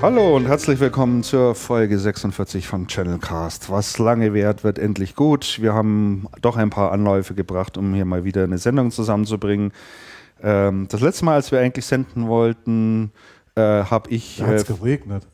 Hallo und herzlich willkommen zur Folge 46 von Channelcast. Was lange währt, wird endlich gut. Wir haben doch ein paar Anläufe gebracht, um hier mal wieder eine Sendung zusammenzubringen. Das letzte Mal, als wir eigentlich senden wollten, habe ich... Da hat es geregnet.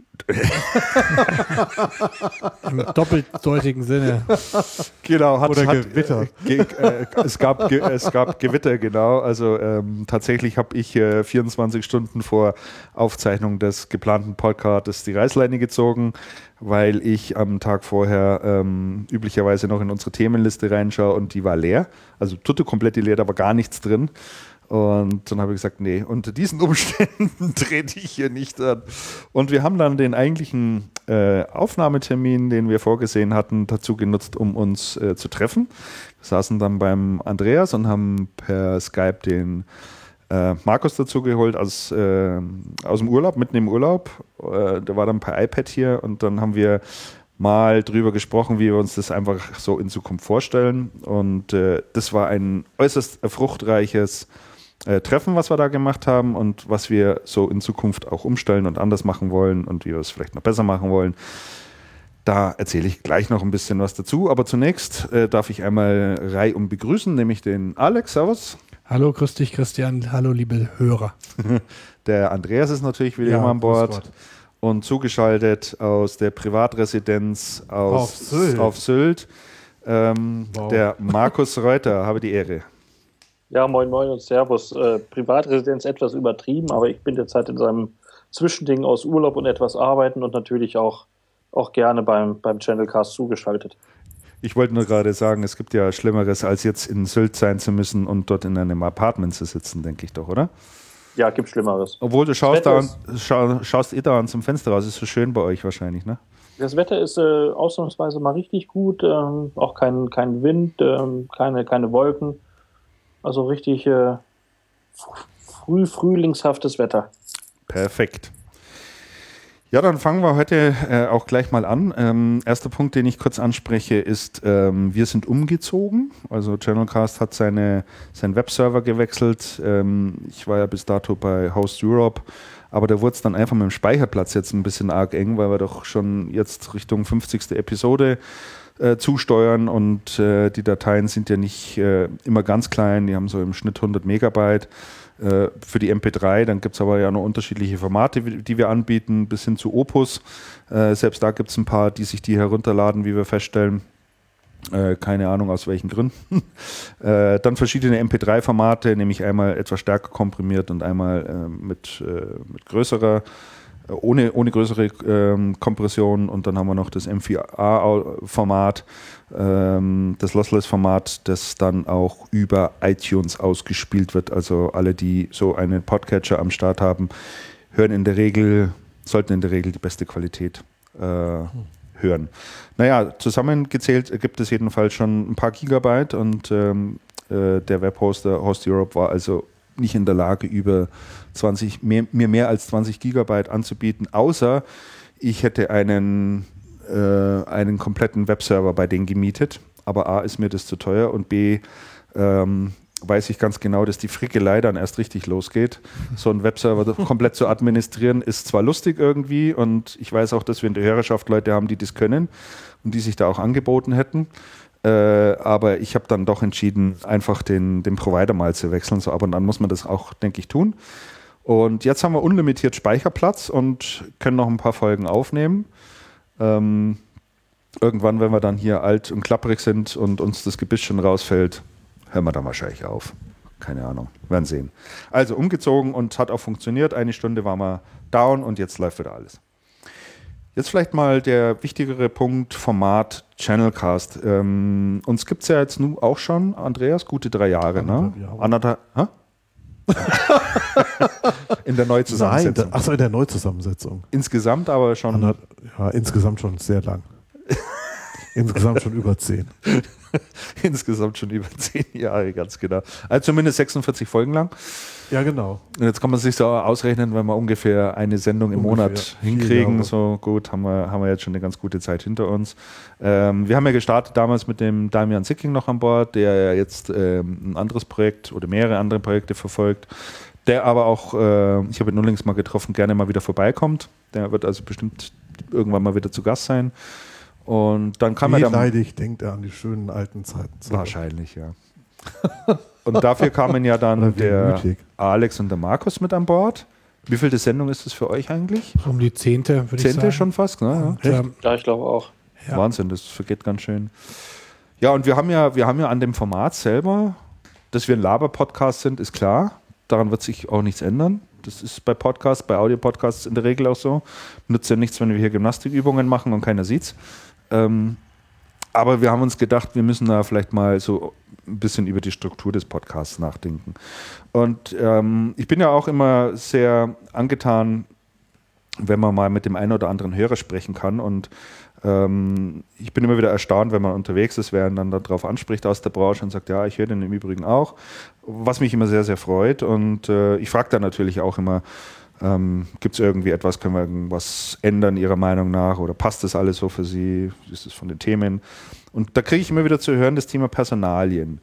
Im doppeldeutigen Sinne. Genau, Oder Gewitter. Es gab Gewitter, genau. Also tatsächlich habe ich 24 Stunden vor Aufzeichnung des geplanten Podcasts die Reißleine gezogen, weil ich am Tag vorher üblicherweise noch in unsere Themenliste reinschaue und die war leer. Also total komplett leer, da war gar nichts drin. Und dann habe ich gesagt, nee, unter diesen Umständen trete ich hier nicht an. Und wir haben dann den eigentlichen Aufnahmetermin, den wir vorgesehen hatten, dazu genutzt, um uns zu treffen. Wir saßen dann beim Andreas und haben per Skype den Markus dazu geholt aus dem Urlaub, mitten im Urlaub. Der war dann per iPad hier und dann haben wir mal drüber gesprochen, wie wir uns das einfach so in Zukunft vorstellen. Und das war ein äußerst fruchtreiches Treffen, was wir da gemacht haben und was wir so in Zukunft auch umstellen und anders machen wollen und wie wir es vielleicht noch besser machen wollen. Da erzähle ich gleich noch ein bisschen was dazu. Aber zunächst darf ich einmal reihum begrüßen, nämlich den Alex. Servus. Hallo, grüß dich, Christian. Hallo, liebe Hörer. Der Andreas ist natürlich wieder immer an Bord. Und zugeschaltet aus der Privatresidenz auf Sylt. Der Markus Reuter, habe die Ehre. Ja, moin moin und servus. Privatresidenz etwas übertrieben, aber ich bin derzeit in seinem Zwischending aus Urlaub und etwas arbeiten und natürlich auch gerne beim Channelcast zugeschaltet. Ich wollte nur gerade sagen, es gibt ja Schlimmeres, als jetzt in Sylt sein zu müssen und dort in einem Apartment zu sitzen, denke ich doch, oder? Ja, gibt Schlimmeres. Obwohl du schaust da zum Fenster raus, ist so schön bei euch wahrscheinlich, ne? Das Wetter ist ausnahmsweise mal richtig gut, auch kein Wind, keine Wolken. Also richtig frühlingshaftes Wetter. Perfekt. Ja, dann fangen wir heute auch gleich mal an. Erster Punkt, den ich kurz anspreche, ist, wir sind umgezogen. Also Channelcast hat seinen Webserver gewechselt. Ich war ja bis dato bei Host Europe, aber da wurde es dann einfach mit dem Speicherplatz jetzt ein bisschen arg eng, weil wir doch schon jetzt Richtung 50. Episode zusteuern und die Dateien sind ja nicht immer ganz klein, die haben so im Schnitt 100 Megabyte für die MP3, dann gibt es aber ja noch unterschiedliche Formate, die wir anbieten, bis hin zu Opus. Selbst da gibt es ein paar, die sich die herunterladen, wie wir feststellen. Keine Ahnung aus welchen Gründen. Dann verschiedene MP3-Formate, nämlich einmal etwas stärker komprimiert und einmal mit größerer ohne größere Kompression, und dann haben wir noch das M4A-Format, das Lossless-Format, das dann auch über iTunes ausgespielt wird. Also alle, die so einen Podcatcher am Start haben, sollten in der Regel die beste Qualität hören. Naja, zusammengezählt gibt es jedenfalls schon ein paar Gigabyte und der Webhoster Host Europe war also nicht in der Lage, mir mehr als 20 Gigabyte anzubieten, außer ich hätte einen kompletten Webserver bei denen gemietet. Aber A, ist mir das zu teuer und B, weiß ich ganz genau, dass die Frickelei dann erst richtig losgeht. So einen Webserver komplett zu administrieren, ist zwar lustig irgendwie und ich weiß auch, dass wir in der Hörerschaft Leute haben, die das können und die sich da auch angeboten hätten. Aber ich habe dann doch entschieden, einfach den Provider mal zu wechseln. So ab und an muss man das auch, denke ich, tun. Und jetzt haben wir unlimitiert Speicherplatz und können noch ein paar Folgen aufnehmen. Irgendwann, wenn wir dann hier alt und klapprig sind und uns das Gebiss schon rausfällt, hören wir dann wahrscheinlich auf. Keine Ahnung, werden sehen. Also umgezogen und hat auch funktioniert. Eine Stunde waren wir down und jetzt läuft wieder alles. Jetzt vielleicht mal der wichtigere Punkt, Format Channelcast. Uns gibt es ja jetzt nun auch schon, Andreas, gute 3 Jahre, ne? Anderthalb, in der Neuzusammensetzung. Nein, achso, in der Neuzusammensetzung. Insgesamt aber schon. Insgesamt schon sehr lang. Insgesamt schon über 10. Insgesamt schon über 10 Jahre, ganz genau. Also zumindest 46 Folgen lang. Ja, genau. Und jetzt kann man sich so ausrechnen, wenn wir ungefähr eine Sendung im Monat hinkriegen. So gut, haben wir jetzt schon eine ganz gute Zeit hinter uns. Wir haben ja gestartet damals mit dem Damian Sicking noch an Bord, der ja jetzt ein anderes Projekt oder mehrere andere Projekte verfolgt. der aber auch, ich habe ihn unlängst mal getroffen, gerne mal wieder vorbeikommt. Der wird also bestimmt irgendwann mal wieder zu Gast sein. Und dann kam er dann... Wehleidig denkt er an die schönen alten Zeiten zurück. Wahrscheinlich, ja. Und dafür kamen ja dann der Alex und der Markus mit an Bord. Wie viel Sendung ist das für euch eigentlich? So um die 10. würde ich sagen. 10. schon fast, ne? Ja. Ja, ich glaube auch. Ja. Wahnsinn, das vergeht ganz schön. Ja, und wir haben ja an dem Format selber, dass wir ein Laber-Podcast sind, ist klar. Daran wird sich auch nichts ändern. Das ist bei Podcasts, bei Audio-Podcasts in der Regel auch so. Nützt ja nichts, wenn wir hier Gymnastikübungen machen und keiner sieht's. Aber wir haben uns gedacht, wir müssen da vielleicht mal so ein bisschen über die Struktur des Podcasts nachdenken. Und ich bin ja auch immer sehr angetan, wenn man mal mit dem einen oder anderen Hörer sprechen kann. Und ich bin immer wieder erstaunt, wenn man unterwegs ist, wer ihn dann darauf anspricht aus der Branche und sagt, ja, ich höre den im Übrigen auch. Was mich immer sehr, sehr freut. Und ich frage dann natürlich auch immer, gibt es irgendwie etwas, können wir irgendwas ändern Ihrer Meinung nach oder passt das alles so für Sie? Ist es von den Themen? Und da kriege ich immer wieder zu hören, das Thema Personalien.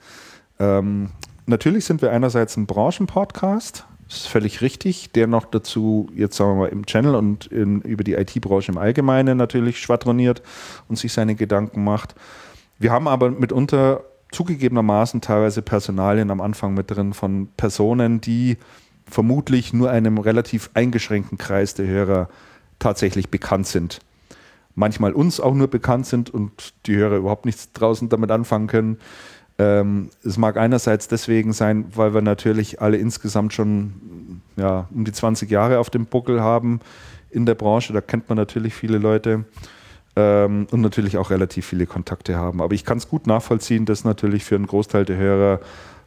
Natürlich sind wir einerseits ein Branchenpodcast, das ist völlig richtig, der noch dazu, jetzt sagen wir mal, im Channel und über die IT-Branche im Allgemeinen natürlich schwadroniert und sich seine Gedanken macht. Wir haben aber mitunter zugegebenermaßen teilweise Personalien am Anfang mit drin von Personen, die vermutlich nur einem relativ eingeschränkten Kreis der Hörer tatsächlich bekannt sind. Manchmal uns auch nur bekannt sind und die Hörer überhaupt nichts draußen damit anfangen können. Es mag einerseits deswegen sein, weil wir natürlich alle insgesamt schon um die 20 Jahre auf dem Buckel haben in der Branche. Da kennt man natürlich viele Leute und natürlich auch relativ viele Kontakte haben. Aber ich kann es gut nachvollziehen, dass natürlich für einen Großteil der Hörer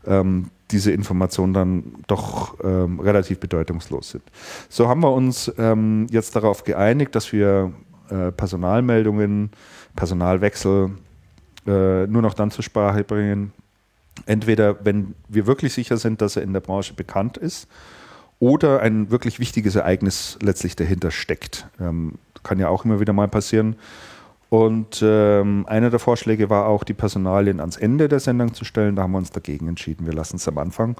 diese Informationen dann doch relativ bedeutungslos sind. So haben wir uns jetzt darauf geeinigt, dass wir Personalmeldungen, Personalwechsel nur noch dann zur Sprache bringen. Entweder, wenn wir wirklich sicher sind, dass er in der Branche bekannt ist oder ein wirklich wichtiges Ereignis letztlich dahinter steckt. Kann ja auch immer wieder mal passieren. Und einer der Vorschläge war auch, die Personalien ans Ende der Sendung zu stellen. Da haben wir uns dagegen entschieden. Wir lassen es am Anfang.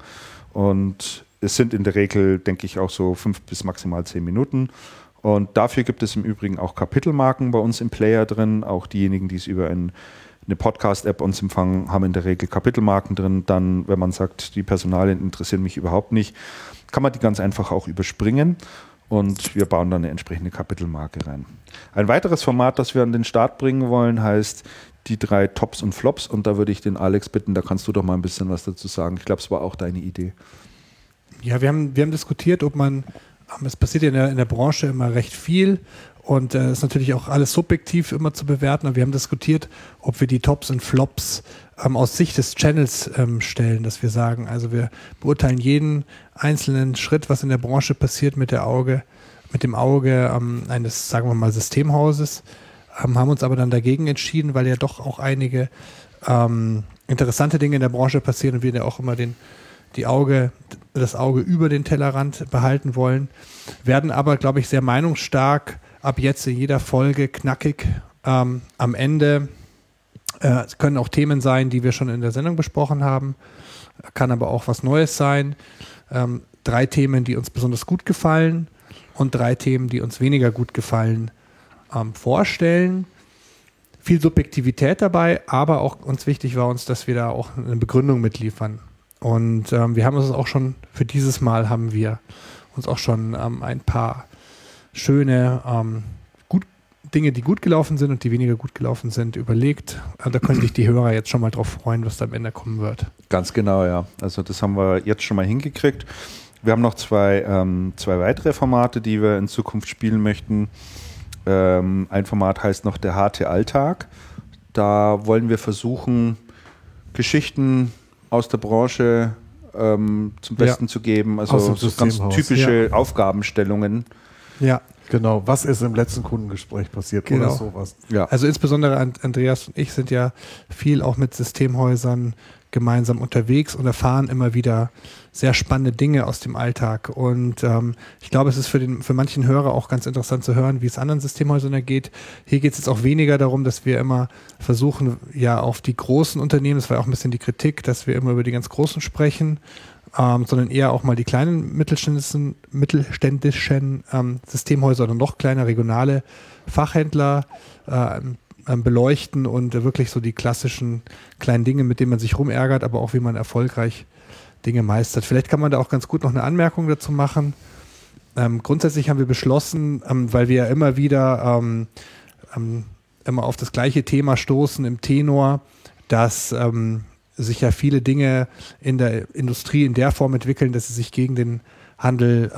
Und es sind in der Regel, denke ich, auch so 5 bis maximal 10 Minuten. Und dafür gibt es im Übrigen auch Kapitelmarken bei uns im Player drin. Auch diejenigen, die es über eine Podcast-App uns empfangen, haben in der Regel Kapitelmarken drin. Dann, wenn man sagt, die Personalien interessieren mich überhaupt nicht, kann man die ganz einfach auch überspringen. Und wir bauen dann eine entsprechende Kapitelmarke rein. Ein weiteres Format, das wir an den Start bringen wollen, heißt die 3 Tops und Flops. Und da würde ich den Alex bitten, da kannst du doch mal ein bisschen was dazu sagen. Ich glaube, es war auch deine Idee. Ja, wir haben diskutiert, ob man, es passiert ja in der Branche immer recht viel und es ist natürlich auch alles subjektiv immer zu bewerten. Aber wir haben diskutiert, ob wir die Tops und Flops aus Sicht des Channels stellen, dass wir sagen, also wir beurteilen jeden einzelnen Schritt, was in der Branche passiert mit dem Auge eines, sagen wir mal, Systemhauses, haben uns aber dann dagegen entschieden, weil ja doch auch einige interessante Dinge in der Branche passieren und wir da auch immer das Auge über den Tellerrand behalten wollen, werden aber, glaube ich, sehr meinungsstark ab jetzt in jeder Folge knackig am Ende. Es können auch Themen sein, die wir schon in der Sendung besprochen haben, kann aber auch was Neues sein. 3 Themen, die uns besonders gut gefallen und 3 Themen, die uns weniger gut gefallen, vorstellen. Viel Subjektivität dabei, aber auch uns wichtig war uns, dass wir da auch eine Begründung mitliefern. Und wir haben uns auch schon, für dieses Mal haben wir uns auch schon ein paar schöne Dinge, die gut gelaufen sind und die weniger gut gelaufen sind, überlegt. Da können sich die Hörer jetzt schon mal drauf freuen, was da am Ende kommen wird. Ganz genau, ja. Also das haben wir jetzt schon mal hingekriegt. Wir haben noch zwei weitere Formate, die wir in Zukunft spielen möchten. Ein Format heißt noch der harte Alltag. Da wollen wir versuchen, Geschichten aus der Branche zum Besten zu geben. Also so ganz typische Aufgabenstellungen. Ja. Genau, was ist im letzten Kundengespräch passiert oder sowas. Ja. Also insbesondere Andreas und ich sind ja viel auch mit Systemhäusern gemeinsam unterwegs und erfahren immer wieder sehr spannende Dinge aus dem Alltag. Und ich glaube, es ist für manchen Hörer auch ganz interessant zu hören, wie es anderen Systemhäusern ergeht. Hier geht es jetzt auch weniger darum, dass wir immer versuchen, ja auf die großen Unternehmen, das war auch ein bisschen die Kritik, dass wir immer über die ganz Großen sprechen. sondern eher auch mal die kleinen mittelständischen Systemhäuser oder noch kleiner regionale Fachhändler beleuchten und wirklich so die klassischen kleinen Dinge, mit denen man sich rumärgert, aber auch wie man erfolgreich Dinge meistert. Vielleicht kann man da auch ganz gut noch eine Anmerkung dazu machen. Grundsätzlich haben wir beschlossen, weil wir ja immer wieder immer auf das gleiche Thema stoßen im Tenor, dass sich ja viele Dinge in der Industrie in der Form entwickeln, dass sie sich gegen den Handel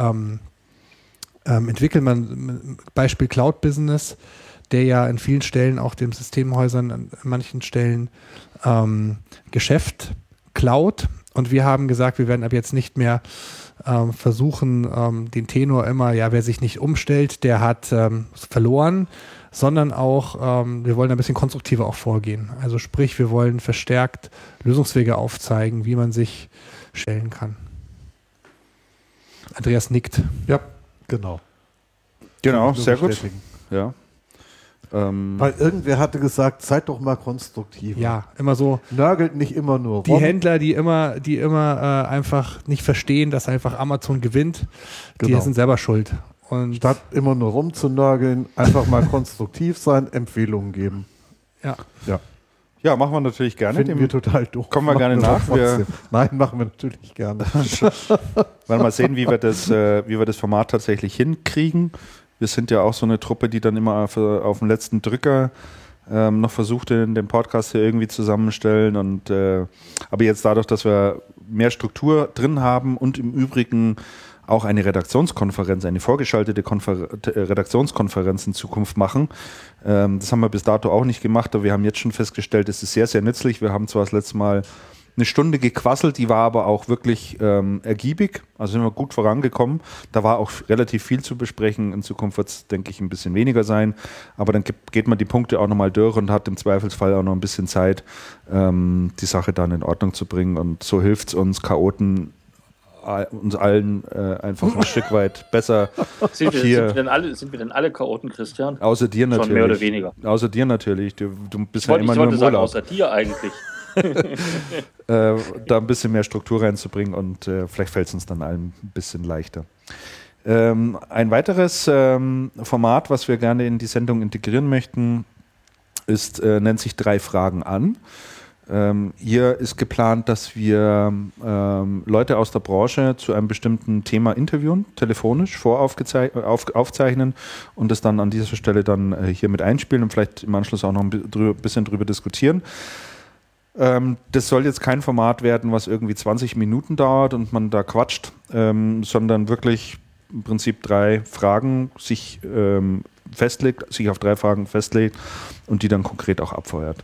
entwickeln. Beispiel Cloud-Business, der ja an vielen Stellen auch den Systemhäusern an manchen Stellen Geschäft klaut. Und wir haben gesagt, wir werden ab jetzt nicht mehr versuchen, den Tenor immer, ja, wer sich nicht umstellt, der hat verloren, sondern auch, wir wollen ein bisschen konstruktiver auch vorgehen. Also sprich, wir wollen verstärkt Lösungswege aufzeigen, wie man sich stellen kann. Andreas nickt. Ja, genau. Genau, sehr gut. Ja. Weil irgendwer hatte gesagt, seid doch mal konstruktiv. Ja, immer so. Nörgelt nicht immer nur die rum. Händler, die immer einfach nicht verstehen, dass einfach Amazon gewinnt, Genau. Die sind selber schuld. Und Statt immer nur rumzunörgeln, einfach mal konstruktiv sein, Empfehlungen geben. ja. Ja, machen wir natürlich gerne. Finden wir total doof. Kommen wir gerne nach. Nein, machen wir natürlich gerne. Werden mal sehen, wie wir das Format tatsächlich hinkriegen. Wir sind ja auch so eine Truppe, die dann immer auf den letzten Drücker noch versucht, den Podcast hier irgendwie zusammenstellen. Aber jetzt dadurch, dass wir mehr Struktur drin haben und im Übrigen auch eine Redaktionskonferenz, eine vorgeschaltete Redaktionskonferenz in Zukunft machen. Das haben wir bis dato auch nicht gemacht, aber wir haben jetzt schon festgestellt, es ist sehr, sehr nützlich. Wir haben zwar das letzte Mal eine Stunde gequasselt, die war aber auch wirklich ergiebig, also sind wir gut vorangekommen. Da war auch relativ viel zu besprechen. In Zukunft wird es, denke ich, ein bisschen weniger sein, aber dann geht man die Punkte auch nochmal durch und hat im Zweifelsfall auch noch ein bisschen Zeit, die Sache dann in Ordnung zu bringen, und so hilft es uns Chaoten, uns allen einfach ein Stück weit besser. Sind wir denn alle Chaoten, Christian? Außer dir natürlich. Schon mehr oder weniger. Außer dir natürlich. Du bist Ich ja immer nur wollte im sagen, Urlaub. außer dir eigentlich. Da ein bisschen mehr Struktur reinzubringen, und vielleicht fällt es uns dann allen ein bisschen leichter. Ein weiteres Format, was wir gerne in die Sendung integrieren möchten, nennt sich 3 Fragen an. Hier ist geplant, dass wir Leute aus der Branche zu einem bestimmten Thema interviewen, telefonisch aufzeichnen und das dann an dieser Stelle dann hier mit einspielen und vielleicht im Anschluss auch noch ein bisschen drüber diskutieren. Das soll jetzt kein Format werden, was irgendwie 20 Minuten dauert und man da quatscht, sondern wirklich im Prinzip 3 Fragen sich auf 3 Fragen festlegt und die dann konkret auch abfeuert.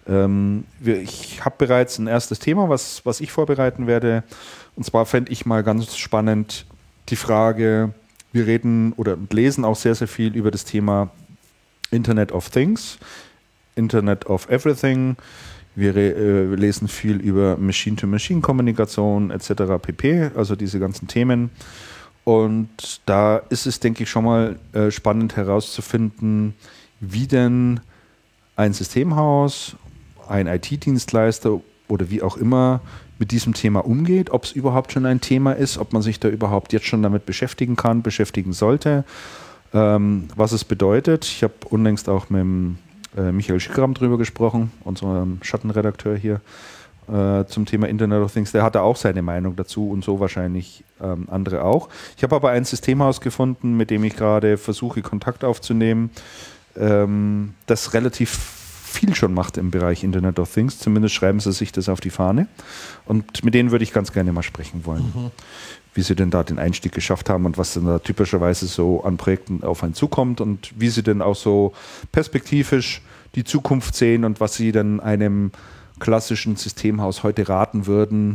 Ich habe bereits ein erstes Thema, was ich vorbereiten werde. Und zwar fände ich mal ganz spannend die Frage, wir reden oder lesen auch sehr, sehr viel über das Thema Internet of Things, Internet of Everything. Wir lesen viel über Machine-to-Machine-Kommunikation etc. pp., also diese ganzen Themen. Und da ist es, denke ich, schon mal spannend herauszufinden, wie denn ein Systemhaus, ein IT-Dienstleister oder wie auch immer mit diesem Thema umgeht, ob es überhaupt schon ein Thema ist, ob man sich da überhaupt jetzt schon damit beschäftigen sollte, was es bedeutet. Ich habe unlängst auch mit Michael Schickram drüber gesprochen, unserem Schattenredakteur hier, zum Thema Internet of Things. Der hatte auch seine Meinung dazu und so wahrscheinlich andere auch. Ich habe aber ein Systemhaus gefunden, mit dem ich gerade versuche, Kontakt aufzunehmen, das relativ viel schon macht im Bereich Internet of Things. Zumindest schreiben sie sich das auf die Fahne. Und mit denen würde ich ganz gerne mal sprechen wollen. Wie sie denn da den Einstieg geschafft haben und was denn da typischerweise so an Projekten auf einen zukommt und wie sie denn auch so perspektivisch die Zukunft sehen und was sie denn einem klassischen Systemhaus heute raten würden.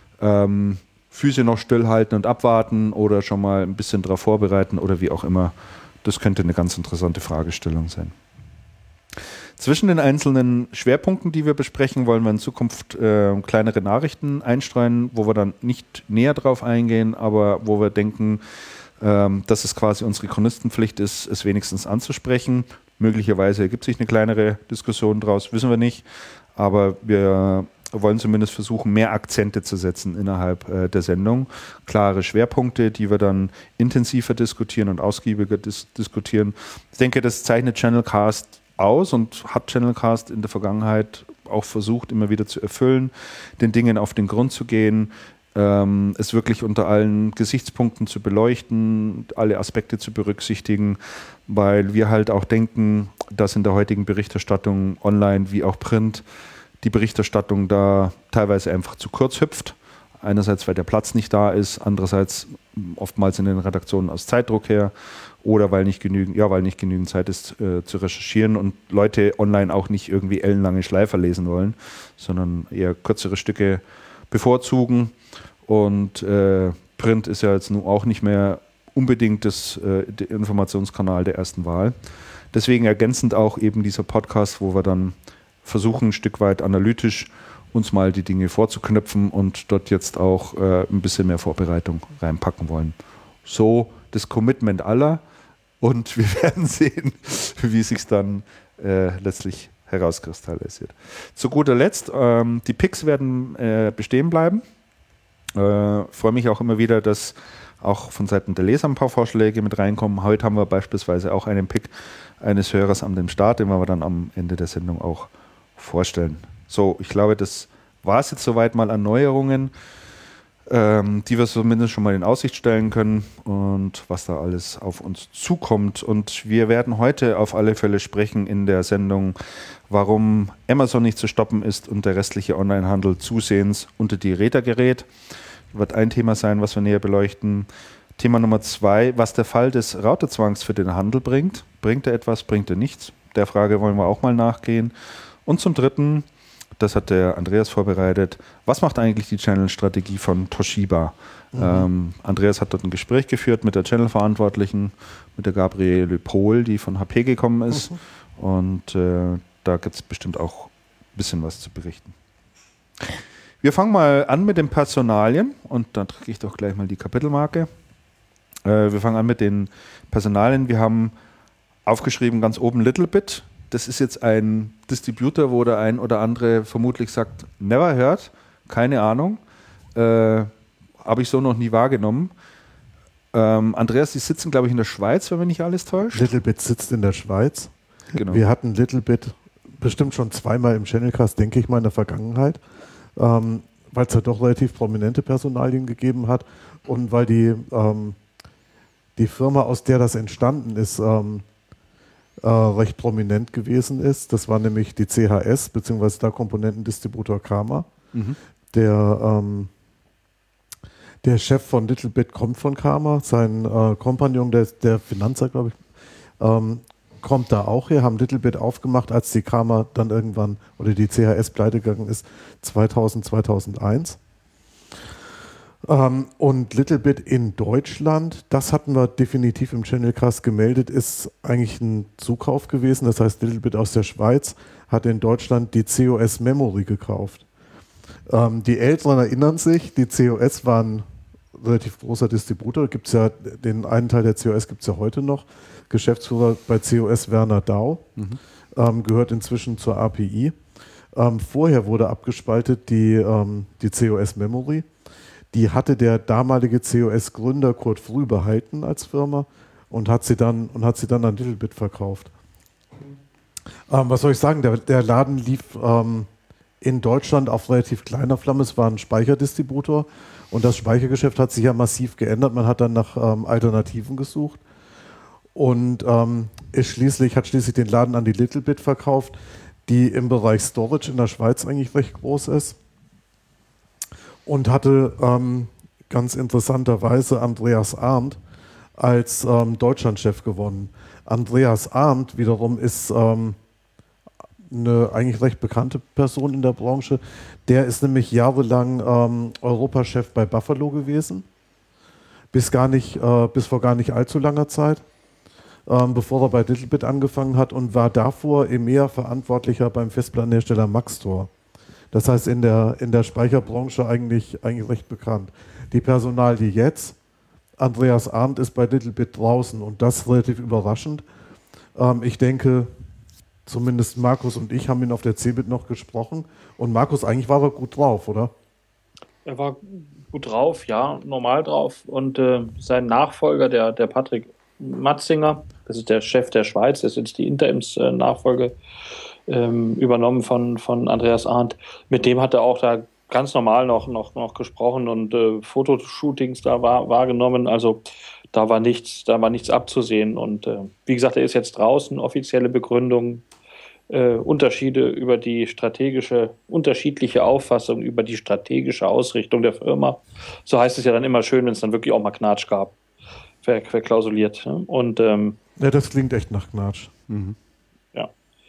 Füße noch stillhalten und abwarten oder schon mal ein bisschen darauf vorbereiten oder wie auch immer. Das könnte eine ganz interessante Fragestellung sein. Zwischen den einzelnen Schwerpunkten, die wir besprechen, wollen wir in Zukunft kleinere Nachrichten einstreuen, wo wir dann nicht näher drauf eingehen, aber wo wir denken, dass es quasi unsere Chronistenpflicht ist, es wenigstens anzusprechen. Möglicherweise ergibt sich eine kleinere Diskussion draus, wissen wir nicht. Aber wir wollen zumindest versuchen, mehr Akzente zu setzen innerhalb der Sendung. Klare Schwerpunkte, die wir dann intensiver diskutieren und ausgiebiger diskutieren. Ich denke, das zeichnet Channelcast aus und hat Channelcast in der Vergangenheit auch versucht, immer wieder zu erfüllen, den Dingen auf den Grund zu gehen, es wirklich unter allen Gesichtspunkten zu beleuchten, alle Aspekte zu berücksichtigen, weil wir halt auch denken, dass in der heutigen Berichterstattung online wie auch Print die Berichterstattung da teilweise einfach zu kurz hüpft. Einerseits, weil der Platz nicht da ist, andererseits oftmals in den Redaktionen aus Zeitdruck her oder weil nicht genügend Zeit ist zu recherchieren und Leute online auch nicht irgendwie ellenlange Schleifer lesen wollen, sondern eher kürzere Stücke bevorzugen. Und Print ist ja jetzt nun auch nicht mehr unbedingt der Informationskanal der ersten Wahl. Deswegen ergänzend auch eben dieser Podcast, wo wir dann versuchen, ein Stück weit analytisch uns mal die Dinge vorzuknöpfen und dort jetzt auch ein bisschen mehr Vorbereitung reinpacken wollen. So das Commitment aller und wir werden sehen, wie es sich dann letztlich herauskristallisiert. Zu guter Letzt, die Picks werden bestehen bleiben. Freue mich auch immer wieder, dass auch von Seiten der Leser ein paar Vorschläge mit reinkommen. Heute haben wir beispielsweise auch einen Pick eines Hörers an dem Start, den wir dann am Ende der Sendung auch vorstellen. So, ich glaube, das war es jetzt soweit mal an Neuerungen, die wir zumindest schon mal in Aussicht stellen können und was da alles auf uns zukommt. Und wir werden heute auf alle Fälle sprechen in der Sendung, warum Amazon nicht zu stoppen ist und der restliche Onlinehandel zusehends unter die Räder gerät. Wird ein Thema sein, was wir näher beleuchten. Thema Nummer 2, was der Fall des Routerzwangs für den Handel bringt. Bringt er etwas, bringt er nichts? Der Frage wollen wir auch mal nachgehen. Und zum Dritten, das hat der Andreas vorbereitet, was macht eigentlich die Channel-Strategie von Toshiba? Andreas hat dort ein Gespräch geführt mit der Channel-Verantwortlichen, mit der Gabriele Pohl, die von HP gekommen ist. Und da gibt es bestimmt auch ein bisschen was zu berichten. Wir fangen mal an mit den Personalien und da drücke ich doch gleich mal die Kapitelmarke. Wir fangen an mit den Personalien. Wir haben aufgeschrieben ganz oben Littlebit. Das ist jetzt ein Distributor, wo der ein oder andere vermutlich sagt, never heard, keine Ahnung, habe ich so noch nie wahrgenommen. Andreas, die sitzen, glaube ich, in der Schweiz, wenn mich nicht alles täuscht. Littlebit sitzt in der Schweiz. Genau. Wir hatten Littlebit bestimmt schon zweimal im Channelcast, denke ich mal, in der Vergangenheit, weil es ja doch relativ prominente Personalien gegeben hat und weil die Firma, aus der das entstanden ist, recht prominent gewesen ist. Das war nämlich die CHS, beziehungsweise der Komponentendistributor Kramer. Der Chef von Littlebit kommt von Kramer, sein Kompagnon, der Finanzer, glaube ich, kommt da auch her, haben Littlebit aufgemacht, als die Kramer dann irgendwann, oder die CHS pleite gegangen ist, 2001. Und Littlebit in Deutschland, das hatten wir definitiv im Channelcast gemeldet, ist eigentlich ein Zukauf gewesen. Das heißt, Littlebit aus der Schweiz hat in Deutschland die COS Memory gekauft. Die Älteren erinnern sich, die COS war ein relativ großer Distributor. Gibt's ja, den einen Teil der COS gibt es ja heute noch. Geschäftsführer bei COS Werner Dau, gehört inzwischen zur API. Vorher wurde abgespaltet die COS Memory. Die hatte der damalige COS-Gründer Kurt Früh behalten als Firma und hat sie dann an Littlebit verkauft. Was soll ich sagen? Der Laden lief in Deutschland auf relativ kleiner Flamme. Es war ein Speicherdistributor und das Speichergeschäft hat sich ja massiv geändert. Man hat dann nach Alternativen gesucht und hat schließlich den Laden an die Littlebit verkauft, die im Bereich Storage in der Schweiz eigentlich recht groß ist. Und hatte ganz interessanterweise Andreas Arndt als Deutschlandchef gewonnen. Andreas Arndt wiederum ist eine eigentlich recht bekannte Person in der Branche. Der ist nämlich jahrelang Europachef bei Buffalo gewesen, bis vor gar nicht allzu langer Zeit, bevor er bei Littlebit angefangen hat und war davor EMEA Verantwortlicher beim Festplattenhersteller Maxtor. Das heißt, in der Speicherbranche eigentlich recht bekannt. Die Personalie jetzt, Andreas Arndt ist bei Littlebit draußen und das relativ überraschend. Ich denke, Zumindest Markus und ich haben ihn auf der CeBIT noch gesprochen. Und Markus, eigentlich war er gut drauf, oder? Er war gut drauf, ja, normal drauf. Und sein Nachfolger, der Patrick Matzinger, das ist der Chef der Schweiz, das ist jetzt die Interims-Nachfolge, übernommen von Andreas Arndt. Mit dem hat er auch da ganz normal noch gesprochen und Fotoshootings da wahrgenommen. Also da war nichts abzusehen. Und wie gesagt, er ist jetzt draußen, offizielle Begründung, Unterschiede über die unterschiedliche Auffassung über die strategische Ausrichtung der Firma. So heißt es ja dann immer schön, wenn es dann wirklich auch mal Knatsch gab, verklausuliert. Ne? Und ja, das klingt echt nach Knatsch. ja.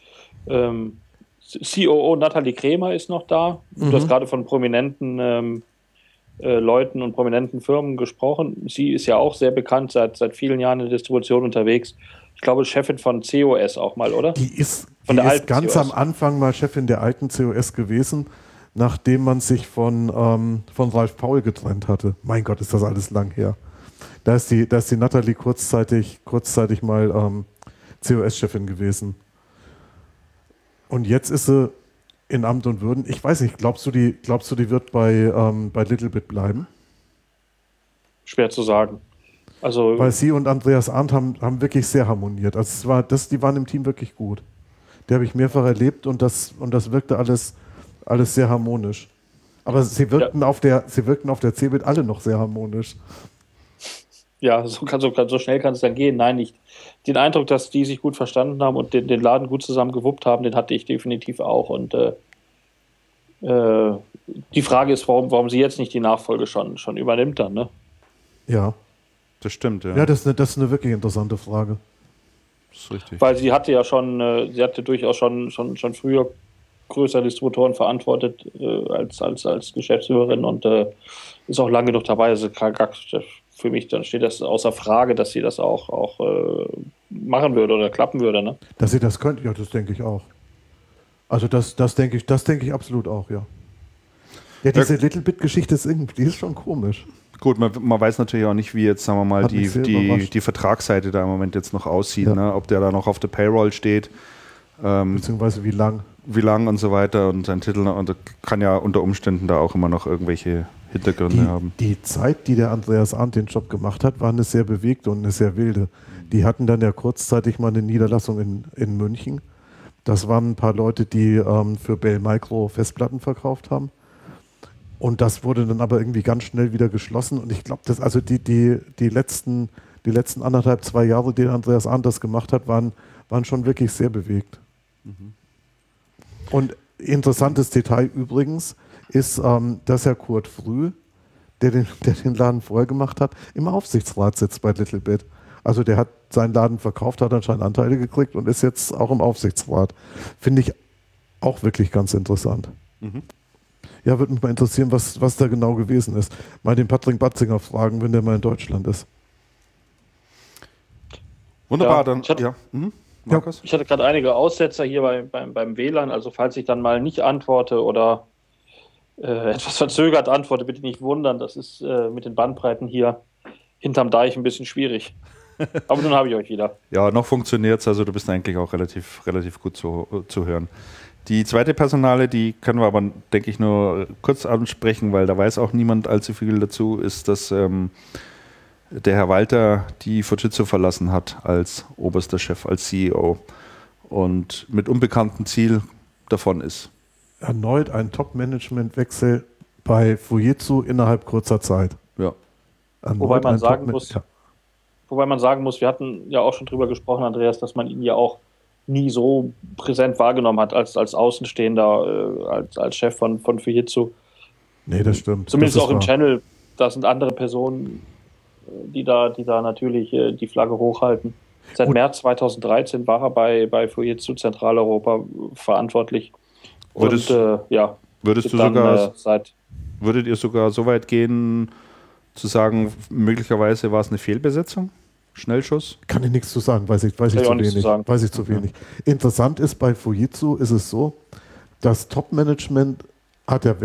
COO Nathalie Krämer ist noch da. Du hast gerade von prominenten Leuten und prominenten Firmen gesprochen. Sie ist ja auch sehr bekannt, seit vielen Jahren in der Distribution unterwegs. Ich glaube, Chefin von COS auch mal, oder? Die ist COS. ganz am Anfang mal Chefin der alten COS gewesen, nachdem man sich von Ralf Paul getrennt hatte. Mein Gott, ist das alles lang her. Da ist die Nathalie kurzzeitig mal COS-Chefin gewesen. Und jetzt ist sie in Amt und Würden. Ich weiß nicht, glaubst du, die wird bei Littlebit bleiben? Schwer zu sagen. Also, weil sie und Andreas Arndt haben wirklich sehr harmoniert. Also die waren im Team wirklich gut. Die habe ich mehrfach erlebt und das wirkte alles sehr harmonisch. Aber sie wirkten auf der CeBIT alle noch sehr harmonisch. Ja, so schnell kann es dann gehen. Nein, nicht. Den Eindruck, dass die sich gut verstanden haben und den Laden gut zusammen gewuppt haben, den hatte ich definitiv auch. Und die Frage ist, warum sie jetzt nicht die Nachfolge schon übernimmt dann, ne? Ja. Das stimmt, ja. Ja, das ist eine wirklich interessante Frage. Das ist richtig. Weil sie hatte durchaus schon früher größere Distributoren verantwortet als Geschäftsführerin und ist auch lange genug dabei. Also für mich dann steht das außer Frage, dass sie das auch machen würde oder klappen würde, ne? Dass sie das könnte, ja, das denke ich auch. Also das denke ich absolut auch, ja. Ja, diese Littlebit-Geschichte ist schon komisch. Gut, man weiß natürlich auch nicht, wie jetzt, sagen wir mal, die Vertragsseite da im Moment jetzt noch aussieht, ne? Ob der da noch auf der Payroll steht. Beziehungsweise wie lang. Wie lang und so weiter und sein Titel, und kann ja unter Umständen da auch immer noch irgendwelche Hintergründe haben. Die Zeit, die der Andreas Arndt den Job gemacht hat, war eine sehr bewegte und eine sehr wilde. Die hatten dann ja kurzzeitig mal eine Niederlassung in München. Das waren ein paar Leute, die für Bell Micro Festplatten verkauft haben. Und das wurde dann aber irgendwie ganz schnell wieder geschlossen. Und ich glaube, also die letzten 1,5-2 Jahre, die Andreas Arndt das gemacht hat, waren schon wirklich sehr bewegt. Und interessantes Detail übrigens ist, dass Herr Kurt Früh, der den Laden vorher gemacht hat, im Aufsichtsrat sitzt bei Littlebit. Also der hat seinen Laden verkauft, hat anscheinend Anteile gekriegt und ist jetzt auch im Aufsichtsrat. Finde ich auch wirklich ganz interessant. Ja, würde mich mal interessieren, was da genau gewesen ist. Mal den Patrick Batzinger fragen, wenn der mal in Deutschland ist. Wunderbar, ja, dann. Markus? Ich hatte gerade einige Aussetzer hier beim WLAN, also falls ich dann mal nicht antworte oder etwas verzögert antworte, bitte nicht wundern, das ist mit den Bandbreiten hier hinterm Deich ein bisschen schwierig. Aber nun habe ich euch wieder. Ja, noch funktioniert es, also du bist eigentlich auch relativ gut zu hören. Die zweite Personale, die können wir aber, denke ich, nur kurz ansprechen, weil da weiß auch niemand allzu viel dazu, ist, dass der Herr Walter die Fujitsu verlassen hat als oberster Chef, als CEO und mit unbekanntem Ziel davon ist. Erneut ein Top-Management-Wechsel bei Fujitsu innerhalb kurzer Zeit. Ja. Wobei man sagen muss, wir hatten ja auch schon drüber gesprochen, Andreas, dass man ihn ja auch nie so präsent wahrgenommen hat als Außenstehender, als Chef von Fujitsu. Nee, das stimmt. Zumindest auch im Channel, da sind andere Personen, die da natürlich die Flagge hochhalten. Seit März 2013 war er bei Fujitsu Zentraleuropa verantwortlich. Würdet ihr sogar so weit gehen, zu sagen, möglicherweise war es eine Fehlbesetzung? Schnellschuss? Kann ich nichts zu sagen, weiß ich zu wenig. Interessant ist, bei Fujitsu ist es so, das Top-Management hat er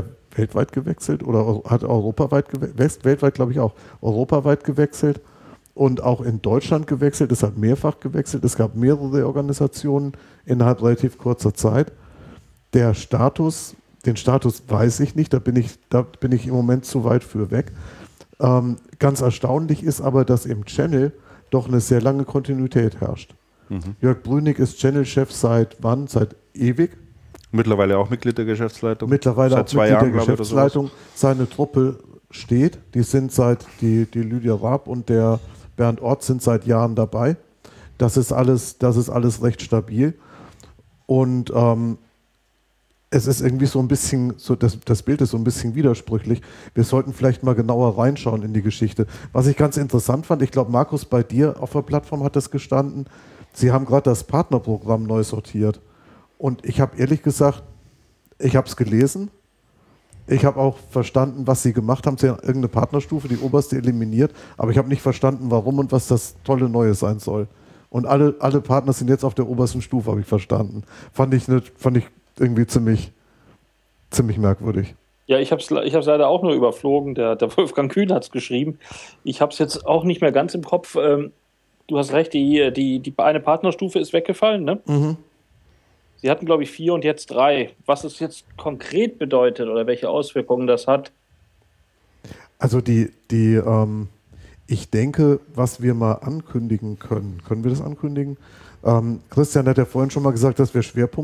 weltweit gewechselt oder hat europaweit gewechselt, weltweit glaube ich auch, europaweit gewechselt und auch in Deutschland gewechselt. Es hat mehrfach gewechselt. Es gab mehrere Organisationen innerhalb relativ kurzer Zeit. Den Status weiß ich nicht, da bin ich im Moment zu weit für weg. Ganz erstaunlich ist aber, dass im Channel doch eine sehr lange Kontinuität herrscht. Jörg Brünig ist Channel-Chef seit wann? Seit ewig. Mittlerweile auch Mitglied der Geschäftsleitung. Mittlerweile seit auch Mitglied Jahren, der Geschäftsleitung. Seine Truppe steht. Die Lydia Raab und der Bernd Ort sind seit Jahren dabei. Das ist alles recht stabil. Und es ist irgendwie so ein bisschen, das Bild ist so ein bisschen widersprüchlich. Wir sollten vielleicht mal genauer reinschauen in die Geschichte. Was ich ganz interessant fand, ich glaube, Markus, bei dir auf der Plattform hat das gestanden, Sie haben gerade das Partnerprogramm neu sortiert. Und ich habe ehrlich gesagt, ich habe es gelesen, ich habe auch verstanden, was Sie gemacht haben. Sie haben irgendeine Partnerstufe, die oberste eliminiert, aber ich habe nicht verstanden, warum und was das tolle Neue sein soll. Und alle Partner sind jetzt auf der obersten Stufe, habe ich verstanden. Fand ich irgendwie ziemlich merkwürdig. Ja, ich hab's leider auch nur überflogen. Der Wolfgang Kühn hat es geschrieben. Ich habe es jetzt auch nicht mehr ganz im Kopf. Du hast recht, die eine Partnerstufe ist weggefallen, ne? Mhm. Sie hatten, glaube ich, 4 und jetzt 3. Was es jetzt konkret bedeutet oder welche Auswirkungen das hat? Also ich denke, was wir mal ankündigen können wir das ankündigen? Christian hat ja vorhin schon mal gesagt, dass wir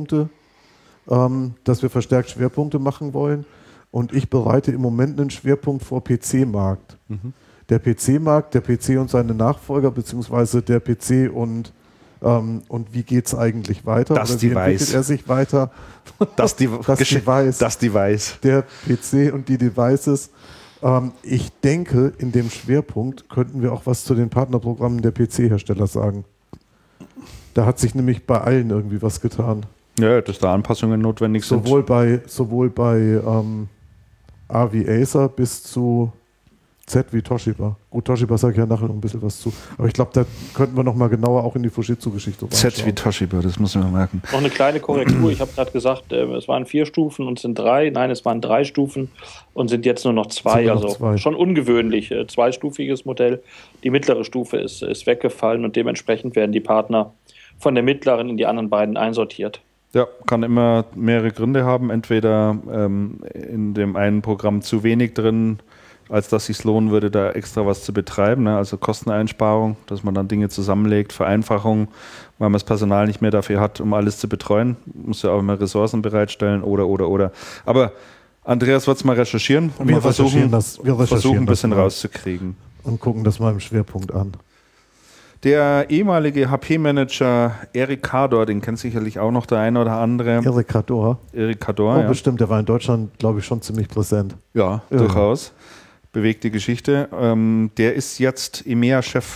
verstärkt Schwerpunkte machen wollen. Und ich bereite im Moment einen Schwerpunkt vor PC-Markt. Mhm. Der PC-Markt, der PC und seine Nachfolger, beziehungsweise der PC und wie geht es eigentlich weiter? Das Device. Wie entwickelt er sich weiter? Das Device. Der PC und die Devices. Ich denke, in dem Schwerpunkt könnten wir auch was zu den Partnerprogrammen der PC-Hersteller sagen. Da hat sich nämlich bei allen irgendwie was getan. Ja, dass da Anpassungen notwendig sind. Sowohl bei A wie Acer bis zu Z wie Toshiba. Gut, Toshiba sage ich ja nachher noch ein bisschen was zu. Aber ich glaube, da könnten wir noch mal genauer auch in die Fujitsu-Geschichte reinschauen. Z wie Toshiba, das muss man merken. Noch eine kleine Korrektur. Ich habe gerade gesagt, es waren 4 Stufen und sind 3. Nein, es waren 3 Stufen und sind jetzt nur noch 2. Also 2. Schon ungewöhnlich. 2-stufiges Modell. Die mittlere Stufe ist weggefallen und dementsprechend werden die Partner von der mittleren in die anderen beiden einsortiert. Ja, kann immer mehrere Gründe haben. Entweder in dem einen Programm zu wenig drin, als dass es sich lohnen würde, da extra was zu betreiben. Ne? Also Kosteneinsparung, dass man dann Dinge zusammenlegt, Vereinfachung, weil man das Personal nicht mehr dafür hat, um alles zu betreuen. Muss ja auch immer Ressourcen bereitstellen oder. Aber Andreas wird es mal recherchieren und wir versuchen ein bisschen mal rauszukriegen. Und gucken das mal im Schwerpunkt an. Der ehemalige HP-Manager Erik Kador, den kennt sicherlich auch noch der eine oder andere. Erik Kador, ja. Bestimmt, der war in Deutschland, glaube ich, schon ziemlich präsent. Ja, durchaus. Bewegte Geschichte. Der ist jetzt EMEA-Chef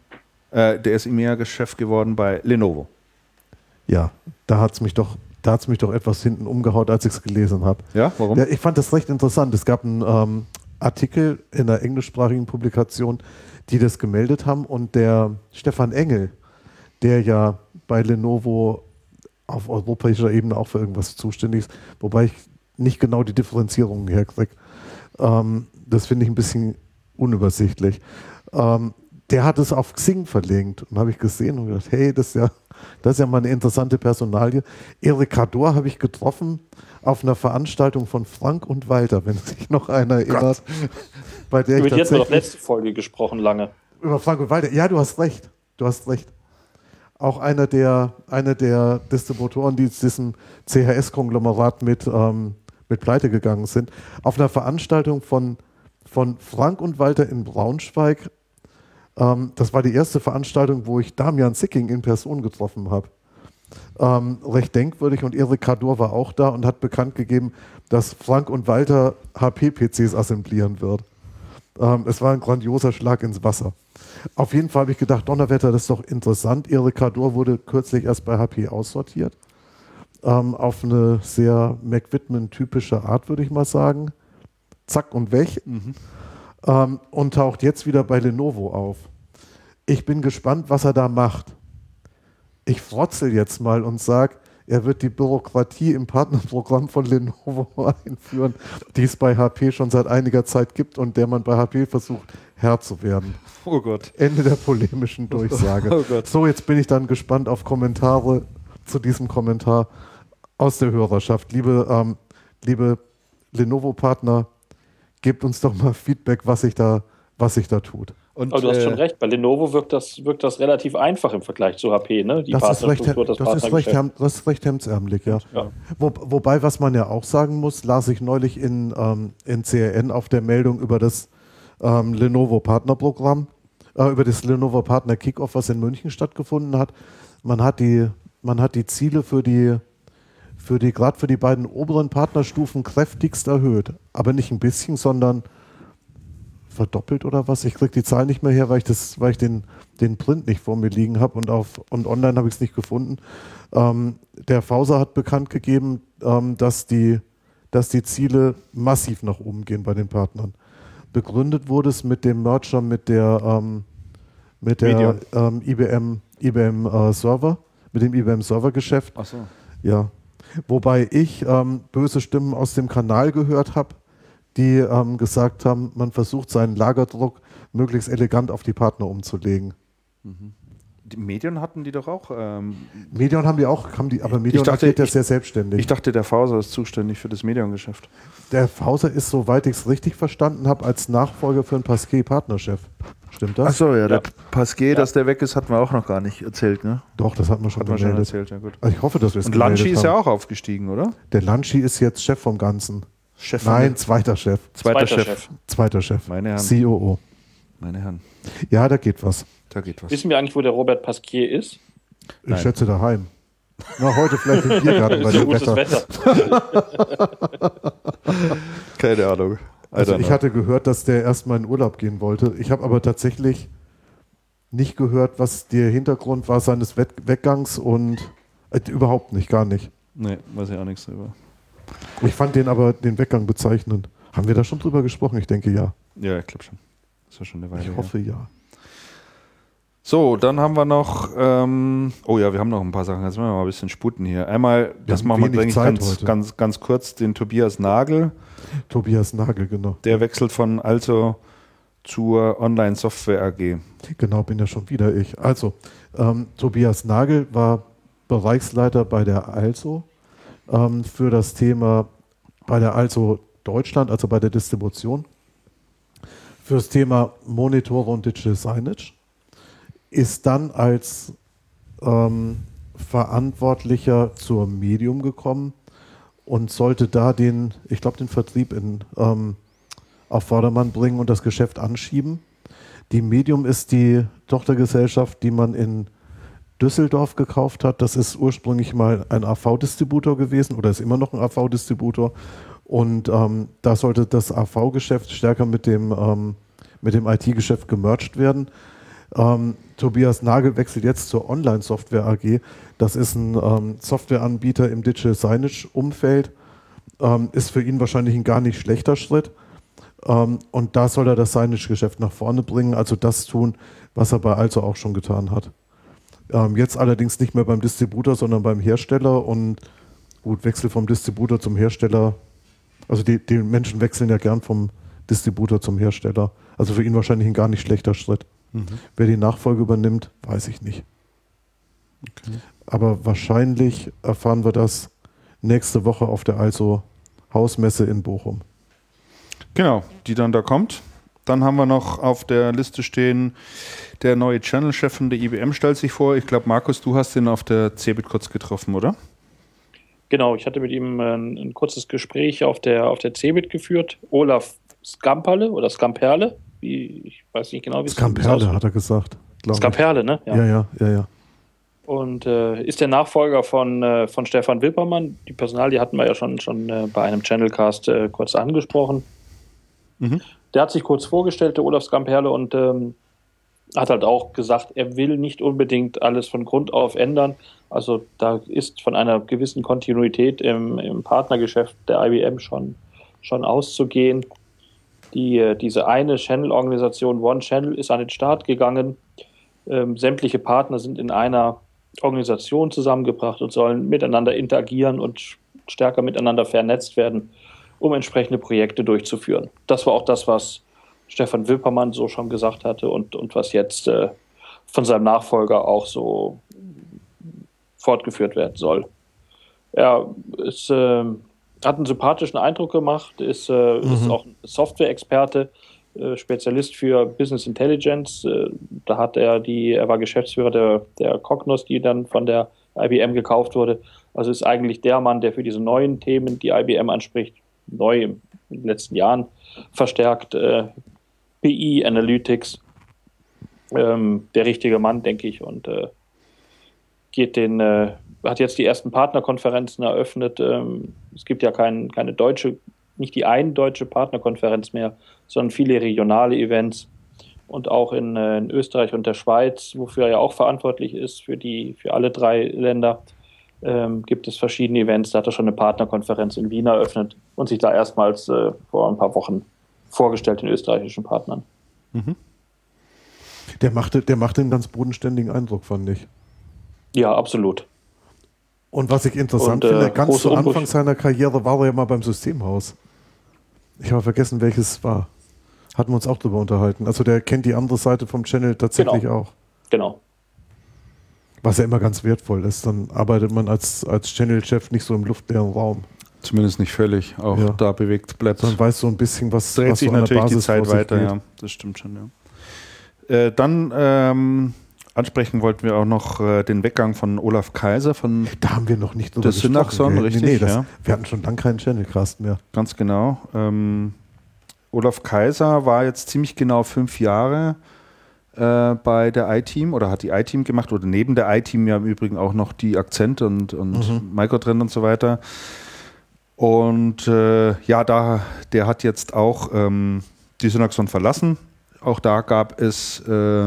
Chef geworden bei Lenovo. Ja, da hat es mich doch etwas hinten umgehaut, als ich es gelesen habe. Ja, warum? Ja, ich fand das recht interessant. Es gab einen Artikel in einer englischsprachigen Publikation, die das gemeldet haben, und der Stefan Engel, der ja bei Lenovo auf europäischer Ebene auch für irgendwas zuständig ist, wobei ich nicht genau die Differenzierungen herkriege. Das finde ich ein bisschen unübersichtlich. Der hat es auf Xing verlinkt und habe ich gesehen und gedacht, hey, das ist ja mal eine interessante Personalie. Erik Kador habe ich getroffen auf einer Veranstaltung von Frank und Walter, wenn sich noch einer erinnert. Bei der über die hatten wir doch letzte Folge gesprochen, lange. Über Frank und Walter, ja, du hast recht. Auch einer der Distributoren, die diesem CHS-Konglomerat mit Pleite gegangen sind, auf einer Veranstaltung von Frank und Walter in Braunschweig. Das war die erste Veranstaltung, wo ich Damian Sicking in Person getroffen habe. Recht denkwürdig, und Erik Kador war auch da und hat bekannt gegeben, dass Frank und Walter HP-PCs assemblieren wird. Es war ein grandioser Schlag ins Wasser. Auf jeden Fall habe ich gedacht, Donnerwetter, das ist doch interessant. Erik Kador wurde kürzlich erst bei HP aussortiert. Auf eine sehr McWhitman-typische Art, würde ich mal sagen. Zack und weg. Mhm. Und taucht jetzt wieder bei Lenovo auf. Ich bin gespannt, was er da macht. Ich frotzel jetzt mal und sage, er wird die Bürokratie im Partnerprogramm von Lenovo einführen, die es bei HP schon seit einiger Zeit gibt und der man bei HP versucht, Herr zu werden. Oh Gott. Ende der polemischen Durchsage. Oh Gott. So, jetzt bin ich dann gespannt auf Kommentare zu diesem Kommentar aus der Hörerschaft. Liebe Lenovo-Partner, gebt uns doch mal Feedback, was sich da tut. Und, aber du hast schon recht, bei Lenovo wirkt das relativ einfach im Vergleich zu HP, ne? Die Das ist recht Partnergeschäft. hemdsärmelig, ja. Ja. Wobei, was man ja auch sagen muss, las ich neulich in CRN auf der Meldung über das Lenovo-Partnerprogramm, über das Lenovo-Partner Kickoff, was in München stattgefunden hat. Man hat die Ziele gerade für die beiden oberen Partnerstufen kräftigst erhöht. Aber nicht ein bisschen, sondern verdoppelt oder was? Ich kriege die Zahl nicht mehr her, weil ich den Print nicht vor mir liegen habe und online habe ich es nicht gefunden. Der Fauser hat bekannt gegeben, dass die Ziele massiv nach oben gehen bei den Partnern. Begründet wurde es mit dem Merger mit der IBM Server, mit dem IBM Server-Geschäft. Ach so. Ja. Wobei ich böse Stimmen aus dem Kanal gehört habe, die gesagt haben, man versucht seinen Lagerdruck möglichst elegant auf die Partner umzulegen. Die Medion hatten die doch auch. Medion haben die auch, aber Medion agiert ja sehr selbstständig. Ich dachte, der Fauser ist zuständig für das Medion-Geschäft. Der Fauser ist, soweit ich es richtig verstanden habe, als Nachfolger für einen Pasquet-Partnerchef. Stimmt das? Achso, ja, der Pasquet, dass der weg ist, hatten wir auch noch gar nicht erzählt, ne? Doch, das hat man schon gemeldet. Erzählt, ja gut. Also ich hoffe, dass wir es Und gemeldet Lanchi ist haben. ja auch aufgestiegen, oder? Der Lanchi ist jetzt Chef vom Ganzen. Chef Nein, zweiter Chef. Zweiter Chef. Zweiter Chef. Meine Herren. COO. Meine Herren, Ja, da geht was. da geht was. Wissen wir eigentlich, wo der Robert Pasquier ist? Ich schätze daheim. Na, heute vielleicht im Biergarten bei So dem gutes Wetter. Keine Ahnung. Also ich hatte gehört, dass der erstmal in Urlaub gehen wollte. Ich habe aber tatsächlich nicht gehört, was der Hintergrund war seines Weggangs und überhaupt nicht, gar nicht. Nee, weiß ich auch nichts drüber. Ich fand den Weggang bezeichnend. Haben wir da schon drüber gesprochen? Ich denke ja. Ja, ich glaube schon. Das war schon eine Weile Ich hoffe ja. So, dann haben wir noch, oh ja, wir haben noch ein paar Sachen, jetzt müssen wir mal ein bisschen sputen hier. Einmal, das haben machen wir wenig eigentlich Zeit ganz kurz, den Tobias Nagel. Tobias Nagel, genau. Der wechselt von Also zur Online-Software AG. Genau, bin ja schon wieder ich. Also, Tobias Nagel war Bereichsleiter bei der Also für das Thema bei der Also Deutschland, also bei der Distribution, für das Thema Monitore und Digital Signage, ist dann als Verantwortlicher zur Medium gekommen und sollte da den Vertrieb auf Vordermann bringen und das Geschäft anschieben. Die Medium ist die Tochtergesellschaft, die man in Düsseldorf gekauft hat. Das ist ursprünglich mal ein AV-Distributor gewesen oder ist immer noch ein AV-Distributor. Und da sollte das AV-Geschäft stärker mit dem IT-Geschäft gemerged werden. Tobias Nagel wechselt jetzt zur Online-Software AG. Das ist ein Softwareanbieter im Digital Signage-Umfeld. Ist für ihn wahrscheinlich ein gar nicht schlechter Schritt. Und da soll er das Signage-Geschäft nach vorne bringen, also das tun, was er bei Also auch schon getan hat. Jetzt allerdings nicht mehr beim Distributor, sondern beim Hersteller. Und gut, Wechsel vom Distributor zum Hersteller. Also die Menschen wechseln ja gern vom Distributor zum Hersteller. Also für ihn wahrscheinlich ein gar nicht schlechter Schritt. Wer die Nachfolge übernimmt, weiß ich nicht. Okay. Aber wahrscheinlich erfahren wir das nächste Woche auf der Also Hausmesse in Bochum. Genau, die dann da kommt. Dann haben wir noch auf der Liste stehen, der neue Channel-Chef von der IBM stellt sich vor. Ich glaube, Markus, du hast ihn auf der CeBIT kurz getroffen, oder? Genau, ich hatte mit ihm ein kurzes Gespräch auf der CeBIT geführt. Olaf Skamperle oder Skamperle, ich weiß nicht genau, wie es Skamperle hat er gesagt. Skamperle, ne? Ja. Und ist der Nachfolger von Stefan Wilpermann. Die Personalie hatten wir ja schon bei einem Channelcast kurz angesprochen. Der hat sich kurz vorgestellt, der Olaf Skamperle, und hat halt auch gesagt, er will nicht unbedingt alles von Grund auf ändern. Also da ist von einer gewissen Kontinuität im Partnergeschäft der IBM schon auszugehen. Diese eine Channel-Organisation, One Channel, ist an den Start gegangen. Sämtliche Partner sind in einer Organisation zusammengebracht und sollen miteinander interagieren und stärker miteinander vernetzt werden, um entsprechende Projekte durchzuführen. Das war auch das, was Stefan Wippermann so schon gesagt hatte und was jetzt von seinem Nachfolger auch so fortgeführt werden soll. Er hat einen sympathischen Eindruck gemacht, ist auch ein Software-Experte, Spezialist für Business Intelligence. Da hat er war Geschäftsführer der Cognos, die dann von der IBM gekauft wurde. Also ist eigentlich der Mann, der für diese neuen Themen, die IBM anspricht, neu in den letzten Jahren verstärkt, BI, Analytics, der richtige Mann, denke ich, und hat jetzt die ersten Partnerkonferenzen eröffnet. Es gibt ja keine deutsche, nicht die eine deutsche Partnerkonferenz mehr, sondern viele regionale Events. Und auch in Österreich und der Schweiz, wofür er ja auch verantwortlich ist, für alle 3 Länder, gibt es verschiedene Events. Da hat er schon eine Partnerkonferenz in Wien eröffnet und sich da erstmals vor ein paar Wochen vorgestellt, den österreichischen Partnern. Mhm. Der machte einen ganz bodenständigen Eindruck, fand ich. Ja, absolut. Und was ich interessant finde, ganz zu Anfang seiner Karriere war er ja mal beim Systemhaus. Ich habe vergessen, welches es war. Hatten wir uns auch drüber unterhalten. Also der kennt die andere Seite vom Channel tatsächlich auch. Genau. Was ja immer ganz wertvoll ist. Dann arbeitet man als Channel-Chef nicht so im luftleeren Raum. Zumindest nicht völlig, auch da bewegt bleibt. Dann weiß so ein bisschen, was dreht sich so an der natürlich Basis die Zeit weiter, geht. ja. Das stimmt schon, ja. Dann ansprechen wollten wir auch noch den Weggang von Olaf Kaiser von da haben wir noch nicht drüber gesprochen. Synaxon, richtig? Nee, wir hatten schon lange keinen Channelcast mehr. Ganz genau. Olaf Kaiser war jetzt ziemlich genau 5 Jahre bei der iTeam oder hat die iTeam gemacht oder neben der iTeam ja im Übrigen auch noch die Akzent und Microtrend und so weiter. Und der hat jetzt auch die Synaxon verlassen. Auch da gab es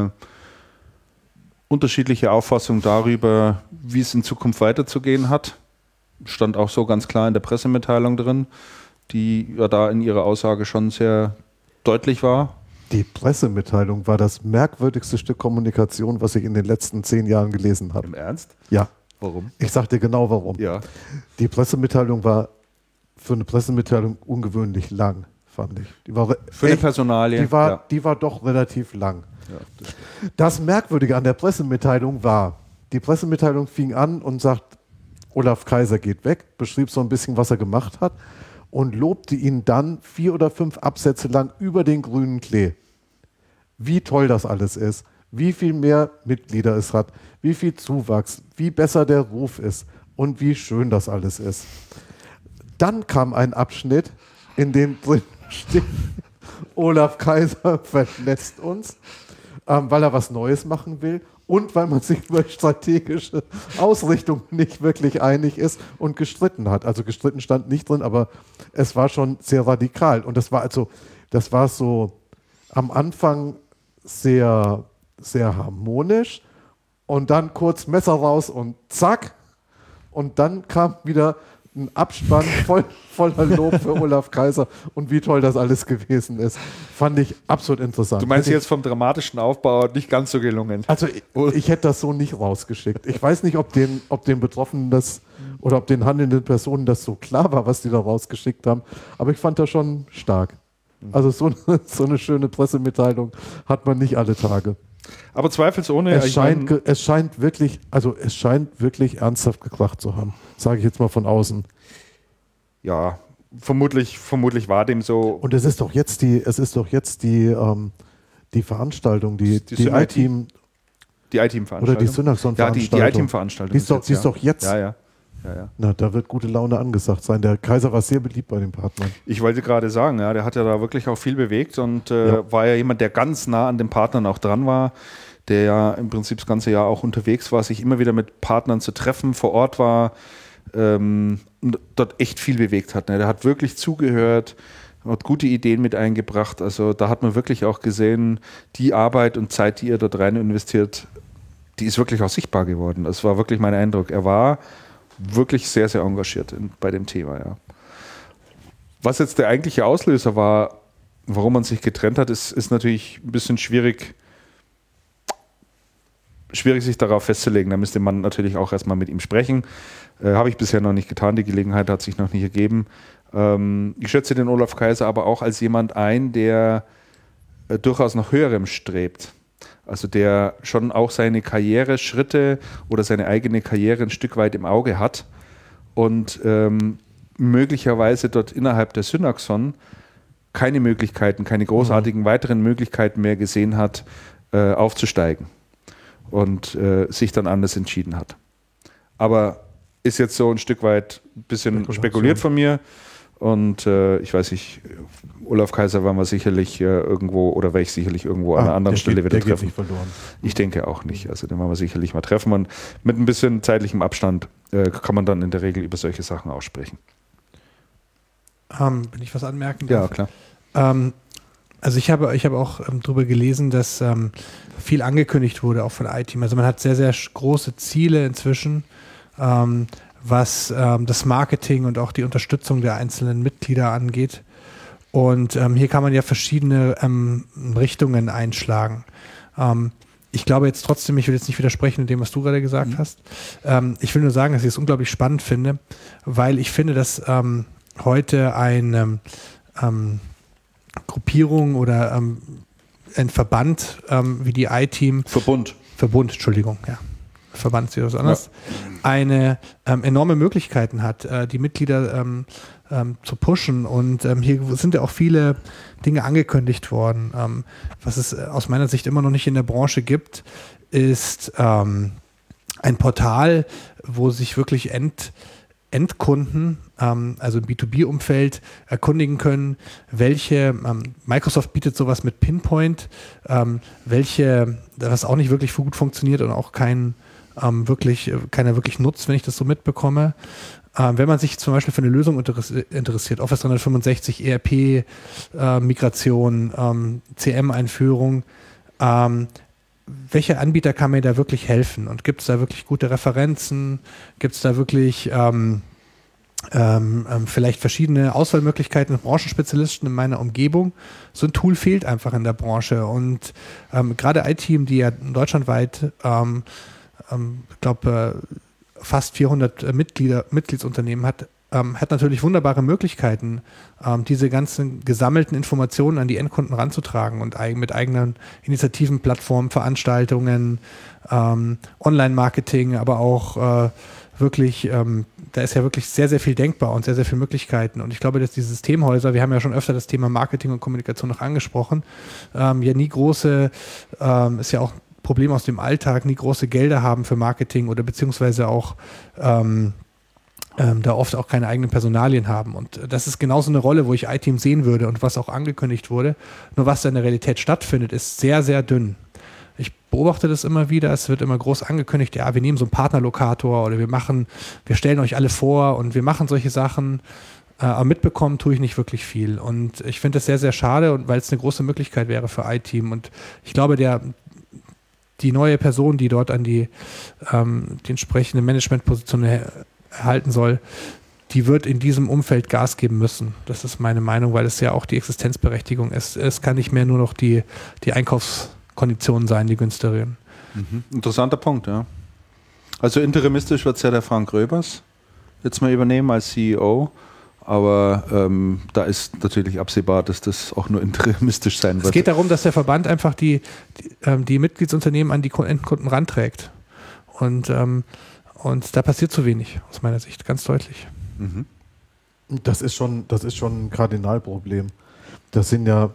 unterschiedliche Auffassungen darüber, wie es in Zukunft weiterzugehen hat. Stand auch so ganz klar in der Pressemitteilung drin, die ja da in ihrer Aussage schon sehr deutlich war. Die Pressemitteilung war das merkwürdigste Stück Kommunikation, was ich in den letzten 10 Jahren gelesen habe. Im Ernst? Ja. Warum? Ich sag dir genau warum. Ja. Die Pressemitteilung war für eine Pressemitteilung ungewöhnlich lang, fand ich. Die war für eine Personalie. Die war doch relativ lang. Ja, das Merkwürdige an der Pressemitteilung war, die Pressemitteilung fing an und sagt, Olaf Kaiser geht weg, beschrieb so ein bisschen, was er gemacht hat und lobte ihn dann 4 oder 5 Absätze lang über den grünen Klee. Wie toll das alles ist, wie viel mehr Mitglieder es hat, wie viel Zuwachs, wie besser der Ruf ist und wie schön das alles ist. Dann kam ein Abschnitt, in dem drin steht, Olaf Kaiser verlässt uns, weil er was Neues machen will und weil man sich über strategische Ausrichtung nicht wirklich einig ist und gestritten hat. Also gestritten stand nicht drin, aber es war schon sehr radikal. Und das war so am Anfang sehr, sehr harmonisch und dann kurz Messer raus und zack. Und dann kam wieder ein Abspann voller Lob für Olaf Kaiser und wie toll das alles gewesen ist. Fand ich absolut interessant. Du meinst jetzt vom dramatischen Aufbau nicht ganz so gelungen? Also ich hätte das so nicht rausgeschickt. Ich weiß nicht, ob den Betroffenen das oder ob den handelnden Personen das so klar war, was die da rausgeschickt haben. Aber ich fand das schon stark. Also so eine schöne Pressemitteilung hat man nicht alle Tage. Aber zweifelsohne. Es scheint wirklich ernsthaft gekracht zu haben. Sage ich jetzt mal von außen. Ja, vermutlich war dem so. Und es ist doch jetzt die Veranstaltung, die iTeam. Die iTeam-Veranstaltung. Oder die Synaxon-Veranstaltung. Ja, die iTeam-Veranstaltung. Die ist doch jetzt. Ja. Na, da wird gute Laune angesagt sein. Der Kaiser war sehr beliebt bei den Partnern. Ich wollte gerade sagen, ja, der hat ja da wirklich auch viel bewegt und war ja jemand, der ganz nah an den Partnern auch dran war, der ja im Prinzip das ganze Jahr auch unterwegs war, sich immer wieder mit Partnern zu treffen, vor Ort war, und dort echt viel bewegt hat. Ne? Der hat wirklich zugehört, hat gute Ideen mit eingebracht. Also da hat man wirklich auch gesehen, die Arbeit und Zeit, die er dort rein investiert, die ist wirklich auch sichtbar geworden. Das war wirklich mein Eindruck. Er war wirklich sehr, sehr engagiert bei dem Thema. Ja. Was jetzt der eigentliche Auslöser war, warum man sich getrennt hat, ist natürlich ein bisschen schwierig sich darauf festzulegen. Da müsste man natürlich auch erstmal mit ihm sprechen. Habe ich bisher noch nicht getan. Die Gelegenheit hat sich noch nicht ergeben. Ich schätze den Olaf Kaiser aber auch als jemand ein, der durchaus nach Höherem strebt. Also der schon auch seine Karriereschritte oder seine eigene Karriere ein Stück weit im Auge hat und möglicherweise dort innerhalb der Synaxon keine großartigen weiteren Möglichkeiten mehr gesehen hat, aufzusteigen und sich dann anders entschieden hat. Aber ist jetzt so ein Stück weit ein bisschen spekuliert von mir. Und ich weiß nicht, Olaf Kaiser werden wir sicherlich irgendwo, oder werde ich sicherlich irgendwo an einer anderen Stelle wieder treffen. Nicht verloren. Ich denke auch nicht. Also den werden wir sicherlich mal treffen. Und mit ein bisschen zeitlichem Abstand kann man dann in der Regel über solche Sachen aussprechen. Wenn ich was anmerken darf? Ja, klar. Also ich habe auch darüber gelesen, dass viel angekündigt wurde, auch von iTeam. Also man hat sehr, sehr große Ziele inzwischen, was das Marketing und auch die Unterstützung der einzelnen Mitglieder angeht. Und hier kann man ja verschiedene Richtungen einschlagen. Ich glaube jetzt trotzdem, ich will jetzt nicht widersprechen in dem, was du gerade gesagt hast. Ich will nur sagen, dass ich es unglaublich spannend finde, weil ich finde, dass heute eine Gruppierung oder ein Verband wie die iTeam Verbund, Entschuldigung, ja. Verband ist ja was anderes, eine enorme Möglichkeiten hat, die Mitglieder zu pushen. Und hier sind ja auch viele Dinge angekündigt worden. Was es aus meiner Sicht immer noch nicht in der Branche gibt, ist ein Portal, wo sich wirklich Endkunden, also im B2B-Umfeld, erkundigen können, welche, Microsoft bietet sowas mit Pinpoint, was auch nicht wirklich gut funktioniert und auch keiner wirklich nutzt, wenn ich das so mitbekomme. Wenn man sich zum Beispiel für eine Lösung interessiert, Office 365, ERP-Migration, CM-Einführung, welcher Anbieter kann mir da wirklich helfen? Und gibt es da wirklich gute Referenzen? Gibt es da wirklich vielleicht verschiedene Auswahlmöglichkeiten mit Branchenspezialisten in meiner Umgebung? So ein Tool fehlt einfach in der Branche. Und gerade iTeam, die ja deutschlandweit ich glaube, fast 400 Mitgliedsunternehmen hat natürlich wunderbare Möglichkeiten, diese ganzen gesammelten Informationen an die Endkunden ranzutragen und mit eigenen Initiativen, Plattformen, Veranstaltungen, Online-Marketing, aber auch wirklich, da ist ja wirklich sehr, sehr viel denkbar und sehr, sehr viele Möglichkeiten. Und ich glaube, dass die Systemhäuser, wir haben ja schon öfter das Thema Marketing und Kommunikation noch angesprochen, ja nie große, ist ja auch Problem aus dem Alltag, nie große Gelder haben für Marketing oder beziehungsweise auch da oft auch keine eigenen Personalien haben. Und das ist genauso eine Rolle, wo ich iTeam sehen würde und was auch angekündigt wurde. Nur was da in der Realität stattfindet, ist sehr, sehr dünn. Ich beobachte das immer wieder, es wird immer groß angekündigt, ja, wir nehmen so einen Partnerlokator oder wir stellen euch alle vor und wir machen solche Sachen. Aber mitbekommen tue ich nicht wirklich viel. Und ich finde das sehr, sehr schade, weil es eine große Möglichkeit wäre für iTeam. Und ich glaube, die neue Person, die dort an die entsprechende Managementposition erhalten soll, die wird in diesem Umfeld Gas geben müssen. Das ist meine Meinung, weil es ja auch die Existenzberechtigung ist. Es kann nicht mehr nur noch die Einkaufskonditionen sein, die günstigeren. Interessanter Punkt, ja. Also interimistisch wird es ja der Frank Röbers jetzt mal übernehmen als CEO. Aber da ist natürlich absehbar, dass das auch nur interimistisch sein wird. Es geht darum, dass der Verband einfach die Mitgliedsunternehmen an die Endkunden ranträgt. Und da passiert zu wenig, aus meiner Sicht, ganz deutlich. Das ist schon ein Kardinalproblem. Das sind ja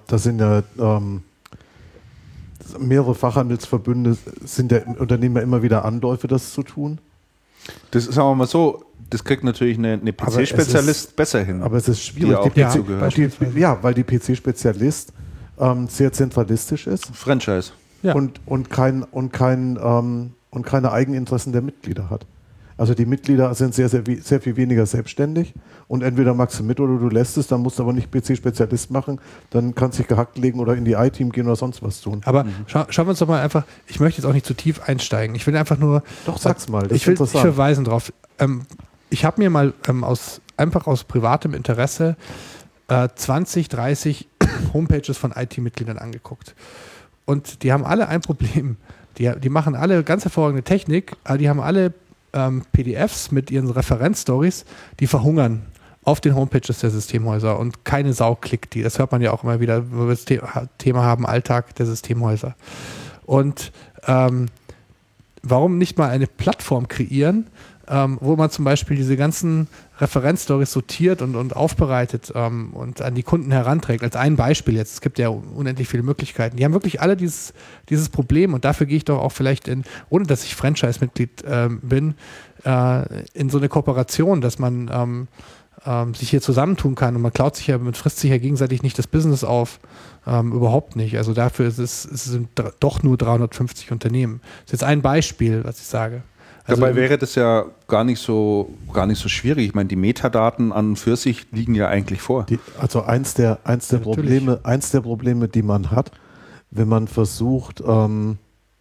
mehrere Fachhandelsverbünde, sind der Unternehmen ja immer wieder Anläufe, das zu tun. Das ist aber mal so, das kriegt natürlich eine PC-Spezialist besser hin. Aber es ist schwierig, weil die PC-Spezialist sehr zentralistisch ist. Franchise. Ja. Und keine Eigeninteressen der Mitglieder hat. Also die Mitglieder sind sehr, sehr, sehr viel weniger selbstständig und entweder magst du mit oder du lässt es, dann musst du aber nicht PC-Spezialist machen, dann kannst du dich gehackt legen oder in die iTeam gehen oder sonst was tun. Aber schauen wir uns doch mal einfach, ich möchte jetzt auch nicht zu tief einsteigen, ich will einfach nur... Doch, sag's mal, das ich will verweisen drauf. Ich habe mir mal einfach aus privatem Interesse 20, 30 Homepages von IT-Mitgliedern angeguckt. Und die haben alle ein Problem. Die machen alle ganz hervorragende Technik, aber die haben alle PDFs mit ihren Referenzstories, die verhungern auf den Homepages der Systemhäuser und keine Sau klickt die. Das hört man ja auch immer wieder, wo wir das Thema haben, Alltag der Systemhäuser. Und warum nicht mal eine Plattform kreieren, wo man zum Beispiel diese ganzen Referenzstories sortiert und aufbereitet und an die Kunden heranträgt. Als ein Beispiel jetzt. Es gibt ja unendlich viele Möglichkeiten. Die haben wirklich alle dieses Problem und dafür gehe ich doch auch vielleicht ohne dass ich Franchise-Mitglied bin, in so eine Kooperation, dass man sich hier zusammentun kann und man frisst sich ja gegenseitig nicht das Business auf. Überhaupt nicht. Also dafür sind doch nur 350 Unternehmen. Das ist jetzt ein Beispiel, was ich sage. Also dabei wäre das ja gar nicht so schwierig. Ich meine, die Metadaten an und für sich liegen ja eigentlich vor. Also eins der Probleme, die man hat, wenn man versucht, eine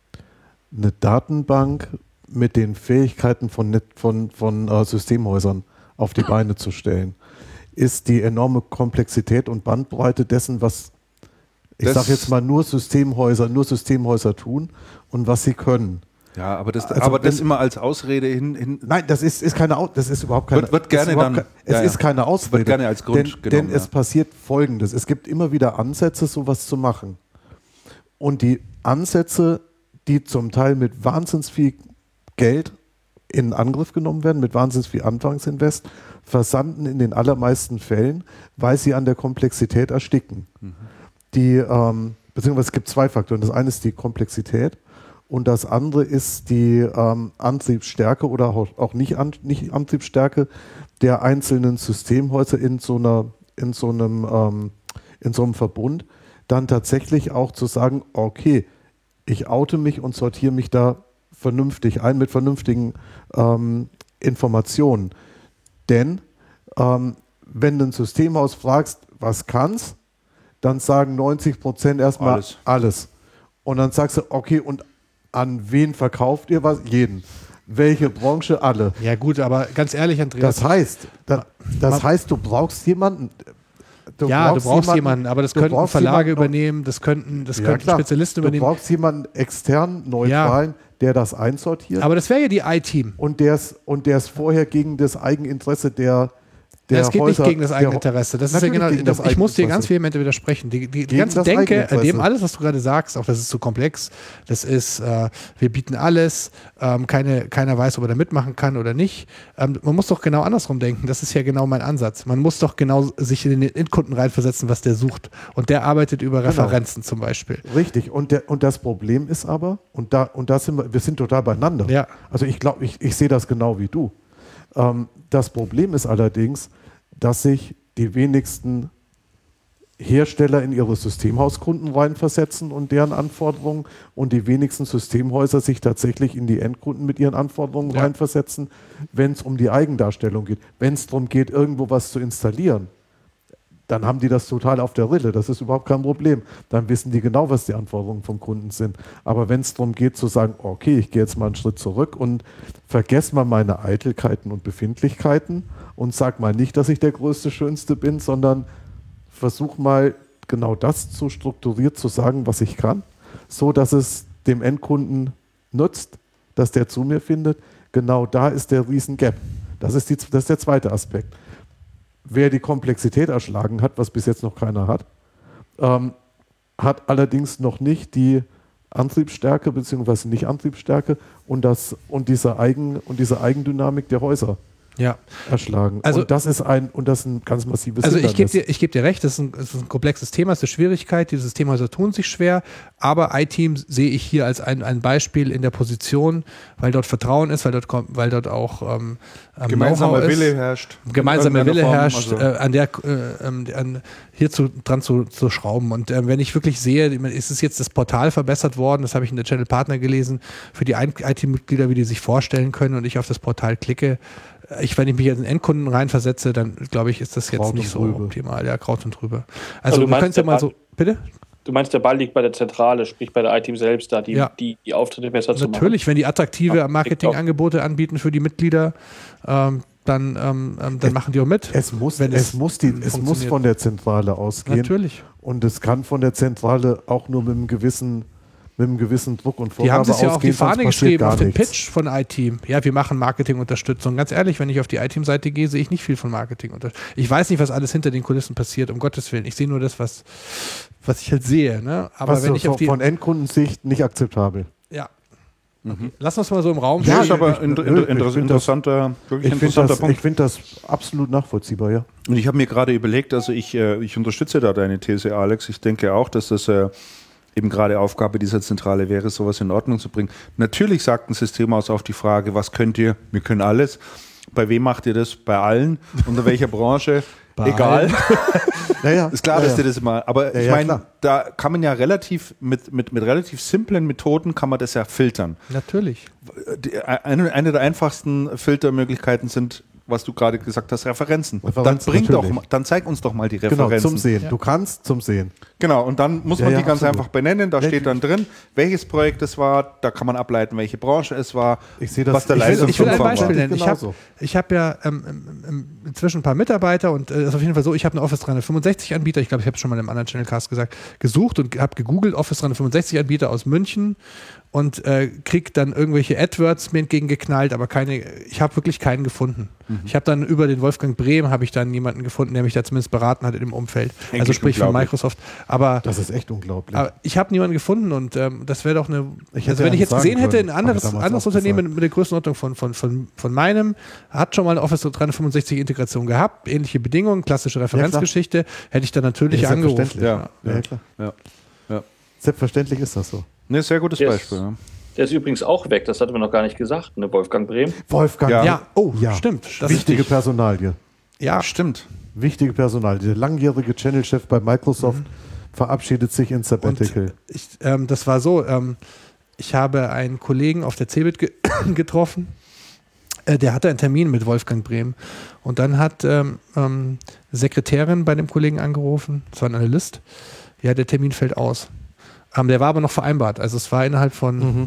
Datenbank mit den Fähigkeiten von Systemhäusern auf die Beine zu stellen, ist die enorme Komplexität und Bandbreite dessen, was ich sage jetzt mal nur Systemhäuser tun und was sie können. Ja, aber das immer als Ausrede hin. Nein, das ist überhaupt keine. Ist keine Ausrede. Wird gerne als Grund genommen. Denn es passiert Folgendes: Es gibt immer wieder Ansätze, sowas zu machen. Und die Ansätze, die zum Teil mit wahnsinnig viel Geld in Angriff genommen werden, mit wahnsinnig viel Anfangsinvest, versanden in den allermeisten Fällen, weil sie an der Komplexität ersticken. Beziehungsweise es gibt zwei Faktoren. Das eine ist die Komplexität. Und das andere ist die Antriebsstärke oder auch nicht Antriebsstärke der einzelnen Systemhäuser in so einem Verbund, dann tatsächlich auch zu sagen, okay, ich oute mich und sortiere mich da vernünftig ein mit vernünftigen Informationen. Denn wenn du ein Systemhaus fragst, was kann's, dann sagen 90% erstmal alles. Und dann sagst du, okay, und an wen verkauft ihr was? Jeden. Welche Branche? Alle. Ja gut, aber ganz ehrlich, Andreas. Das heißt, du brauchst jemanden. Du brauchst jemanden, aber das könnten Verlage übernehmen, das könnten Spezialisten übernehmen. Du brauchst jemanden extern, neutralen, der das einsortiert. Aber das wäre ja die I-Team. Und der es vorher gegen das Eigeninteresse der es geht nicht gegen das Eigeninteresse. Das ist ja genau, ich muss dir ganz vehement widersprechen. Die ganze Denke, an dem alles, was du gerade sagst, auch das ist zu komplex, das ist, wir bieten alles, keiner weiß, ob er da mitmachen kann oder nicht. Man muss doch genau andersrum denken. Das ist ja genau mein Ansatz. Man muss doch genau sich in den Endkunden reinversetzen, was der sucht. Und der arbeitet über Referenzen zum Beispiel. Richtig. Und das Problem ist aber, und da sind wir sind total beieinander. Ja. Also ich glaube, ich sehe das genau wie du. Das Problem ist allerdings, dass sich die wenigsten Hersteller in ihre Systemhauskunden reinversetzen und deren Anforderungen und die wenigsten Systemhäuser sich tatsächlich in die Endkunden mit ihren Anforderungen reinversetzen, wenn es um die Eigendarstellung geht. Wenn es darum geht, irgendwo was zu installieren, dann haben die das total auf der Rille. Das ist überhaupt kein Problem. Dann wissen die genau, was die Anforderungen vom Kunden sind. Aber wenn es darum geht zu sagen, okay, ich gehe jetzt mal einen Schritt zurück und vergesse mal meine Eitelkeiten und Befindlichkeiten und sag mal nicht, dass ich der Größte, Schönste bin, sondern versuch mal genau das so strukturiert zu sagen, was ich kann, so dass es dem Endkunden nutzt, dass der zu mir findet. Genau da ist der Riesen-Gap. Das ist der zweite Aspekt. Wer die Komplexität erschlagen hat, was bis jetzt noch keiner hat, hat allerdings noch nicht die Antriebsstärke bzw. nicht Antriebsstärke und diese Eigendynamik der Häuser erschlagen. Also, und das ist ein ganz massives Hindernis. Ich gebe dir recht, das ist ein komplexes Thema, es ist eine Schwierigkeit, die Systemhäuser tun sich schwer, aber iTeam sehe ich hier als ein Beispiel in der Position, weil dort Vertrauen ist, weil dort auch gemeinsamer Wille herrscht. Gemeinsamer Wille herrscht, dran zu schrauben. Und wenn ich wirklich sehe, ist es jetzt das Portal verbessert worden, das habe ich in der Channel Partner gelesen, für die iTeam-Mitglieder, wie die sich vorstellen können und ich auf das Portal klicke, wenn ich mich als einen Endkunden reinversetze, dann glaube ich, ist das jetzt nicht so optimal. Ja, Kraut und Rübe. Also wir können es ja mal so, bitte? Du meinst, der Ball liegt bei der Zentrale, sprich bei der iTeam selbst, da die Auftritte besser zu machen. Natürlich, wenn die attraktive Marketingangebote anbieten für die Mitglieder, dann machen die auch mit. Es muss von der Zentrale ausgehen. Natürlich. Und es kann von der Zentrale auch nur mit einem gewissen mit einem gewissen Druck und Vorgabe Die haben es ja auf die ausgehen, sonst Fahne passiert geschrieben, gar auf den nichts. Pitch von iTeam. Ja, wir machen Marketingunterstützung. Ganz ehrlich, wenn ich auf die iTeam-Seite gehe, sehe ich nicht viel von Marketingunterstützung. Ich weiß nicht, was alles hinter den Kulissen passiert, um Gottes Willen. Ich sehe nur das, was ich halt sehe. Ne? Aber Was wenn ich auf die... von Endkundensicht nicht akzeptabel. Ja. Okay. Lass uns mal so im Raum Ja, stehen. ist aber wirklich interessanter Punkt. Ich finde das absolut nachvollziehbar, ja. Und ich habe mir gerade überlegt, also ich unterstütze da deine These, Alex. Ich denke auch, dass das eben gerade Aufgabe dieser Zentrale wäre, sowas in Ordnung zu bringen. Natürlich sagt ein Systemhaus auf die Frage, was könnt ihr? Wir können alles. Bei wem macht ihr das? Bei allen? Unter welcher Branche? Egal. Ja. Ist klar, dass ihr das immer. Aber ich meine, da kann man ja relativ mit relativ simplen Methoden kann man das ja filtern. Natürlich. Eine der einfachsten Filtermöglichkeiten sind, was du gerade gesagt hast, Referenzen. Dann zeig uns doch mal die Referenzen. Genau, zum Sehen. Ja. Du kannst zum Sehen. Genau, und dann muss man die ganz absolut. einfach benennen. Da steht dann drin, welches Projekt es war. Da kann man ableiten, welche Branche es war. Ich sehe das. Was der Ich will ein Beispiel nennen. Genauso. Ich habe ja inzwischen ein paar Mitarbeiter und es ist auf jeden Fall so, ich habe einen Office 365 Anbieter, ich glaube, ich habe es schon mal im anderen Channelcast gesagt, gesucht und habe gegoogelt, Office 365 Anbieter aus München und krieg dann irgendwelche AdWords mir entgegengeknallt, aber ich habe wirklich keinen gefunden. Ich habe dann über den Wolfgang Brehm habe ich dann jemanden gefunden, der mich da zumindest beraten hat im Umfeld. Eigentlich also sprich von Microsoft. Aber Das ist echt unglaublich. aber ich habe niemanden gefunden und das wäre doch eine. hätte Wenn ich jetzt sagen gesehen hätte, ein können, habe ich anderes damals auch Unternehmen mit der Größenordnung von meinem, hat schon mal eine Office 365 Integration gehabt, ähnliche Bedingungen, klassische Referenzgeschichte, hätte ich dann natürlich angerufen. Selbstverständlich. Ja. Selbstverständlich ist das so. Ne, sehr gutes Beispiel. Ja. Der ist übrigens auch weg, das hatten wir noch gar nicht gesagt, ne, Wolfgang Brehm. Wolfgang. Ja. Stimmt. Das Wichtige ist Personalie. ja, Stimmt. Wichtige Personalie. Der langjährige Channelchef bei Microsoft verabschiedet sich in Sabbatical. das war so, ich habe einen Kollegen auf der CeBIT getroffen, der hatte einen Termin mit Wolfgang Brehm und dann hat Sekretärin bei dem Kollegen angerufen, das war ein Analyst, ja, der Termin fällt aus. Der war aber noch vereinbart, also es war innerhalb von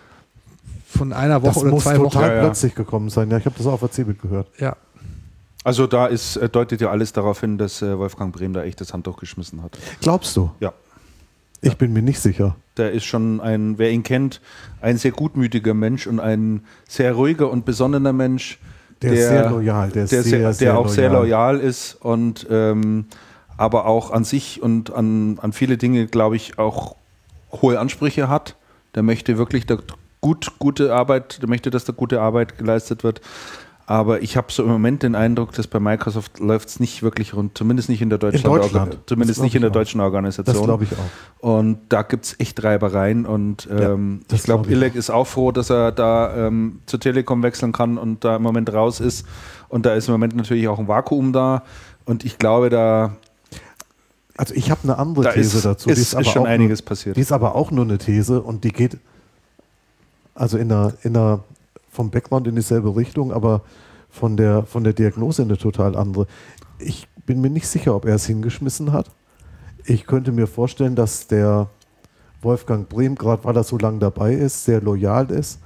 einer Woche Das oder muss 2 Wochen. total plötzlich gekommen sein. Ja, ich habe das auch auf der CeBIT gehört. Ja. Also da deutet ja alles darauf hin, dass Wolfgang Brehm da echt das Handtuch geschmissen hat. Glaubst du? Ja. Ich bin mir nicht sicher. Der ist schon wer ihn kennt, ein sehr gutmütiger Mensch und ein sehr ruhiger und besonnener Mensch. Der ist sehr loyal. Der auch sehr loyal ist und aber auch an sich und an viele Dinge, glaube ich, auch hohe Ansprüche hat. Der möchte wirklich gute Arbeit, der möchte, dass da gute Arbeit geleistet wird. Aber ich habe so im Moment den Eindruck, dass bei Microsoft läuft es nicht wirklich rund, zumindest nicht in der deutschen Organisation. Das glaube ich auch. Und da gibt es echt Reibereien und ich glaube, Ilek ist auch froh, dass er da zur Telekom wechseln kann und da im Moment raus ist. Und da ist im Moment natürlich auch ein Vakuum da. Und ich glaube, Also ich habe eine andere These dazu. Ist schon einiges passiert. Die ist aber auch nur eine These und die geht also vom Background in dieselbe Richtung, aber von der Diagnose in eine total andere. Ich bin mir nicht sicher, ob er es hingeschmissen hat. Ich könnte mir vorstellen, dass der Wolfgang Brehm, gerade weil er so lange dabei ist, sehr loyal ist,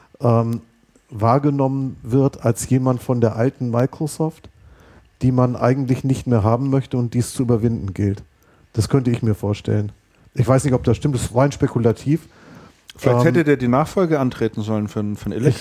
wahrgenommen wird als jemand von der alten Microsoft, die man eigentlich nicht mehr haben möchte und dies zu überwinden gilt. Das könnte ich mir vorstellen. Ich weiß nicht, ob das stimmt, das ist rein spekulativ. Vielleicht hätte der die Nachfolge antreten sollen für Ilek.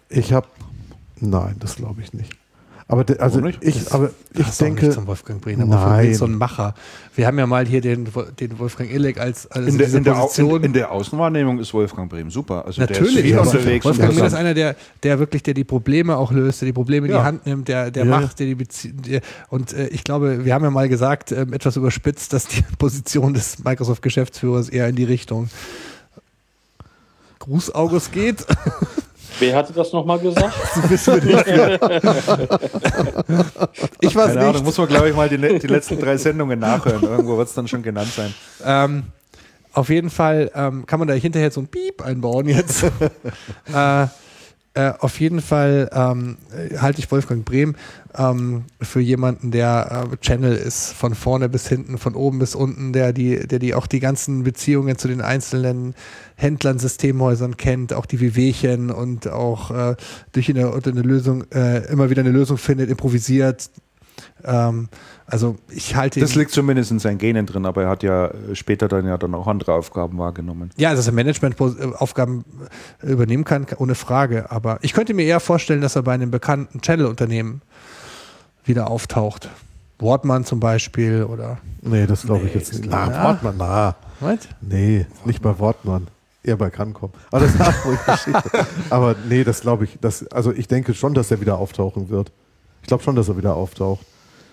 Nein, das glaube ich nicht. Aber ich denke, Zum Wolfgang Brehm, aber so ein Macher. Wir haben ja mal hier den Wolfgang Ilek als in der Außenwahrnehmung ist Wolfgang Brehm super. Also natürlich. Der ist viel unterwegs. Wolfgang Brehm ist einer, der wirklich die Probleme auch löst, der die Probleme in die Hand nimmt, der macht, der die Beziehung. Und ich glaube, wir haben ja mal gesagt, etwas überspitzt, dass die Position des Microsoft-Geschäftsführers eher in die Richtung Gruß August geht. Wer hatte das nochmal gesagt? Ich weiß nicht. Da muss man, glaube ich, mal die letzten 3 Sendungen nachhören. Irgendwo wird es dann schon genannt sein. Auf jeden Fall kann man da hinterher so ein Piep einbauen jetzt. Auf jeden Fall halte ich Wolfgang Brehm für jemanden, der Channel ist, von vorne bis hinten, von oben bis unten, der auch die ganzen Beziehungen zu den einzelnen Händlern, Systemhäusern kennt, auch die Wehwehchen und auch durch eine Lösung immer wieder eine Lösung findet, improvisiert. Also ich halte Das liegt zumindest in seinen Genen drin, aber er hat ja später dann auch andere Aufgaben wahrgenommen. ja, dass er Management-Aufgaben übernehmen kann, ohne Frage. Aber ich könnte mir eher vorstellen, dass er bei einem bekannten Channel-Unternehmen wieder auftaucht. Wortmann zum Beispiel oder. Nee, das glaube ich jetzt nicht. Wortmann, Was? Nee, nicht bei Wortmann. Eher bei Cancom. Aber das ist eine andere Geschichte. Aber nee, das glaube ich. Also ich denke schon, dass er wieder auftauchen wird. Ich glaube schon, dass er wieder auftaucht.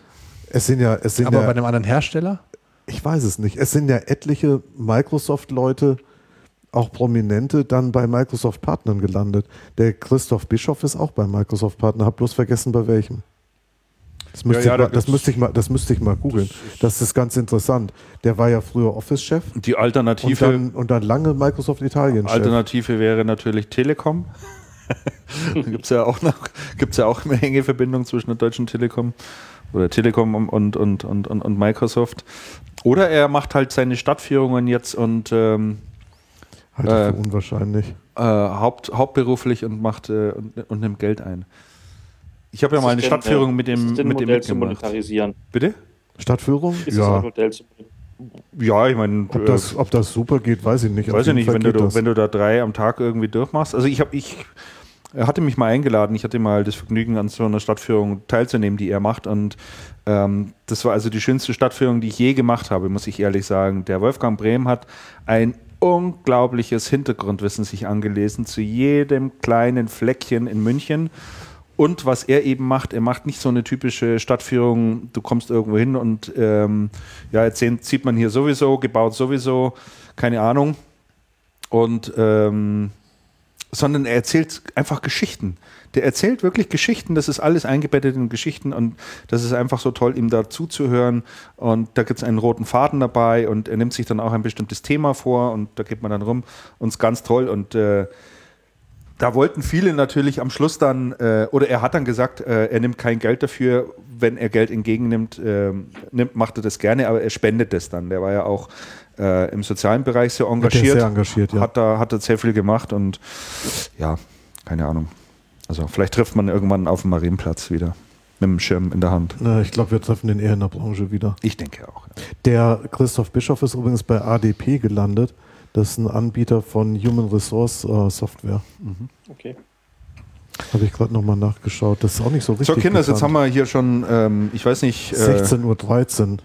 Aber bei einem anderen Hersteller? Ich weiß es nicht. Es sind ja etliche Microsoft-Leute, auch Prominente, dann bei Microsoft-Partnern gelandet. Der Christoph Bischoff ist auch bei Microsoft-Partner. Hab bloß vergessen, bei welchem. Das müsste ich mal googeln. Das ist ganz interessant. Der war ja früher Office-Chef. Die Alternative. Und dann lange Microsoft Italien-Chef. Alternative wäre natürlich Telekom. Da gibt es ja auch eine enge Verbindung zwischen der Deutschen Telekom oder Telekom und Microsoft. Oder er macht halt seine Stadtführungen jetzt und Halte ich für unwahrscheinlich. Hauptberuflich und nimmt Geld ein. Ich habe ja mal eine Stadtführung mit dem Modell zu monetarisieren. Bitte? Stadtführung? Ist das ein Modell zu Ja, ich meine, ob das super geht, weiß ich nicht. Weiß ich nicht, wenn du da 3 am Tag irgendwie durchmachst. Also er hatte mich mal eingeladen, ich hatte mal das Vergnügen, an so einer Stadtführung teilzunehmen, die er macht, und das war also die schönste Stadtführung, die ich je gemacht habe, muss ich ehrlich sagen. Der Wolfgang Brehm hat ein unglaubliches Hintergrundwissen sich angelesen zu jedem kleinen Fleckchen in München. Und was er eben macht, er macht nicht so eine typische Stadtführung, du kommst irgendwo hin und jetzt sieht man hier sowieso, gebaut sowieso, keine Ahnung. Und sondern er erzählt einfach Geschichten. Der erzählt wirklich Geschichten, das ist alles eingebettet in Geschichten und das ist einfach so toll, ihm da zuzuhören. Und da gibt es einen roten Faden dabei und er nimmt sich dann auch ein bestimmtes Thema vor und da geht man dann rum und es ist ganz toll. Und da wollten viele natürlich am Schluss dann, oder er hat dann gesagt, er nimmt kein Geld dafür, wenn er Geld entgegennimmt, macht er das gerne, aber er spendet das dann. Der war ja auch im sozialen Bereich sehr engagiert. Sehr engagiert, ja. Hat da sehr viel gemacht und ja, keine Ahnung. Also vielleicht trifft man irgendwann auf dem Marienplatz wieder mit dem Schirm in der Hand. Na, ich glaube, wir treffen den eher in der Branche wieder. Ich denke auch. Ja. Der Christoph Bischoff ist übrigens bei ADP gelandet. Das ist ein Anbieter von Human Resource Software. Mhm. Okay. Habe ich gerade nochmal nachgeschaut. Das ist auch nicht so richtig. So, Kinders, jetzt haben wir hier schon, ich weiß nicht, 16:13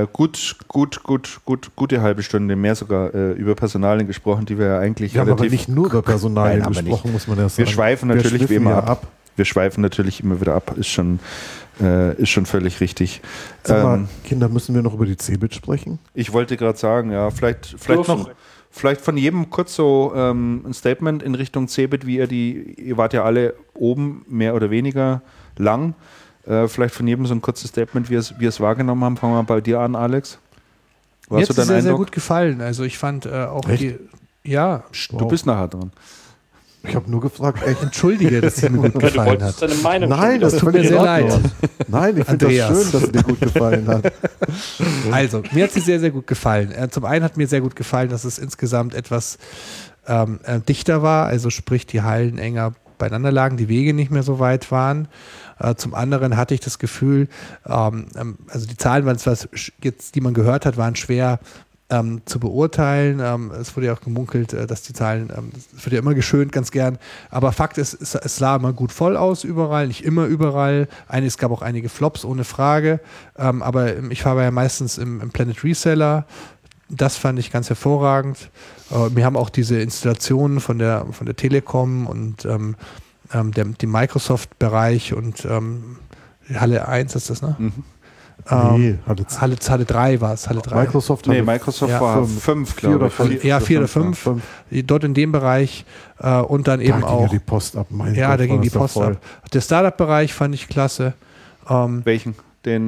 Uhr. Gute halbe Stunde, mehr sogar über Personalien gesprochen, die wir ja eigentlich Wir haben aber nicht nur über Personalien gesprochen, muss man erst sagen. Wir schweifen natürlich wie immer ab. Wir schweifen natürlich immer wieder ab, ist schon völlig richtig. Sag mal, Kinder, müssen wir noch über die Cebit sprechen? Ich wollte gerade sagen, ja, vielleicht von jedem kurz so ein Statement in Richtung Cebit, wie ihr wart ja alle oben, mehr oder weniger lang. Vielleicht von jedem so ein kurzes Statement, wie ihr es wahrgenommen haben. Fangen wir mal bei dir an, Alex. Mir hat es sehr gut gefallen. Also ich fand auch Echt? Ja. Du bist nachher dran. Ich habe nur gefragt, echt. Entschuldige, dass es mir gut gefallen hat. Deine Meinung Nein, das tut mir sehr leid. Nein, ich finde das schön, dass es dir gut gefallen hat. Also, mir hat sie sehr, sehr gut gefallen. Zum einen hat mir sehr gut gefallen, dass es insgesamt etwas dichter war, also sprich die Hallen enger beieinander lagen, die Wege nicht mehr so weit waren. Zum anderen hatte ich das Gefühl, also die Zahlen waren zwar jetzt, die man gehört hat, waren schwer zu beurteilen. Es wurde ja auch gemunkelt, dass die Zahlen, es wird ja immer geschönt, ganz gern, aber Fakt ist, es sah immer gut voll aus überall, nicht immer überall. Es gab auch einige Flops, ohne Frage, aber ich war ja meistens im Planet Reseller. Das fand ich ganz hervorragend. Wir haben auch diese Installationen von der Telekom und dem Microsoft-Bereich und Halle 1 ist das, ne? Nee, Halle 3 war es. Halle 3. Microsoft war 5, glaube ich. 4 oder 5. Dort in dem Bereich und dann eben auch. Da ging die Post ab. Da ging die Post ab. Der Startup-Bereich fand ich klasse. Welchen? Den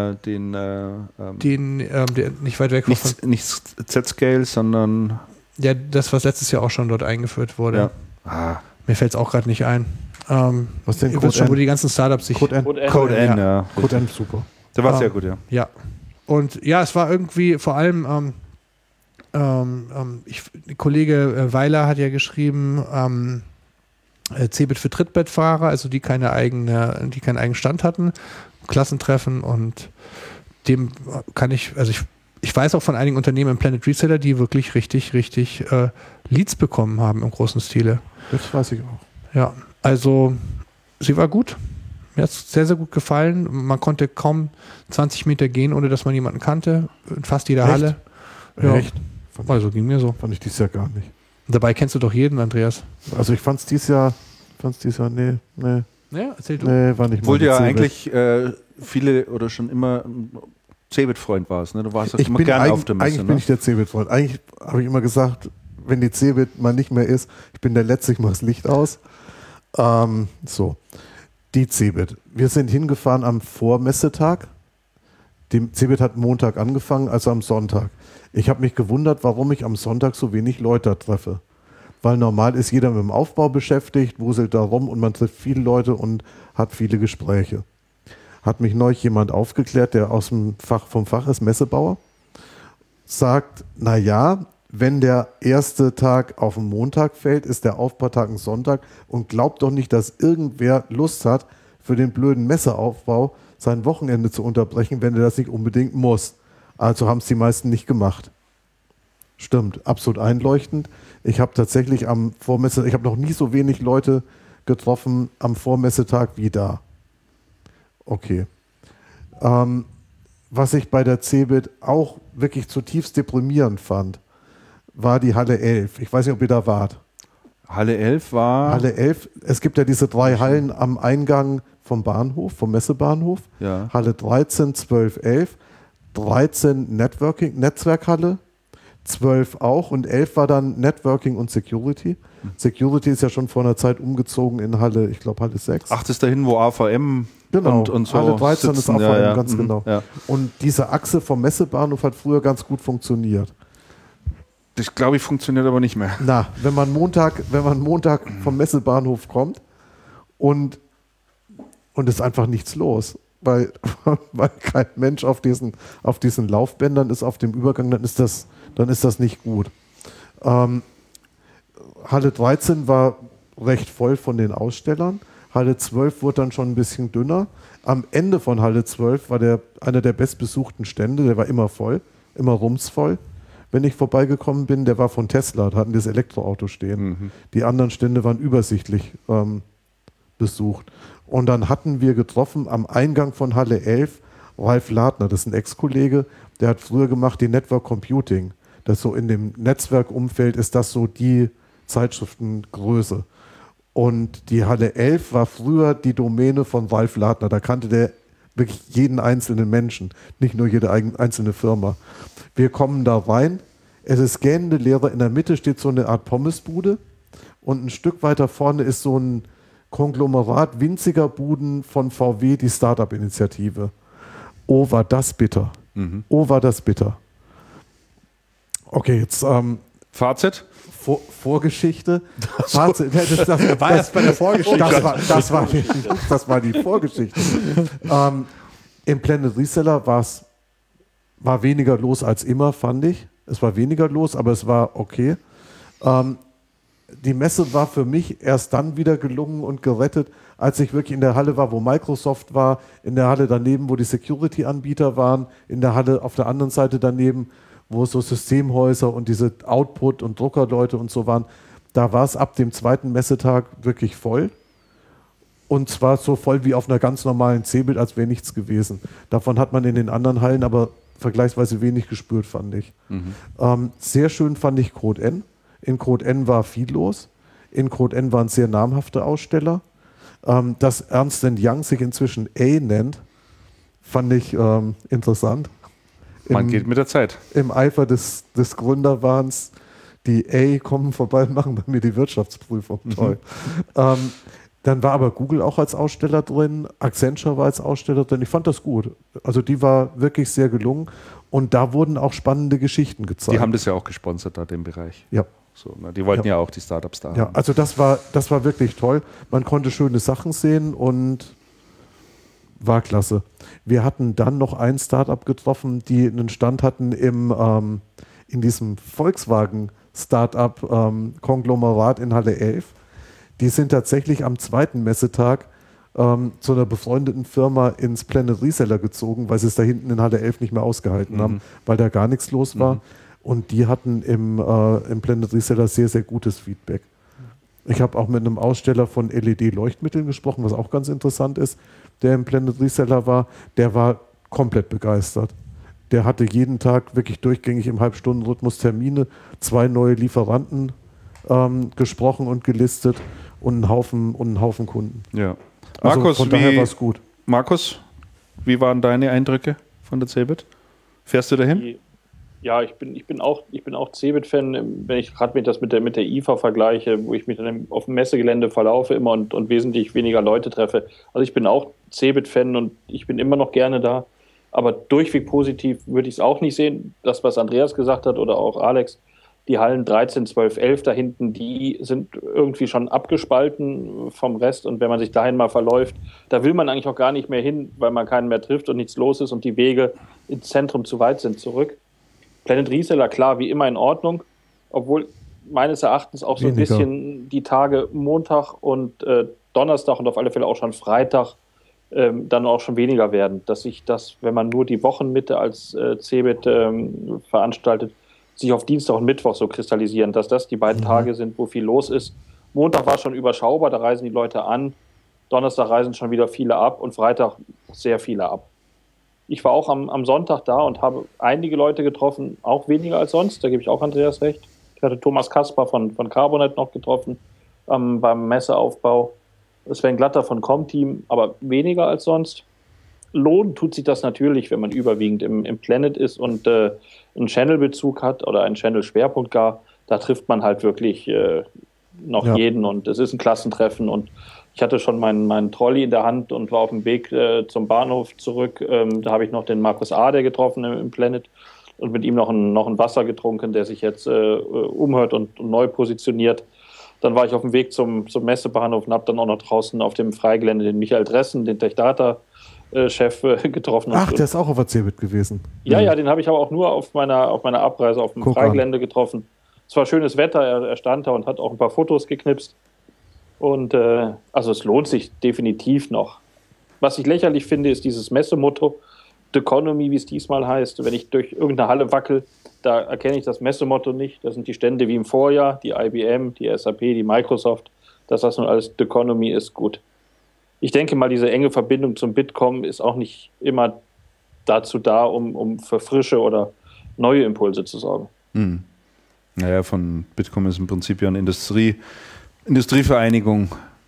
nicht weit weg von. Nicht Z-Scale, sondern. Ja, das, was letztes Jahr auch schon dort eingeführt wurde. Ja. Mir fällt es auch gerade nicht ein. Was denn? Wo die ganzen Startups sich. Code N, ja. Code N, super. Der war sehr gut, ja. Ja. Und ja, es war irgendwie vor allem, Kollege Weiler hat ja geschrieben, Cebit für Trittbettfahrer, also die keinen eigenen Stand hatten, Klassentreffen, und dem kann ich weiß auch von einigen Unternehmen im Planet Reseller, die wirklich richtig Leads bekommen haben im großen Stile. Das weiß ich auch. Ja, also sie war gut. Mir hat es sehr, sehr gut gefallen. Man konnte kaum 20 Meter gehen, ohne dass man jemanden kannte. In fast jeder Halle. Ja. Echt? Also ging mir so. Fand ich dieses Jahr gar nicht. Und dabei kennst du doch jeden, Andreas. Also ich fand es dieses Jahr, nee. Ja, erzähl du. Nee, war nicht Obwohl du ja Cebit. eigentlich viele oder schon immer Cebit-Freund warst. Ne? Du warst Ich immer bin gerne auf der Messe. Eigentlich bin ich der Cebit-Freund. Eigentlich habe ich immer gesagt, wenn die Cebit mal nicht mehr ist, ich bin der Letzte, ich mache das Licht aus. So, die Cebit. Wir sind hingefahren am Vormessetag. Die Cebit hat Montag angefangen, also am Sonntag. Ich habe mich gewundert, warum ich am Sonntag so wenig Leute treffe. Weil normal ist jeder mit dem Aufbau beschäftigt, wuselt da rum und man trifft viele Leute und hat viele Gespräche. Hat mich neulich jemand aufgeklärt, der vom Fach ist, Messebauer, sagt, naja, wenn der erste Tag auf den Montag fällt, ist der Aufbautag ein Sonntag, und glaubt doch nicht, dass irgendwer Lust hat, für den blöden Messeaufbau sein Wochenende zu unterbrechen, wenn er das nicht unbedingt muss. Also haben es die meisten nicht gemacht. Stimmt, absolut einleuchtend. Ich habe tatsächlich ich habe noch nie so wenig Leute getroffen am Vormessetag wie da. Okay. Was ich bei der Cebit auch wirklich zutiefst deprimierend fand, war die Halle 11. Ich weiß nicht, ob ihr da wart. Halle 11 war... Halle 11, es gibt ja diese 3 Hallen am Eingang vom Bahnhof, vom Messebahnhof. Ja. Halle 13, 12, 11. 13 Netzwerkhalle, 12 auch, und 11 war dann Networking und Security. Security ist ja schon vor einer Zeit umgezogen in Halle, ich glaube Halle 6. Ach, das ist dahin, wo AVM Genau, und so Halle 13 sitzen. ist AVM, ja. ganz genau. Ja. Und diese Achse vom Messebahnhof hat früher ganz gut funktioniert. Das, glaube ich, funktioniert aber nicht mehr. Na, wenn man Montag vom Messebahnhof kommt und ist einfach nichts los, weil kein Mensch auf diesen Laufbändern ist, auf dem Übergang, dann ist das nicht gut. Halle 13 war recht voll von den Ausstellern. Halle 12 wurde dann schon ein bisschen dünner. Am Ende von Halle 12 war einer der bestbesuchten Stände, der war immer voll, immer rumsvoll. Wenn ich vorbeigekommen bin, der war von Tesla, da hatten die das Elektroauto stehen. Mhm. Die anderen Stände waren übersichtlich besucht. Und dann hatten wir getroffen am Eingang von Halle 11 Ralf Ladner, das ist ein Ex-Kollege, der hat früher gemacht die Network Computing. Das so in dem Netzwerkumfeld ist das so die Zeitschriftengröße. Und die Halle 11 war früher die Domäne von Ralf Ladner. Da kannte der wirklich jeden einzelnen Menschen, nicht nur jede einzelne Firma. Wir kommen da rein, es ist gähnende Leere, in der Mitte steht so eine Art Pommesbude und ein Stück weiter vorne ist so ein Konglomerat winziger Buden von VW, die Startup-Initiative. Oh, war das bitter. Mhm. Oh, war das bitter. Okay, jetzt Fazit? Vorgeschichte. Fazit. Das war jetzt bei der Vorgeschichte. Das war die Vorgeschichte. Im Planet Reseller war weniger los als immer, fand ich. Es war weniger los, aber es war okay. Die Messe war für mich erst dann wieder gelungen und gerettet, als ich wirklich in der Halle war, wo Microsoft war, in der Halle daneben, wo die Security-Anbieter waren, in der Halle auf der anderen Seite daneben, wo so Systemhäuser und diese Output- und Druckerleute und so waren. Da war es ab dem 2. Messetag wirklich voll. Und zwar so voll wie auf einer ganz normalen Cebit, als wäre nichts gewesen. Davon hat man in den anderen Hallen aber vergleichsweise wenig gespürt, fand ich. Mhm. Sehr schön fand ich Code N. In Code N war viel los. In Code N waren sehr namhafte Aussteller. Dass Ernst & Young sich inzwischen A nennt, fand ich interessant. Man geht mit der Zeit. Im Eifer des Gründerwahns, die A kommen vorbei und machen bei mir die Wirtschaftsprüfung. Toll. Dann war aber Google auch als Aussteller drin, Accenture war als Aussteller drin. Ich fand das gut. Also die war wirklich sehr gelungen und da wurden auch spannende Geschichten gezeigt. Die haben das ja auch gesponsert, da den Bereich. Ja. So, ne? Die wollten ja auch die Startups da haben. Ja, also das war wirklich toll. Man konnte schöne Sachen sehen und war klasse. Wir hatten dann noch ein Startup getroffen, die einen Stand hatten in diesem Volkswagen-Startup-Konglomerat in Halle 11. Die sind tatsächlich am zweiten Messetag zu einer befreundeten Firma ins Planet Reseller gezogen, weil sie es da hinten in Halle 11 nicht mehr ausgehalten haben, weil da gar nichts los war. Und die hatten im Planet Reseller sehr, sehr gutes Feedback. Ich habe auch mit einem Aussteller von LED-Leuchtmitteln gesprochen, was auch ganz interessant ist, der im Planet Reseller war. Der war komplett begeistert. Der hatte jeden Tag wirklich durchgängig im Halbstundenrhythmus Termine, 2 neue Lieferanten gesprochen und gelistet und einen Haufen Kunden. Ja. Also Markus, von daher war es gut. Markus, wie waren deine Eindrücke von der CeBIT? Fährst du dahin? Ja, ich bin auch CeBIT-Fan, wenn ich gerade das mit der IFA vergleiche, wo ich mich dann auf dem Messegelände verlaufe immer und wesentlich weniger Leute treffe. Also ich bin auch CeBIT-Fan und ich bin immer noch gerne da. Aber durchweg positiv würde ich es auch nicht sehen. Das, was Andreas gesagt hat oder auch Alex, die Hallen 13, 12, 11 da hinten, die sind irgendwie schon abgespalten vom Rest. Und wenn man sich dahin mal verläuft, da will man eigentlich auch gar nicht mehr hin, weil man keinen mehr trifft und nichts los ist und die Wege ins Zentrum zu weit sind zurück. Planet Reseller, klar, wie immer in Ordnung, obwohl meines Erachtens auch so ein bisschen die Tage Montag und Donnerstag und auf alle Fälle auch schon Freitag dann auch schon weniger werden. Dass sich das, wenn man nur die Wochenmitte als CeBIT veranstaltet, sich auf Dienstag und Mittwoch so kristallisieren, dass das die beiden Tage sind, wo viel los ist. Montag war schon überschaubar, da reisen die Leute an. Donnerstag reisen schon wieder viele ab und Freitag sehr viele ab. Ich war auch am Sonntag da und habe einige Leute getroffen, auch weniger als sonst, da gebe ich auch Andreas recht. Ich hatte Thomas Kasper von Carbonet noch getroffen beim Messeaufbau. Sven Glatter von Comteam, aber weniger als sonst. Lohnen tut sich das natürlich, wenn man überwiegend im Planet ist und einen Channel-Bezug hat oder einen Channel-Schwerpunkt gar. Da trifft man halt wirklich noch jeden und es ist ein Klassentreffen und ich hatte schon meinen Trolley in der Hand und war auf dem Weg zum Bahnhof zurück. Da habe ich noch den Markus Ade getroffen im Planet und mit ihm noch ein Wasser getrunken, der sich jetzt umhört und neu positioniert. Dann war ich auf dem Weg zum Messebahnhof und habe dann auch noch draußen auf dem Freigelände den Michael Dressen, den Techdata-Chef, getroffen. Ach, der ist auch auf der CeBIT gewesen. Ja, den habe ich aber auch nur auf meiner Abreise auf dem Freigelände getroffen. Es war schönes Wetter, er stand da und hat auch ein paar Fotos geknipst. Und also es lohnt sich definitiv noch. Was ich lächerlich finde, ist dieses Messemotto, Deconomy, wie es diesmal heißt. Wenn ich durch irgendeine Halle wackel, da erkenne ich das Messemotto nicht. Das sind die Stände wie im Vorjahr, die IBM, die SAP, die Microsoft. Dass das nun alles Deconomy ist, gut. Ich denke mal, diese enge Verbindung zum Bitkom ist auch nicht immer dazu da, um für frische oder neue Impulse zu sorgen. Naja, von Bitkom ist im Prinzip ja eine Industrievereinigung,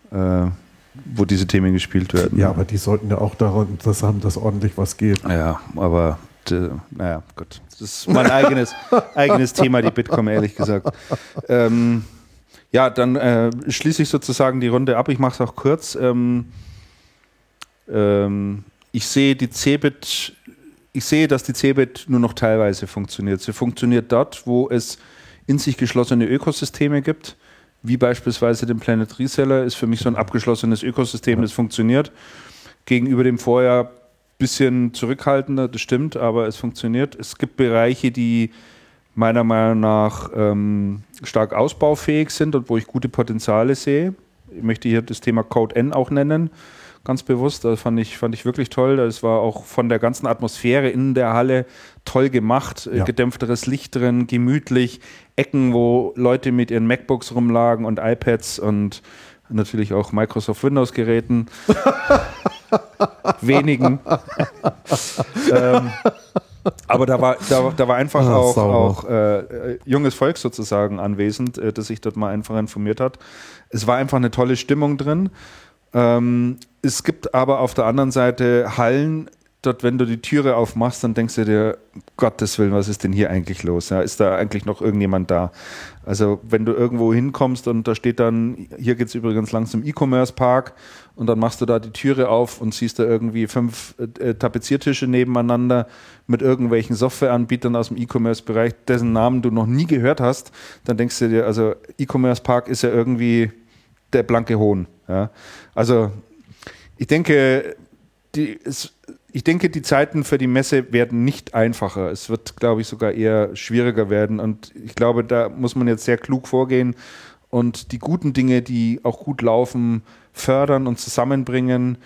wo diese Themen gespielt werden. Ja, aber die sollten ja auch daran Interesse haben, dass ordentlich was geht. Ja, aber naja, gut. Das ist mein eigenes Thema, die Bitkom, ehrlich gesagt. Ja, dann schließe ich sozusagen die Runde ab. Ich mache es auch kurz. Ich sehe, dass die CeBIT nur noch teilweise funktioniert. Sie funktioniert dort, wo es in sich geschlossene Ökosysteme gibt, wie beispielsweise den Planet Reseller, ist für mich so ein abgeschlossenes Ökosystem, das funktioniert. Gegenüber dem Vorjahr ein bisschen zurückhaltender, das stimmt, aber es funktioniert. Es gibt Bereiche, die meiner Meinung nach stark ausbaufähig sind und wo ich gute Potenziale sehe. Ich möchte hier das Thema Code N auch nennen, ganz bewusst. Das fand ich wirklich toll. Das war auch von der ganzen Atmosphäre in der Halle toll gemacht. Ja. Gedämpfteres Licht drin, gemütlich. Ecken, wo Leute mit ihren MacBooks rumlagen und iPads und natürlich auch Microsoft Windows-Geräten. Wenigen. Aber da war einfach auch junges Volk sozusagen anwesend, das sich dort mal einfach informiert hat. Es war einfach eine tolle Stimmung drin. Es gibt aber auf der anderen Seite Hallen, dort, wenn du die Türe aufmachst, dann denkst du dir, Gottes Willen, was ist denn hier eigentlich los? Ja, ist da eigentlich noch irgendjemand da? Also wenn du irgendwo hinkommst und da steht dann, hier geht es übrigens lang zum E-Commerce-Park und dann machst du da die Türe auf und siehst da irgendwie 5 Tapeziertische nebeneinander mit irgendwelchen Softwareanbietern aus dem E-Commerce-Bereich, dessen Namen du noch nie gehört hast, dann denkst du dir, also E-Commerce-Park ist ja irgendwie der blanke Hohn. Ja? Also ich denke, die Zeiten für die Messe werden nicht einfacher. Es wird, glaube ich, sogar eher schwieriger werden. Und ich glaube, da muss man jetzt sehr klug vorgehen und die guten Dinge, die auch gut laufen, fördern und zusammenbringen,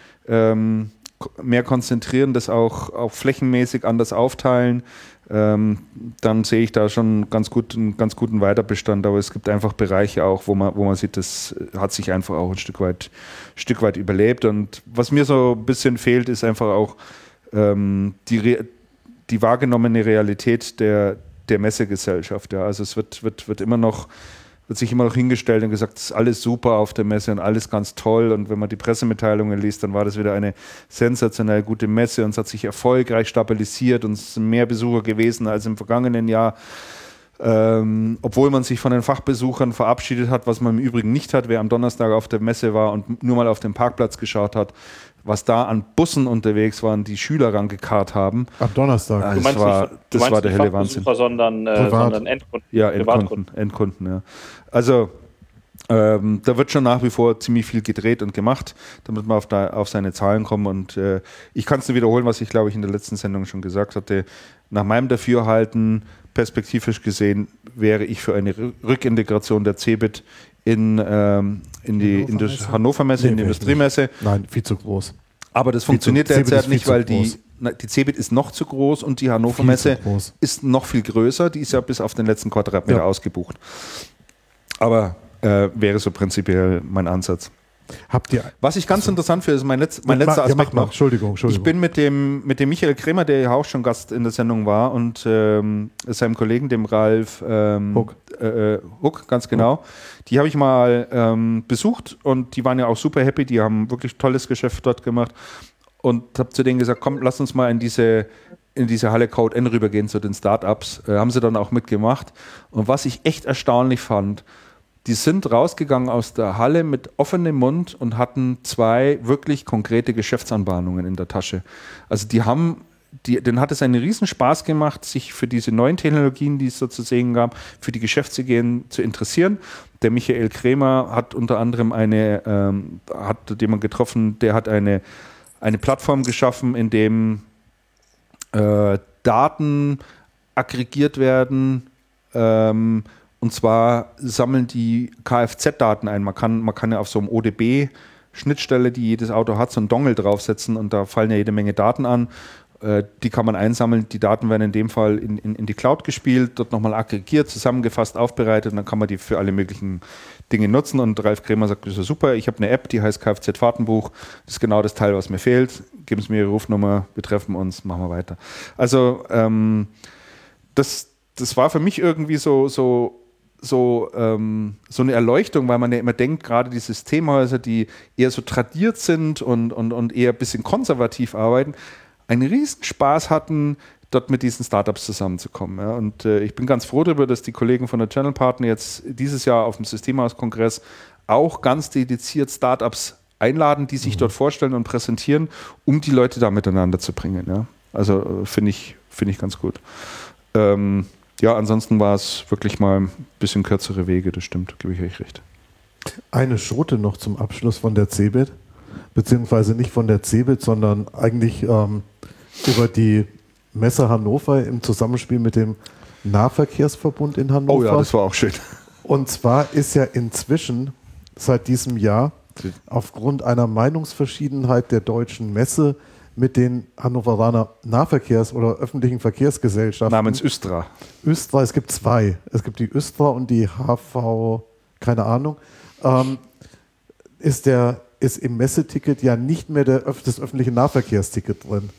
mehr konzentrieren, das auch flächenmäßig anders aufteilen, dann sehe ich da schon einen ganz guten Weiterbestand. Aber es gibt einfach Bereiche auch, wo man sieht, das hat sich einfach auch ein Stück weit überlebt. Und was mir so ein bisschen fehlt, ist einfach auch die wahrgenommene Realität der Messegesellschaft. Ja. Also es wird sich immer noch hingestellt und gesagt, es ist alles super auf der Messe und alles ganz toll. Und wenn man die Pressemitteilungen liest, dann war das wieder eine sensationell gute Messe und es hat sich erfolgreich stabilisiert und es sind mehr Besucher gewesen als im vergangenen Jahr. Obwohl man sich von den Fachbesuchern verabschiedet hat, was man im Übrigen nicht hat, wer am Donnerstag auf der Messe war und nur mal auf den Parkplatz geschaut hat, was da an Bussen unterwegs waren, die Schüler rangekarrt haben. Am Donnerstag. Also das war der helle Wahnsinn. Sondern Endkunden. Ja, Endkunden, ja. Also da wird schon nach wie vor ziemlich viel gedreht und gemacht, damit man auf seine Zahlen kommen. Und ich kann es nur wiederholen, was ich, glaube ich, in der letzten Sendung schon gesagt hatte. Nach meinem Dafürhalten, perspektivisch gesehen, wäre ich für eine Rückintegration der CeBIT in die Hannover-Messe, in die Industriemesse. Nein, viel zu groß. Aber das funktioniert derzeit nicht, weil die CeBIT ist noch zu groß und die Hannover-Messe ist noch viel größer. Die ist ja bis auf den letzten Quadratmeter ausgebucht. Aber wäre so prinzipiell mein Ansatz. Was ich ganz interessant finde, ist mein letzter Aspekt noch. Entschuldigung. Ich bin mit dem Michael Kremer, der ja auch schon Gast in der Sendung war, und seinem Kollegen, dem Ralf Huck, ganz genau. Die habe ich mal besucht und die waren ja auch super happy. Die haben wirklich tolles Geschäft dort gemacht und habe zu denen gesagt, komm, lass uns mal in diese Halle Code N rübergehen zu den Startups. Haben sie dann auch mitgemacht. Und was ich echt erstaunlich fand, die sind rausgegangen aus der Halle mit offenem Mund und hatten 2 wirklich konkrete Geschäftsanbahnungen in der Tasche. Also denen hat es einen riesen Spaß gemacht, sich für diese neuen Technologien, die es so zu sehen gab, für die Geschäftsideen zu interessieren. Der Michael Kremer hat unter anderem hat jemanden getroffen, der hat eine Plattform geschaffen, in dem Daten aggregiert werden, und zwar sammeln die Kfz-Daten ein. Man kann ja auf so einem ODB-Schnittstelle, die jedes Auto hat, so einen Dongle draufsetzen und da fallen ja jede Menge Daten an. Die kann man einsammeln. Die Daten werden in dem Fall in die Cloud gespielt, dort nochmal aggregiert, zusammengefasst, aufbereitet und dann kann man die für alle möglichen Dinge nutzen. Und Ralf Kremer sagt, das ist super, ich habe eine App, die heißt Kfz-Fahrtenbuch. Das ist genau das Teil, was mir fehlt. Geben Sie mir Ihre Rufnummer, wir treffen uns, machen wir weiter. Also das war für mich irgendwie so eine Erleuchtung, weil man ja immer denkt, gerade die Systemhäuser, die eher so tradiert sind und eher ein bisschen konservativ arbeiten, einen riesen Spaß hatten, dort mit diesen Startups zusammenzukommen. Ja. Und ich bin ganz froh darüber, dass die Kollegen von der Channel Partner jetzt dieses Jahr auf dem Systemhaus-Kongress auch ganz dediziert Startups einladen, die sich dort vorstellen und präsentieren, um die Leute da miteinander zu bringen. Ja. Also finde ich ganz gut. Ja, ansonsten war es wirklich mal ein bisschen kürzere Wege, das stimmt, gebe ich euch recht. Eine Schote noch zum Abschluss von der CeBIT, beziehungsweise nicht von der CeBIT, sondern eigentlich über die Messe Hannover im Zusammenspiel mit dem Nahverkehrsverbund in Hannover. Oh ja, das war auch schön. Und zwar ist ja inzwischen seit diesem Jahr aufgrund einer Meinungsverschiedenheit der deutschen Messe mit den Hannoveraner Nahverkehrs- oder öffentlichen Verkehrsgesellschaften. Namens Östra. Östra, es gibt 2. Es gibt die Östra und die HV, keine Ahnung. Ist im Messeticket ja nicht mehr das öffentliche Nahverkehrsticket drin.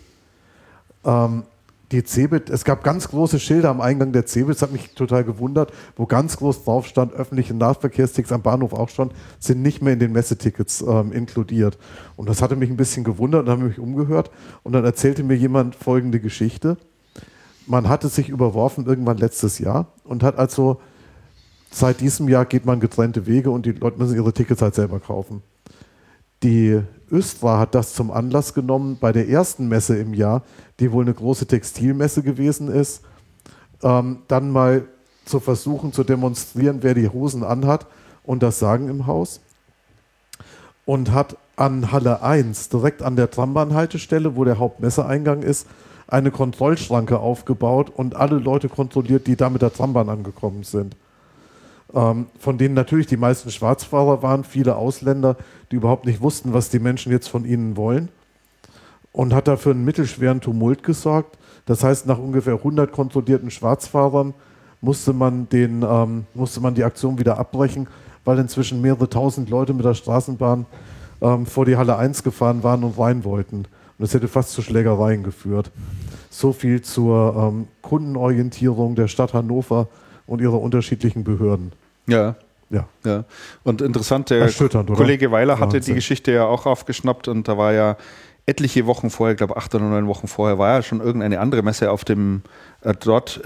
Die CeBIT, es gab ganz große Schilder am Eingang der CeBIT, das hat mich total gewundert, wo ganz groß drauf stand, öffentliche Nahverkehrstickets am Bahnhof auch schon, sind nicht mehr in den Messetickets inkludiert. Und das hatte mich ein bisschen gewundert und dann habe ich mich umgehört und dann erzählte mir jemand folgende Geschichte. Man hatte sich überworfen irgendwann letztes Jahr und hat also seit diesem Jahr geht man getrennte Wege und die Leute müssen ihre Tickets halt selber kaufen. Die Östra hat das zum Anlass genommen, bei der ersten Messe im Jahr, die wohl eine große Textilmesse gewesen ist, dann mal zu versuchen zu demonstrieren, wer die Hosen anhat und das Sagen im Haus. Und hat an Halle 1, direkt an der Trambahnhaltestelle, wo der Hauptmesseeingang ist, eine Kontrollschranke aufgebaut und alle Leute kontrolliert, die da mit der Trambahn angekommen sind. von denen natürlich die meisten Schwarzfahrer waren, viele Ausländer, die überhaupt nicht wussten, was die Menschen jetzt von ihnen wollen. Und hat dafür einen mittelschweren Tumult gesorgt. Das heißt, nach ungefähr 100 kontrollierten Schwarzfahrern musste man die Aktion wieder abbrechen, weil inzwischen mehrere tausend Leute mit der Straßenbahn vor die Halle 1 gefahren waren und rein wollten. Und das hätte fast zu Schlägereien geführt. So viel zur Kundenorientierung der Stadt Hannover und ihrer unterschiedlichen Behörden. Ja. Ja. Ja. Und interessant, der Erschütternd, oder? Kollege Weiler hatte Wahnsinn. die Geschichte ja auch aufgeschnappt und da war ja etliche Wochen vorher, ich glaube 8 oder 9 Wochen vorher, war ja schon irgendeine andere Messe auf dem dort,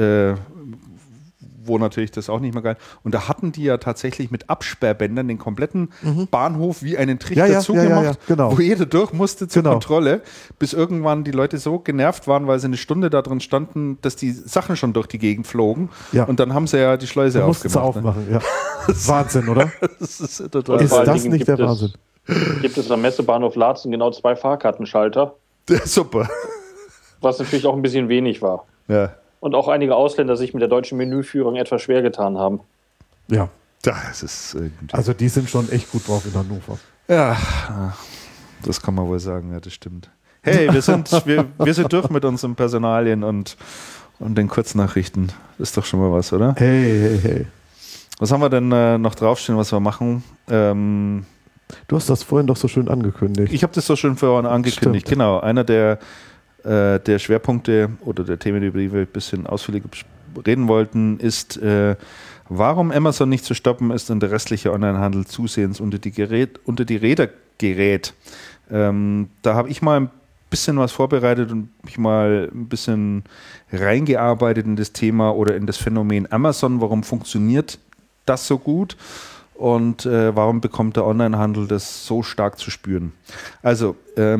wo natürlich das auch nicht mehr geil. Und da hatten die ja tatsächlich mit Absperrbändern den kompletten Bahnhof wie einen Trichter zugemacht, genau. wo jeder durch musste zur Kontrolle, bis irgendwann die Leute so genervt waren, weil sie eine Stunde da drin standen, dass die Sachen schon durch die Gegend flogen. Ja. Und dann haben sie ja die Schleuse mussten sie aufgemacht. aufmachen, ja. Wahnsinn, oder? Das ist total Ist vor allen das Dingen nicht der Wahnsinn? Gibt es am Messebahnhof Laatzen genau 2 Fahrkartenschalter, super. was natürlich auch ein bisschen wenig war. Ja. Und auch einige Ausländer sich mit der deutschen Menüführung etwas schwer getan haben. Ja. Das ist irgendwie. Also die sind schon echt gut drauf in Hannover. Ja, das kann man wohl sagen, ja, das stimmt. Hey, wir sind durch mit unseren Personalien und den Kurznachrichten. Das ist doch schon mal was, oder? Hey. Was haben wir denn noch draufstehen, was wir machen? Du hast das vorhin doch so schön angekündigt. Ich habe das so schön vorhin angekündigt. Stimmt. Genau, einer der Schwerpunkte oder der Themen, über die wir ein bisschen ausführlicher reden wollten, ist, warum Amazon nicht zu stoppen ist und der restliche Onlinehandel zusehends unter die Räder gerät. Da habe ich mal ein bisschen was vorbereitet und mich mal ein bisschen reingearbeitet in das Thema oder in das Phänomen Amazon. Warum funktioniert das so gut? Und warum bekommt der Onlinehandel das so stark zu spüren? Also,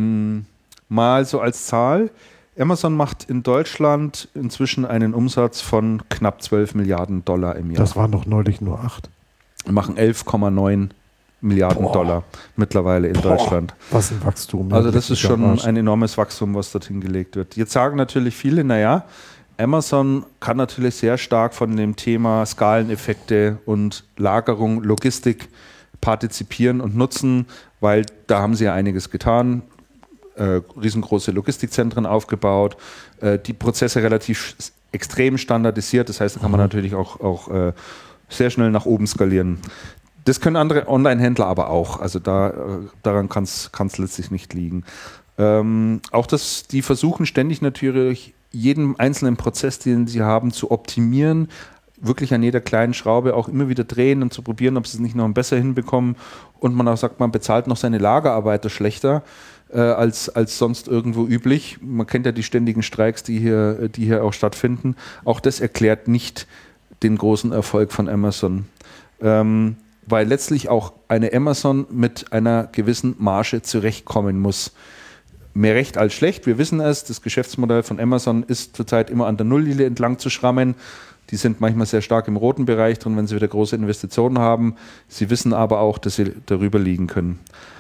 mal so als Zahl, Amazon macht in Deutschland inzwischen einen Umsatz von knapp 12 Milliarden Dollar im Jahr. Das waren doch neulich nur 8. Wir machen 11,9 Milliarden Dollar mittlerweile in Deutschland. Was ein Wachstum. Also das ist schon ein enormes Wachstum, was dorthin gelegt wird. Jetzt sagen natürlich viele, naja, Amazon kann natürlich sehr stark von dem Thema Skaleneffekte und Lagerung, Logistik partizipieren und nutzen, weil da haben sie ja einiges getan. Riesengroße Logistikzentren aufgebaut, die Prozesse relativ extrem standardisiert, das heißt, da kann man natürlich auch sehr schnell nach oben skalieren. Das können andere Online-Händler aber auch, also daran kann es letztlich nicht liegen. Auch die versuchen ständig natürlich jeden einzelnen Prozess, den sie haben, zu optimieren, wirklich an jeder kleinen Schraube auch immer wieder drehen und zu probieren, ob sie es nicht noch besser hinbekommen und man auch sagt, man bezahlt noch seine Lagerarbeiter schlechter als sonst irgendwo üblich. Man kennt ja die ständigen Streiks, die hier auch stattfinden. Auch das erklärt nicht den großen Erfolg von Amazon. Weil letztlich auch eine Amazon mit einer gewissen Marge zurechtkommen muss. Mehr recht als schlecht, wir wissen es, das Geschäftsmodell von Amazon ist zurzeit immer an der Nulllinie entlang zu schrammen. Die sind manchmal sehr stark im roten Bereich drin, wenn sie wieder große Investitionen haben. Sie wissen aber auch, dass sie darüber liegen können.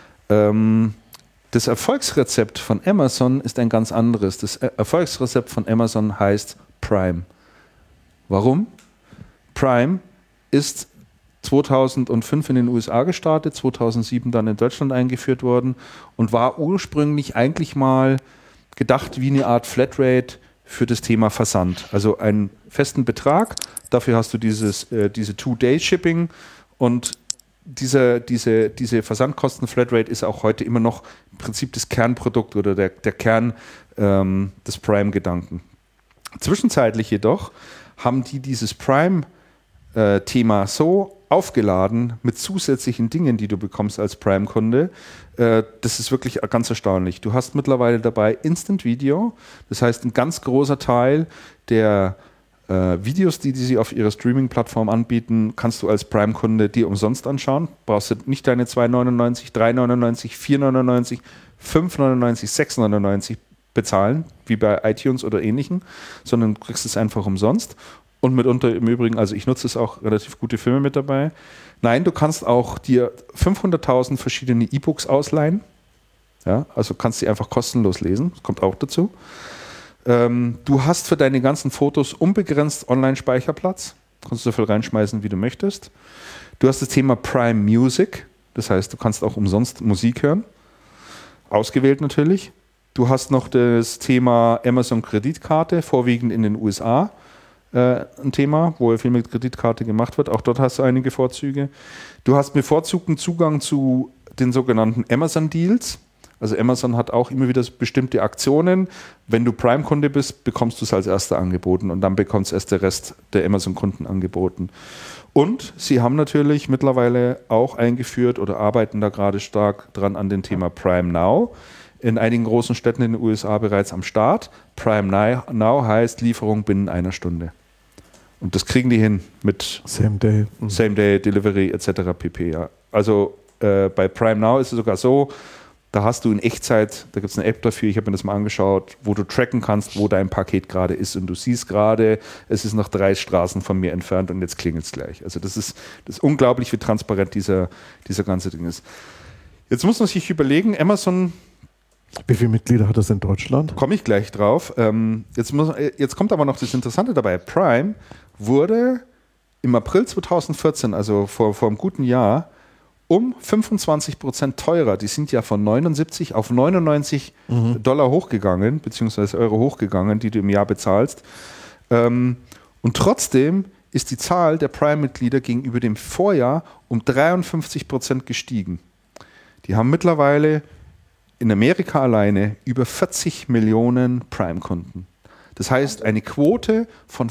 Das Erfolgsrezept von Amazon ist ein ganz anderes. Das Erfolgsrezept von Amazon heißt Prime. Warum? Prime ist 2005 in den USA gestartet, 2007 dann in Deutschland eingeführt worden und war ursprünglich eigentlich mal gedacht wie eine Art Flatrate für das Thema Versand. Also einen festen Betrag, dafür hast du diese 2-Day-Shipping und diese Versandkosten-Flatrate ist auch heute immer noch im Prinzip das Kernprodukt oder der Kern des Prime-Gedanken. Zwischenzeitlich jedoch haben die dieses Prime-Thema so aufgeladen mit zusätzlichen Dingen, die du bekommst als Prime-Kunde. Das ist wirklich ganz erstaunlich. Du hast mittlerweile dabei Instant Video, das heißt ein ganz großer Teil der Videos, die sie auf ihrer Streaming-Plattform anbieten, kannst du als Prime-Kunde dir umsonst anschauen. Brauchst du nicht deine 2,99, 3,99, 4,99, 5,99, 6,99 bezahlen, wie bei iTunes oder ähnlichen, sondern du kriegst es einfach umsonst. Und mitunter im Übrigen, also ich nutze es auch, relativ gute Filme mit dabei. Nein, du kannst auch dir 500.000 verschiedene E-Books ausleihen. Ja, also kannst sie einfach kostenlos lesen, das kommt auch dazu. Du hast für deine ganzen Fotos unbegrenzt Online-Speicherplatz. Kannst du so viel reinschmeißen, wie du möchtest. Du hast das Thema Prime Music. Das heißt, du kannst auch umsonst Musik hören. Ausgewählt natürlich. Du hast noch das Thema Amazon Kreditkarte, vorwiegend in den USA ein Thema, wo viel mit Kreditkarte gemacht wird. Auch dort hast du einige Vorzüge. Du hast bevorzugten Zugang zu den sogenannten Amazon Deals. Also Amazon hat auch immer wieder bestimmte Aktionen. Wenn du Prime-Kunde bist, bekommst du es als erster angeboten und dann bekommst erst der Rest der Amazon-Kunden angeboten. Und sie haben natürlich mittlerweile auch eingeführt oder arbeiten da gerade stark dran an dem Thema Prime Now. In einigen großen Städten in den USA bereits am Start. Prime Now heißt Lieferung binnen einer Stunde. Und das kriegen die hin mit Same-Day Delivery etc. pp. Ja. Also bei Prime Now ist es sogar so, da hast du in Echtzeit, da gibt es eine App dafür, ich habe mir das mal angeschaut, wo du tracken kannst, wo dein Paket gerade ist. Und du siehst gerade, es ist noch 3 Straßen von mir entfernt und jetzt klingelt es gleich. Also das ist unglaublich, wie transparent dieser ganze Ding ist. Jetzt muss man sich überlegen, Amazon... Wie viele Mitglieder hat das in Deutschland? Komme ich gleich drauf. Jetzt kommt aber noch das Interessante dabei. Prime wurde im April 2014, also vor einem guten Jahr, um 25% teurer. Die sind ja von 79 auf 99 Dollar hochgegangen, beziehungsweise Euro hochgegangen, die du im Jahr bezahlst. Und trotzdem ist die Zahl der Prime-Mitglieder gegenüber dem Vorjahr um 53% gestiegen. Die haben mittlerweile in Amerika alleine über 40 Millionen Prime-Kunden. Das heißt, eine Quote von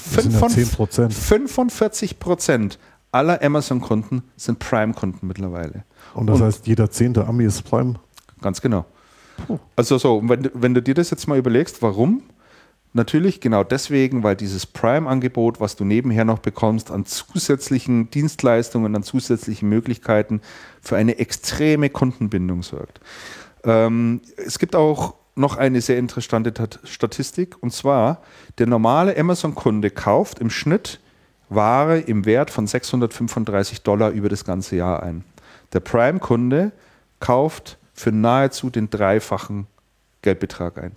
45% aller Amazon-Kunden sind Prime-Kunden mittlerweile. Und das heißt, jeder 10. Ami ist Prime? Ganz genau. Also so, wenn du dir das jetzt mal überlegst, warum? Natürlich genau deswegen, weil dieses Prime-Angebot, was du nebenher noch bekommst, an zusätzlichen Dienstleistungen, an zusätzlichen Möglichkeiten für eine extreme Kundenbindung sorgt. Es gibt auch noch eine sehr interessante Statistik, und zwar, der normale Amazon-Kunde kauft im Schnitt Ware im Wert von $635 über das ganze Jahr ein. Der Prime-Kunde kauft für nahezu den 3-fachen Geldbetrag ein.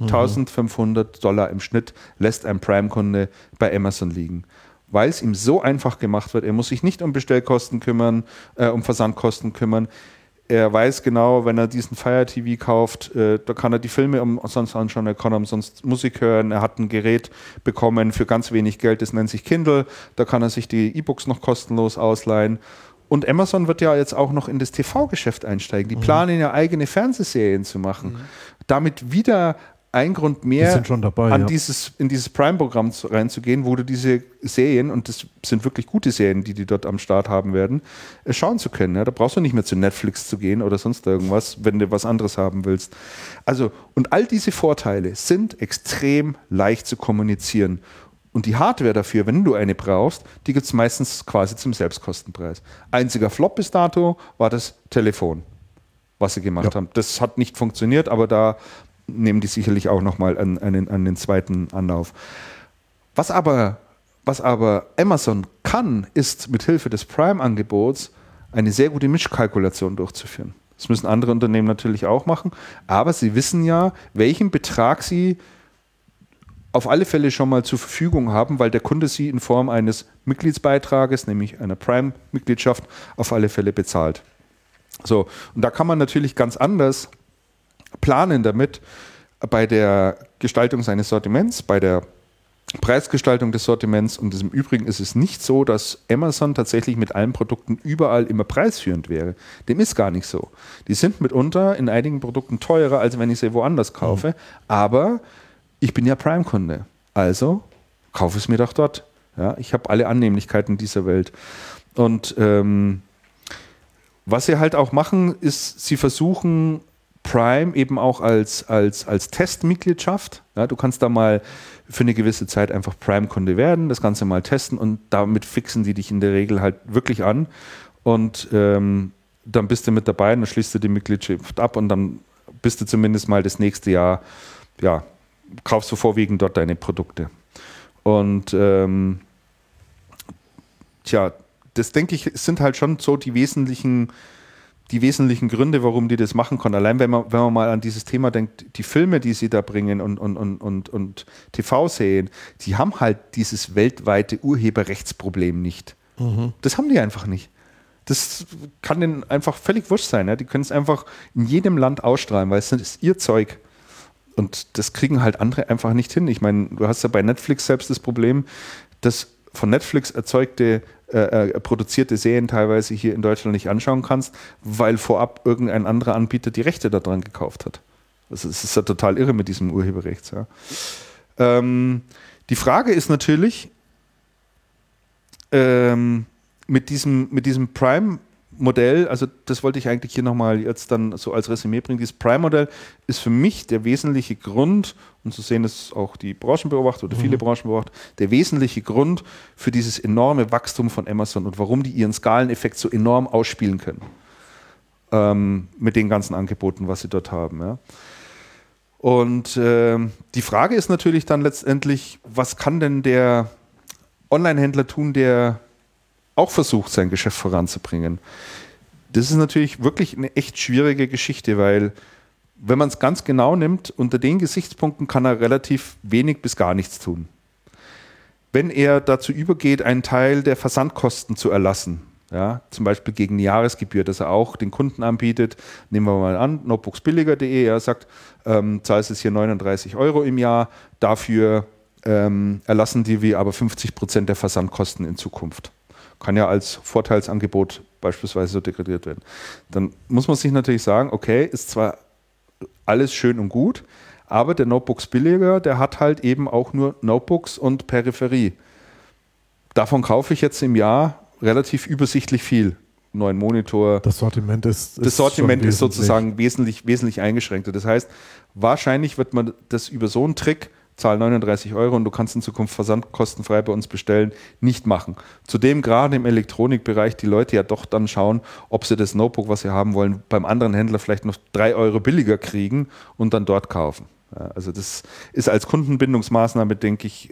$1.500 im Schnitt lässt ein Prime-Kunde bei Amazon liegen, weil es ihm so einfach gemacht wird. Er muss sich nicht um Bestellkosten kümmern, um Versandkosten kümmern. Er weiß genau, wenn er diesen Fire TV kauft, da kann er die Filme umsonst anschauen, er kann umsonst Musik hören, er hat ein Gerät bekommen für ganz wenig Geld, das nennt sich Kindle, da kann er sich die E-Books noch kostenlos ausleihen. Und Amazon wird ja jetzt auch noch in das TV-Geschäft einsteigen. Die planen ja eigene Fernsehserien zu machen. Damit wieder ein Grund mehr, dabei, in dieses Prime-Programm reinzugehen, wo du diese Serien, und das sind wirklich gute Serien, die dort am Start haben werden, schauen zu können. Ja? Da brauchst du nicht mehr zu Netflix zu gehen oder sonst irgendwas, wenn du was anderes haben willst. Also, und all diese Vorteile sind extrem leicht zu kommunizieren. Und die Hardware dafür, wenn du eine brauchst, die gibt es meistens quasi zum Selbstkostenpreis. Einziger Flop bis dato war das Telefon, was sie gemacht haben. Das hat nicht funktioniert, aber da nehmen die sicherlich auch nochmal an den zweiten Anlauf. Was aber Amazon kann, ist mit Hilfe des Prime-Angebots eine sehr gute Mischkalkulation durchzuführen. Das müssen andere Unternehmen natürlich auch machen, aber sie wissen ja, welchen Betrag sie auf alle Fälle schon mal zur Verfügung haben, weil der Kunde sie in Form eines Mitgliedsbeitrages, nämlich einer Prime-Mitgliedschaft, auf alle Fälle bezahlt. So, und da kann man natürlich ganz anders planen damit bei der Gestaltung seines Sortiments, bei der Preisgestaltung des Sortiments. Und im Übrigen ist es nicht so, dass Amazon tatsächlich mit allen Produkten überall immer preisführend wäre. Dem ist gar nicht so. Die sind mitunter in einigen Produkten teurer, als wenn ich sie woanders kaufe. Aber ich bin ja Prime-Kunde. Also kaufe es mir doch dort. Ja, ich habe alle Annehmlichkeiten dieser Welt. Und was sie halt auch machen, ist, sie versuchen Prime eben auch als Testmitgliedschaft. Ja, du kannst da mal für eine gewisse Zeit einfach Prime-Kunde werden, das Ganze mal testen und damit fixen die dich in der Regel halt wirklich an. Und dann bist du mit dabei und dann schließt du die Mitgliedschaft ab und dann bist du zumindest mal das nächste Jahr, ja, kaufst du vorwiegend dort deine Produkte. Und das denke ich, sind halt schon so die wesentlichen die wesentlichen Gründe, warum die das machen können. Allein wenn man mal an dieses Thema denkt, die Filme, die sie da bringen und TV-Serien, die haben halt dieses weltweite Urheberrechtsproblem nicht. Das haben die einfach nicht. Das kann denen einfach völlig wurscht sein. Ja? Die können es einfach in jedem Land ausstrahlen, weil es ist ihr Zeug. Und das kriegen halt andere einfach nicht hin. Ich meine, du hast ja bei Netflix selbst das Problem, dass von Netflix erzeugte, produzierte Serien teilweise hier in Deutschland nicht anschauen kannst, weil vorab irgendein anderer Anbieter die Rechte daran gekauft hat. Also es ist ja total irre mit diesem Urheberrecht. Ja. Die Frage ist natürlich, mit diesem Prime-Modell, also das wollte ich eigentlich hier nochmal jetzt dann so als Resümee bringen, dieses Prime-Modell ist für mich der wesentliche Grund, und so sehen es auch die Branchenbeobachter oder viele Branchenbeobachter, der wesentliche Grund für dieses enorme Wachstum von Amazon und warum die ihren Skaleneffekt so enorm ausspielen können mit den ganzen Angeboten, was sie dort haben. Ja. Und die Frage ist natürlich dann letztendlich, was kann denn der Online-Händler tun, der auch versucht, sein Geschäft voranzubringen? Das ist natürlich wirklich eine echt schwierige Geschichte, weil wenn man es ganz genau nimmt, unter den Gesichtspunkten kann er relativ wenig bis gar nichts tun. Wenn er dazu übergeht, einen Teil der Versandkosten zu erlassen, ja, zum Beispiel gegen eine Jahresgebühr, dass er auch den Kunden anbietet, nehmen wir mal an, notebooksbilliger.de, er sagt, zahlst es hier 39 € im Jahr, dafür erlassen die wir aber 50% der Versandkosten in Zukunft. Kann ja als Vorteilsangebot beispielsweise so degradiert werden. Dann muss man sich natürlich sagen, okay, ist zwar alles schön und gut, aber der Notebooks-Billiger, der hat halt eben auch nur Notebooks und Peripherie. Davon kaufe ich jetzt im Jahr relativ übersichtlich viel. Neuen Monitor. Das Sortiment ist sozusagen wesentlich eingeschränkter. Das heißt, wahrscheinlich wird man das über so einen Trick, zahl 39 € und du kannst in Zukunft versandkostenfrei bei uns bestellen, nicht machen. Zudem gerade im Elektronikbereich die Leute ja doch dann schauen, ob sie das Notebook, was sie haben wollen, beim anderen Händler vielleicht noch 3 € billiger kriegen und dann dort kaufen. Ja, also das ist als Kundenbindungsmaßnahme, denke ich,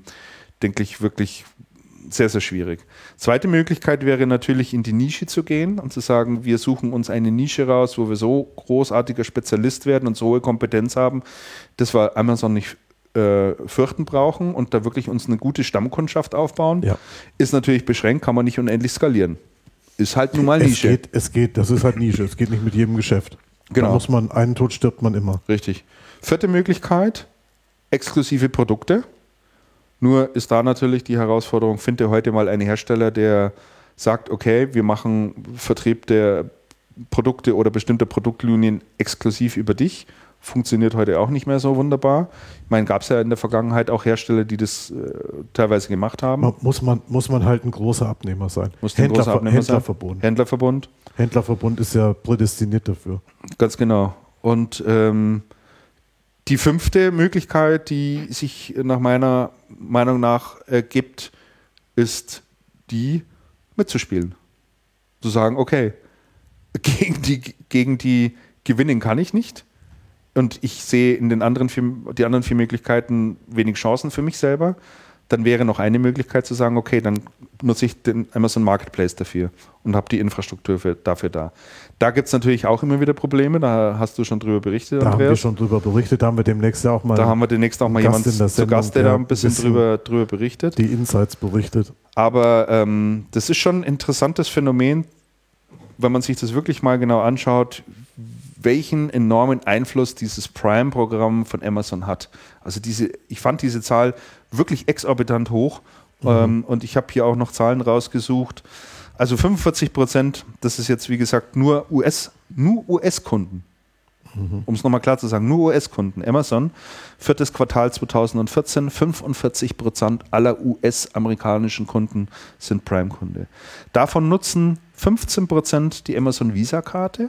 wirklich sehr, sehr schwierig. Zweite Möglichkeit wäre natürlich, in die Nische zu gehen und zu sagen, wir suchen uns eine Nische raus, wo wir so großartiger Spezialist werden und so hohe Kompetenz haben, dass wir Amazon nicht fürchten brauchen und da wirklich uns eine gute Stammkundschaft aufbauen. Ja. Ist natürlich beschränkt, kann man nicht unendlich skalieren. Ist halt nun mal Nische. Das ist halt Nische, es geht nicht mit jedem Geschäft. Genau. Da muss man, einen Tod stirbt man immer. Richtig. Vierte Möglichkeit, exklusive Produkte. Nur ist da natürlich die Herausforderung, finde heute mal einen Hersteller, der sagt, okay, wir machen Vertrieb der Produkte oder bestimmte Produktlinien exklusiv über dich. Funktioniert heute auch nicht mehr so wunderbar. Ich meine, gab es ja in der Vergangenheit auch Hersteller, die das teilweise gemacht haben. Muss man halt ein großer Abnehmer sein. Händlerverbund. Händlerverbund ist ja prädestiniert dafür. Ganz genau. Und die fünfte Möglichkeit, die sich nach meiner Meinung nach ergibt, ist die mitzuspielen. Zu sagen, okay, gegen die gewinnen kann ich nicht. Und ich sehe in die anderen 4 Möglichkeiten wenig Chancen für mich selber. Dann wäre noch eine Möglichkeit zu sagen, okay, dann nutze ich den Amazon Marketplace dafür und habe die Infrastruktur dafür da. Da gibt es natürlich auch immer wieder Probleme, da hast du schon drüber berichtet, Andreas. Da haben wir schon drüber berichtet, da haben wir demnächst auch mal jemanden zu Gast, der da ein bisschen drüber berichtet. Die Insights berichtet. Aber das ist schon ein interessantes Phänomen, wenn man sich das wirklich mal genau anschaut, welchen enormen Einfluss dieses Prime-Programm von Amazon hat. Also ich fand diese Zahl wirklich exorbitant hoch und ich habe hier auch noch Zahlen rausgesucht. Also 45%, das ist jetzt wie gesagt nur US-Kunden. Um es nochmal klar zu sagen, nur US-Kunden. Amazon, 4. Quartal 2014, 45% aller US-amerikanischen Kunden sind Prime-Kunde. Davon nutzen 15% die Amazon Visa-Karte.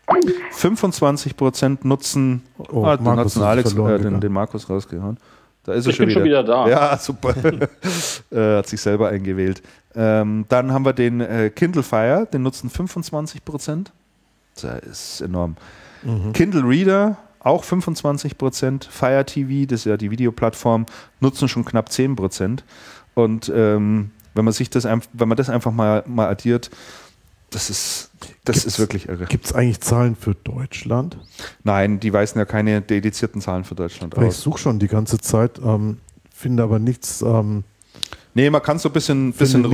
25% nutzen, den Markus rausgehauen. Da ist er schon wieder da. Ja, super. Hat sich selber eingewählt. Dann haben wir den Kindle Fire, den nutzen 25%. Das ist enorm. Kindle Reader, auch 25%. Fire TV, das ist ja die Videoplattform, nutzen schon knapp 10%. Und wenn man das einfach mal addiert, Das ist wirklich irre. Gibt es eigentlich Zahlen für Deutschland? Nein, die weisen ja keine dedizierten Zahlen für Deutschland Weil aus. ich suche schon die ganze Zeit, finde aber nichts. Nee, man kann so ein bisschen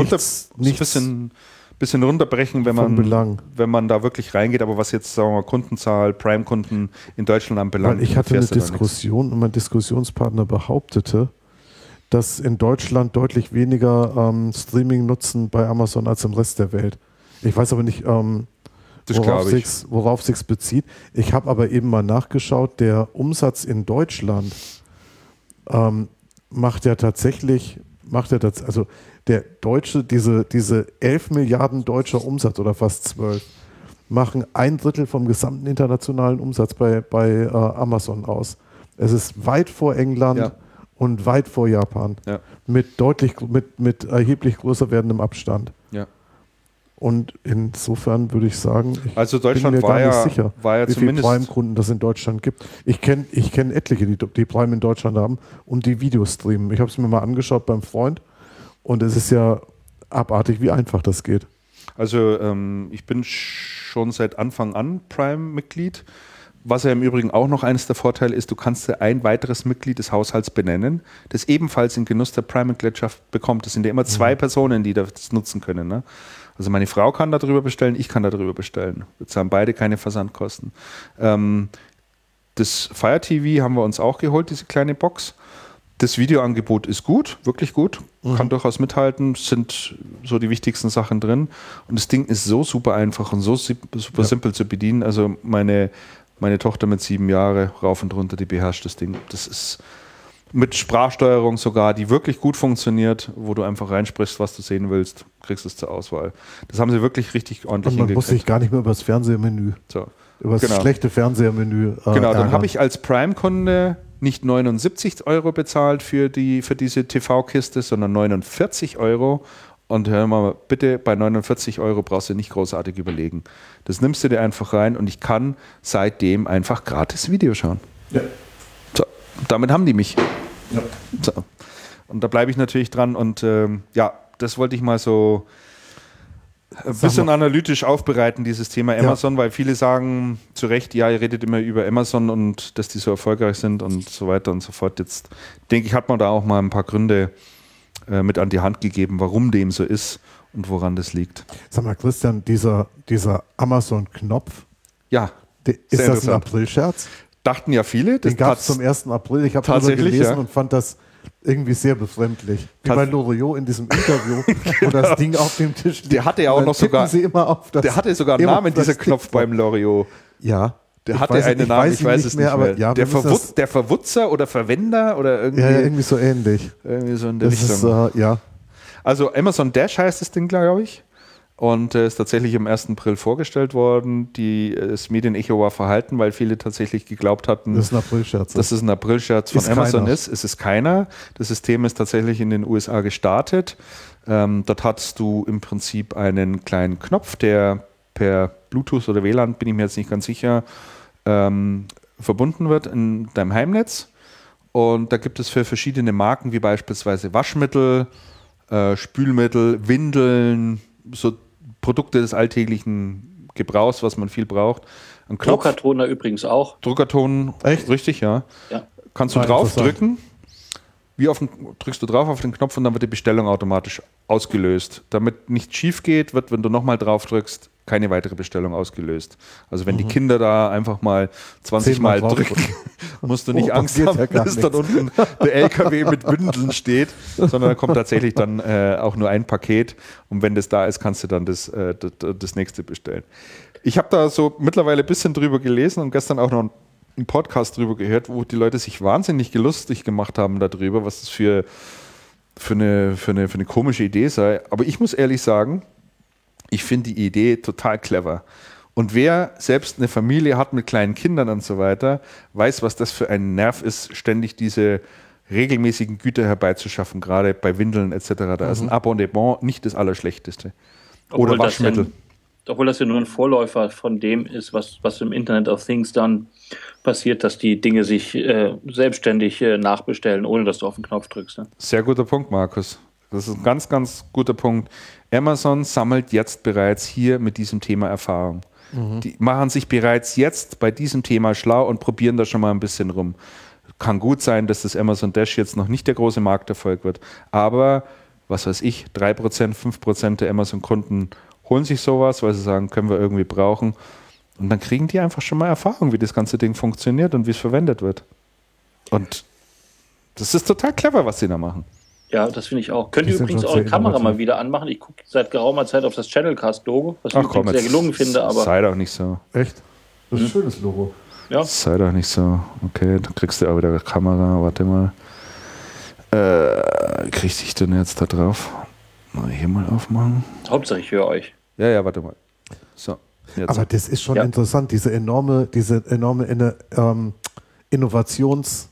runterbrechen, wenn man da wirklich reingeht, aber was jetzt, sagen wir mal, Kundenzahl, Prime-Kunden in Deutschland anbelangt. Weil ich hatte eine Diskussion und mein Diskussionspartner behauptete, dass in Deutschland deutlich weniger Streaming nutzen bei Amazon als im Rest der Welt. Ich weiß aber nicht, worauf es sich bezieht. Ich habe aber eben mal nachgeschaut, der Umsatz in Deutschland macht ja tatsächlich, also der deutsche, diese 11 Milliarden deutscher Umsatz oder fast 12, machen 1/3 vom gesamten internationalen Umsatz bei Amazon aus. Es ist weit vor England und weit vor Japan. Ja. Mit erheblich größer werdendem Abstand. Ja. Und insofern würde ich sagen, also Deutschland bin mir gar nicht sicher, wie viele Prime-Kunden das in Deutschland gibt. Ich kenn etliche, die Prime in Deutschland haben und die Videos streamen. Ich habe es mir mal angeschaut beim Freund und es ist ja abartig, wie einfach das geht. Also ich bin schon seit Anfang an Prime-Mitglied. Was ja im Übrigen auch noch eines der Vorteile ist, du kannst ja ein weiteres Mitglied des Haushalts benennen, das ebenfalls in Genuss der Prime-Mitgliedschaft bekommt. Das sind ja immer 2 Personen, die das nutzen können, ne? Also meine Frau kann darüber bestellen, ich kann darüber bestellen. Wir zahlen beide keine Versandkosten. Das Fire TV haben wir uns auch geholt, diese kleine Box. Das Videoangebot ist gut, wirklich gut, kann durchaus mithalten, sind so die wichtigsten Sachen drin. Und das Ding ist so super einfach und so super simpel zu bedienen. Also meine Tochter mit 7 Jahren, rauf und runter, die beherrscht das Ding. Das ist mit Sprachsteuerung sogar, die wirklich gut funktioniert, wo du einfach reinsprichst, was du sehen willst, kriegst es zur Auswahl. Das haben sie wirklich richtig ordentlich hingekriegt. Und man muss sich gar nicht mehr über das Fernsehmenü, über das schlechte Fernsehmenü Genau, dann habe ich als Prime-Kunde nicht 79 € bezahlt für diese TV-Kiste, sondern 49 €. Und hör mal, bitte, bei 49 € brauchst du nicht großartig überlegen. Das nimmst du dir einfach rein und ich kann seitdem einfach gratis Video schauen. Ja. So, damit haben die mich. Ja. So. Und da bleibe ich natürlich dran und das wollte ich mal so ein bisschen analytisch aufbereiten, dieses Thema Amazon, weil viele sagen zu Recht, ja, ihr redet immer über Amazon und dass die so erfolgreich sind und so weiter und so fort. Jetzt denke ich, hat man da auch mal ein paar Gründe mit an die Hand gegeben, warum dem so ist und woran das liegt. Sag mal, Christian, dieser Amazon-Knopf, ist das ein April-Scherz? Dachten ja viele. Den gab es zum 1. April. Ich habe darüber gelesen und fand das irgendwie sehr befremdlich. Wie bei Loriot in diesem Interview, wo das Ding auf dem Tisch liegt. Der hatte ja auch noch sogar einen Namen, dieser Knopf beim Loriot. Ja. Der hatte einen Namen, ich weiß es nicht mehr. Ja, der Verwutzer oder Verwender oder irgendwie. Ja, irgendwie so ähnlich. Irgendwie so in der Richtung. Also Amazon Dash heißt das Ding, glaube ich. Und ist tatsächlich am 1. April vorgestellt worden. Das Medienecho war verhalten, weil viele tatsächlich geglaubt hatten, das ist ein Aprilscherz. Dass es ein Aprilscherz von Amazon ist. Es ist keiner. Das System ist tatsächlich in den USA gestartet. Dort hattest du im Prinzip einen kleinen Knopf, der per Bluetooth oder WLAN, bin ich mir jetzt nicht ganz sicher, verbunden wird in deinem Heimnetz. Und da gibt es für verschiedene Marken, wie beispielsweise Waschmittel, Spülmittel, Windeln, so Produkte des alltäglichen Gebrauchs, was man viel braucht. Ein Knopf. Druckertoner übrigens auch. Druckerton, echt? Richtig, ja. Kannst du drauf drücken. Drückst du drauf auf den Knopf und dann wird die Bestellung automatisch ausgelöst. Damit nichts schief geht, wird, wenn du nochmal drauf drückst, keine weitere Bestellung ausgelöst. Also wenn die Kinder da einfach mal 20 Mal drücken, musst du nicht Angst haben, dass dann unten der LKW mit Windeln steht, sondern da kommt tatsächlich dann auch nur ein Paket und wenn das da ist, kannst du dann das nächste bestellen. Ich habe da so mittlerweile ein bisschen drüber gelesen und gestern auch noch einen Podcast drüber gehört, wo die Leute sich wahnsinnig gelustig gemacht haben darüber, was das für eine komische Idee sei. Aber ich muss ehrlich sagen, ich finde die Idee total clever. Und wer selbst eine Familie hat mit kleinen Kindern und so weiter, weiß, was das für ein Nerv ist, ständig diese regelmäßigen Güter herbeizuschaffen, gerade bei Windeln etc. Da ist ein Abonnement nicht das Allerschlechteste. Oder Waschmittel. Obwohl das ja nur ein Vorläufer von dem ist, was im Internet of Things dann passiert, dass die Dinge sich selbstständig nachbestellen, ohne dass du auf den Knopf drückst. Ne? Sehr guter Punkt, Markus. Das ist ein ganz, ganz guter Punkt. Amazon sammelt jetzt bereits hier mit diesem Thema Erfahrung. Die machen sich bereits jetzt bei diesem Thema schlau und probieren da schon mal ein bisschen rum. Kann gut sein, dass das Amazon Dash jetzt noch nicht der große Markterfolg wird, aber was weiß ich, 3%, 5% der Amazon-Kunden holen sich sowas, weil sie sagen, können wir irgendwie brauchen. Und dann kriegen die einfach schon mal Erfahrung, wie das ganze Ding funktioniert und wie es verwendet wird. Und das ist total clever, was sie da machen. Ja, das finde ich auch. Könnt ihr übrigens eure Kamera mal wieder anmachen? Ich gucke seit geraumer Zeit auf das Channelcast-Logo, was ich übrigens sehr gelungen finde. Aber sei doch nicht so. Echt? Das ist ein schönes Logo. Ja. Sei doch nicht so. Okay, dann kriegst du auch wieder eine Kamera. Warte mal. Kriegst dich denn jetzt da drauf? Mal hier mal aufmachen. Hauptsache ich höre euch. Ja, warte mal. So. Jetzt. Aber das ist schon interessant, diese enorme Innovationskraft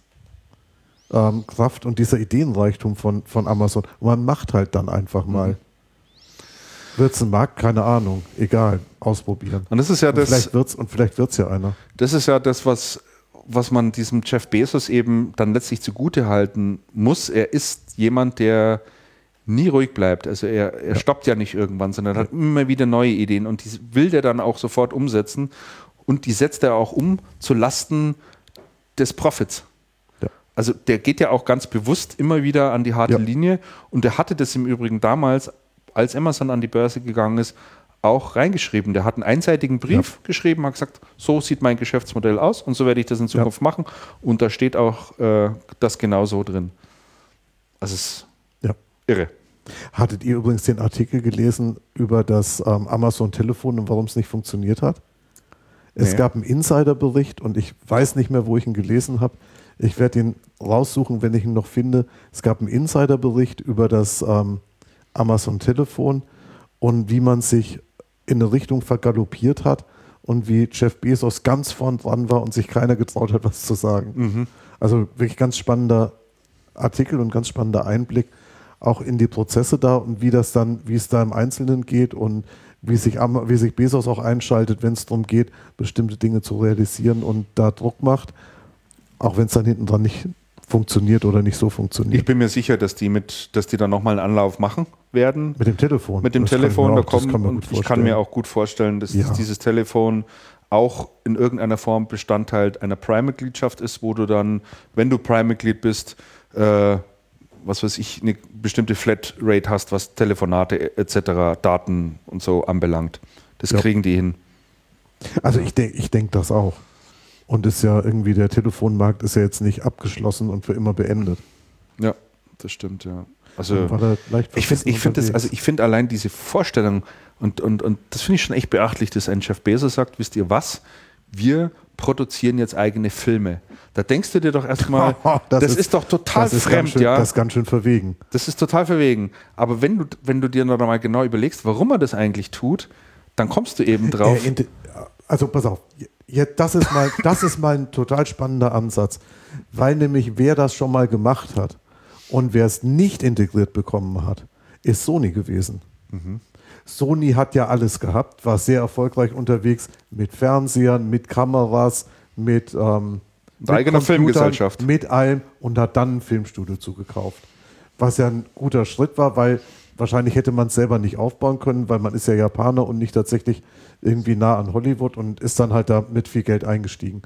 und dieser Ideenreichtum von Amazon. Und man macht halt dann einfach mal. Wird es ein Markt? Keine Ahnung. Egal. Ausprobieren. Und das ist ja das. Vielleicht wird's ja einer. Das ist ja das, was man diesem Jeff Bezos eben dann letztlich zugute halten muss. Er ist jemand, der nie ruhig bleibt. Also er stoppt ja nicht irgendwann, sondern hat immer wieder neue Ideen und die will der dann auch sofort umsetzen und die setzt er auch um zu Lasten des Profits. Ja. Also der geht ja auch ganz bewusst immer wieder an die harte Linie und der hatte das im Übrigen damals, als Amazon an die Börse gegangen ist, auch reingeschrieben. Der hat einen einseitigen Brief geschrieben, hat gesagt, so sieht mein Geschäftsmodell aus und so werde ich das in Zukunft machen und da steht auch das genau so drin. Also es ist irre. Hattet ihr übrigens den Artikel gelesen über das Amazon-Telefon und warum es nicht funktioniert hat? Es gab einen Insiderbericht und ich weiß nicht mehr, wo ich ihn gelesen habe. Ich werde ihn raussuchen, wenn ich ihn noch finde. Es gab einen Insiderbericht über das Amazon-Telefon und wie man sich in eine Richtung vergaloppiert hat und wie Jeff Bezos ganz vorn dran war und sich keiner getraut hat, was zu sagen. Also wirklich ganz spannender Artikel und ganz spannender Einblick auch in die Prozesse da und wie es da im Einzelnen geht und wie sich Bezos auch einschaltet, wenn es darum geht, bestimmte Dinge zu realisieren und da Druck macht, auch wenn es dann hinten dran nicht funktioniert oder nicht so funktioniert. Ich bin mir sicher, dass die da nochmal einen Anlauf machen werden. Mit dem Telefon. Mit dem Telefon, da kommen und ich kann mir auch gut vorstellen, dass dieses Telefon auch in irgendeiner Form Bestandteil einer Prime-Mitgliedschaft ist, wo du dann, wenn du Prime-Mitglied bist, was weiß ich, eine bestimmte Flatrate hast, was Telefonate etc., Daten und so anbelangt. Das kriegen die hin. Also ich denk das auch. Und ist ja irgendwie, der Telefonmarkt ist ja jetzt nicht abgeschlossen und für immer beendet. Ja, das stimmt, ja. Also ich finde allein diese Vorstellung und das finde ich schon echt beachtlich, dass ein Jeff Bezos sagt, wisst ihr was? Wir produzieren jetzt eigene Filme. Da denkst du dir doch erstmal, das ist doch total fremd, ja. Das ist ganz schön verwegen. Das ist total verwegen. Aber wenn du dir noch mal genau überlegst, warum er das eigentlich tut, dann kommst du eben drauf. Also pass auf, das ist mal ein total spannender Ansatz, weil nämlich wer das schon mal gemacht hat und wer es nicht integriert bekommen hat, ist Sony gewesen. Sony hat ja alles gehabt, war sehr erfolgreich unterwegs mit Fernsehern, mit Kameras, mit eigener Filmgesellschaft. Mit allem und hat dann ein Filmstudio zugekauft. Was ja ein guter Schritt war, weil wahrscheinlich hätte man es selber nicht aufbauen können, weil man ist ja Japaner und nicht tatsächlich irgendwie nah an Hollywood und ist dann halt da mit viel Geld eingestiegen.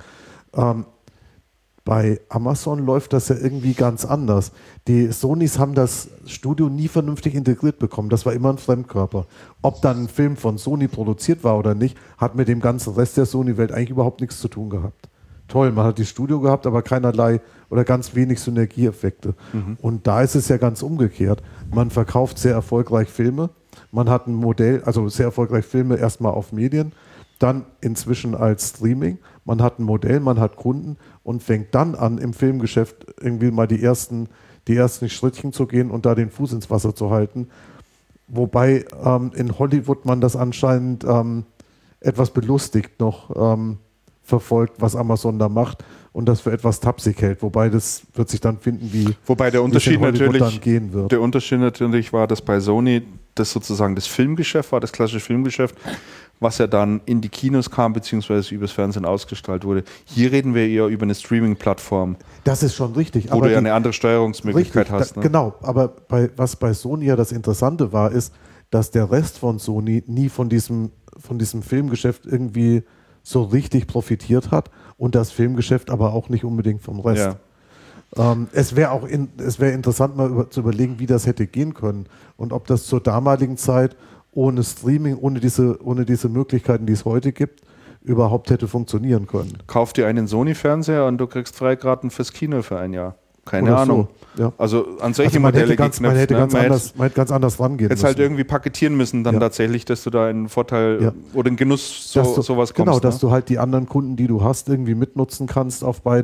Bei Amazon läuft das ja irgendwie ganz anders. Die Sonys haben das Studio nie vernünftig integriert bekommen. Das war immer ein Fremdkörper. Ob dann ein Film von Sony produziert war oder nicht, hat mit dem ganzen Rest der Sony-Welt eigentlich überhaupt nichts zu tun gehabt. Toll, man hat das Studio gehabt, aber keinerlei oder ganz wenig Synergieeffekte. Und da ist es ja ganz umgekehrt. Man verkauft sehr erfolgreich Filme. Man hat ein Modell, also sehr erfolgreich Filme erstmal auf Medien, dann inzwischen als Streaming. Man hat ein Modell, man hat Kunden und fängt dann an, im Filmgeschäft irgendwie mal die ersten Schrittchen zu gehen und da den Fuß ins Wasser zu halten. Wobei in Hollywood man das anscheinend etwas belustigt noch verfolgt, was Amazon da macht und das für etwas tapsig hält. Wobei das wird sich dann finden, wie der Unterschied natürlich dann gehen wird. Der Unterschied natürlich war, dass bei Sony das sozusagen das Filmgeschäft war, das klassische Filmgeschäft, was ja dann in die Kinos kam, beziehungsweise übers Fernsehen ausgestrahlt wurde. Hier reden wir eher über eine Streaming-Plattform. Das ist schon richtig. Wo du ja eine andere Steuerungsmöglichkeit hast. Ne? Genau, aber was bei Sony ja das Interessante war, ist, dass der Rest von Sony nie von diesem Filmgeschäft irgendwie so richtig profitiert hat und das Filmgeschäft aber auch nicht unbedingt vom Rest. Ja. Es wäre interessant, mal zu überlegen, wie das hätte gehen können und ob das zur damaligen Zeit ohne Streaming, ohne diese Möglichkeiten, die es heute gibt, überhaupt hätte funktionieren können. Kauf dir einen Sony-Fernseher und du kriegst Freikarten fürs Kino für ein Jahr. Keine Oder Ahnung. So, ja. Also an solche Modelle geknüpft. Man hätte ganz anders rangehen müssen. Jetzt halt irgendwie paketieren müssen dann tatsächlich, dass du da einen Vorteil oder einen Genuss sowas kommst. Genau, dass du halt die anderen Kunden, die du hast, irgendwie mitnutzen kannst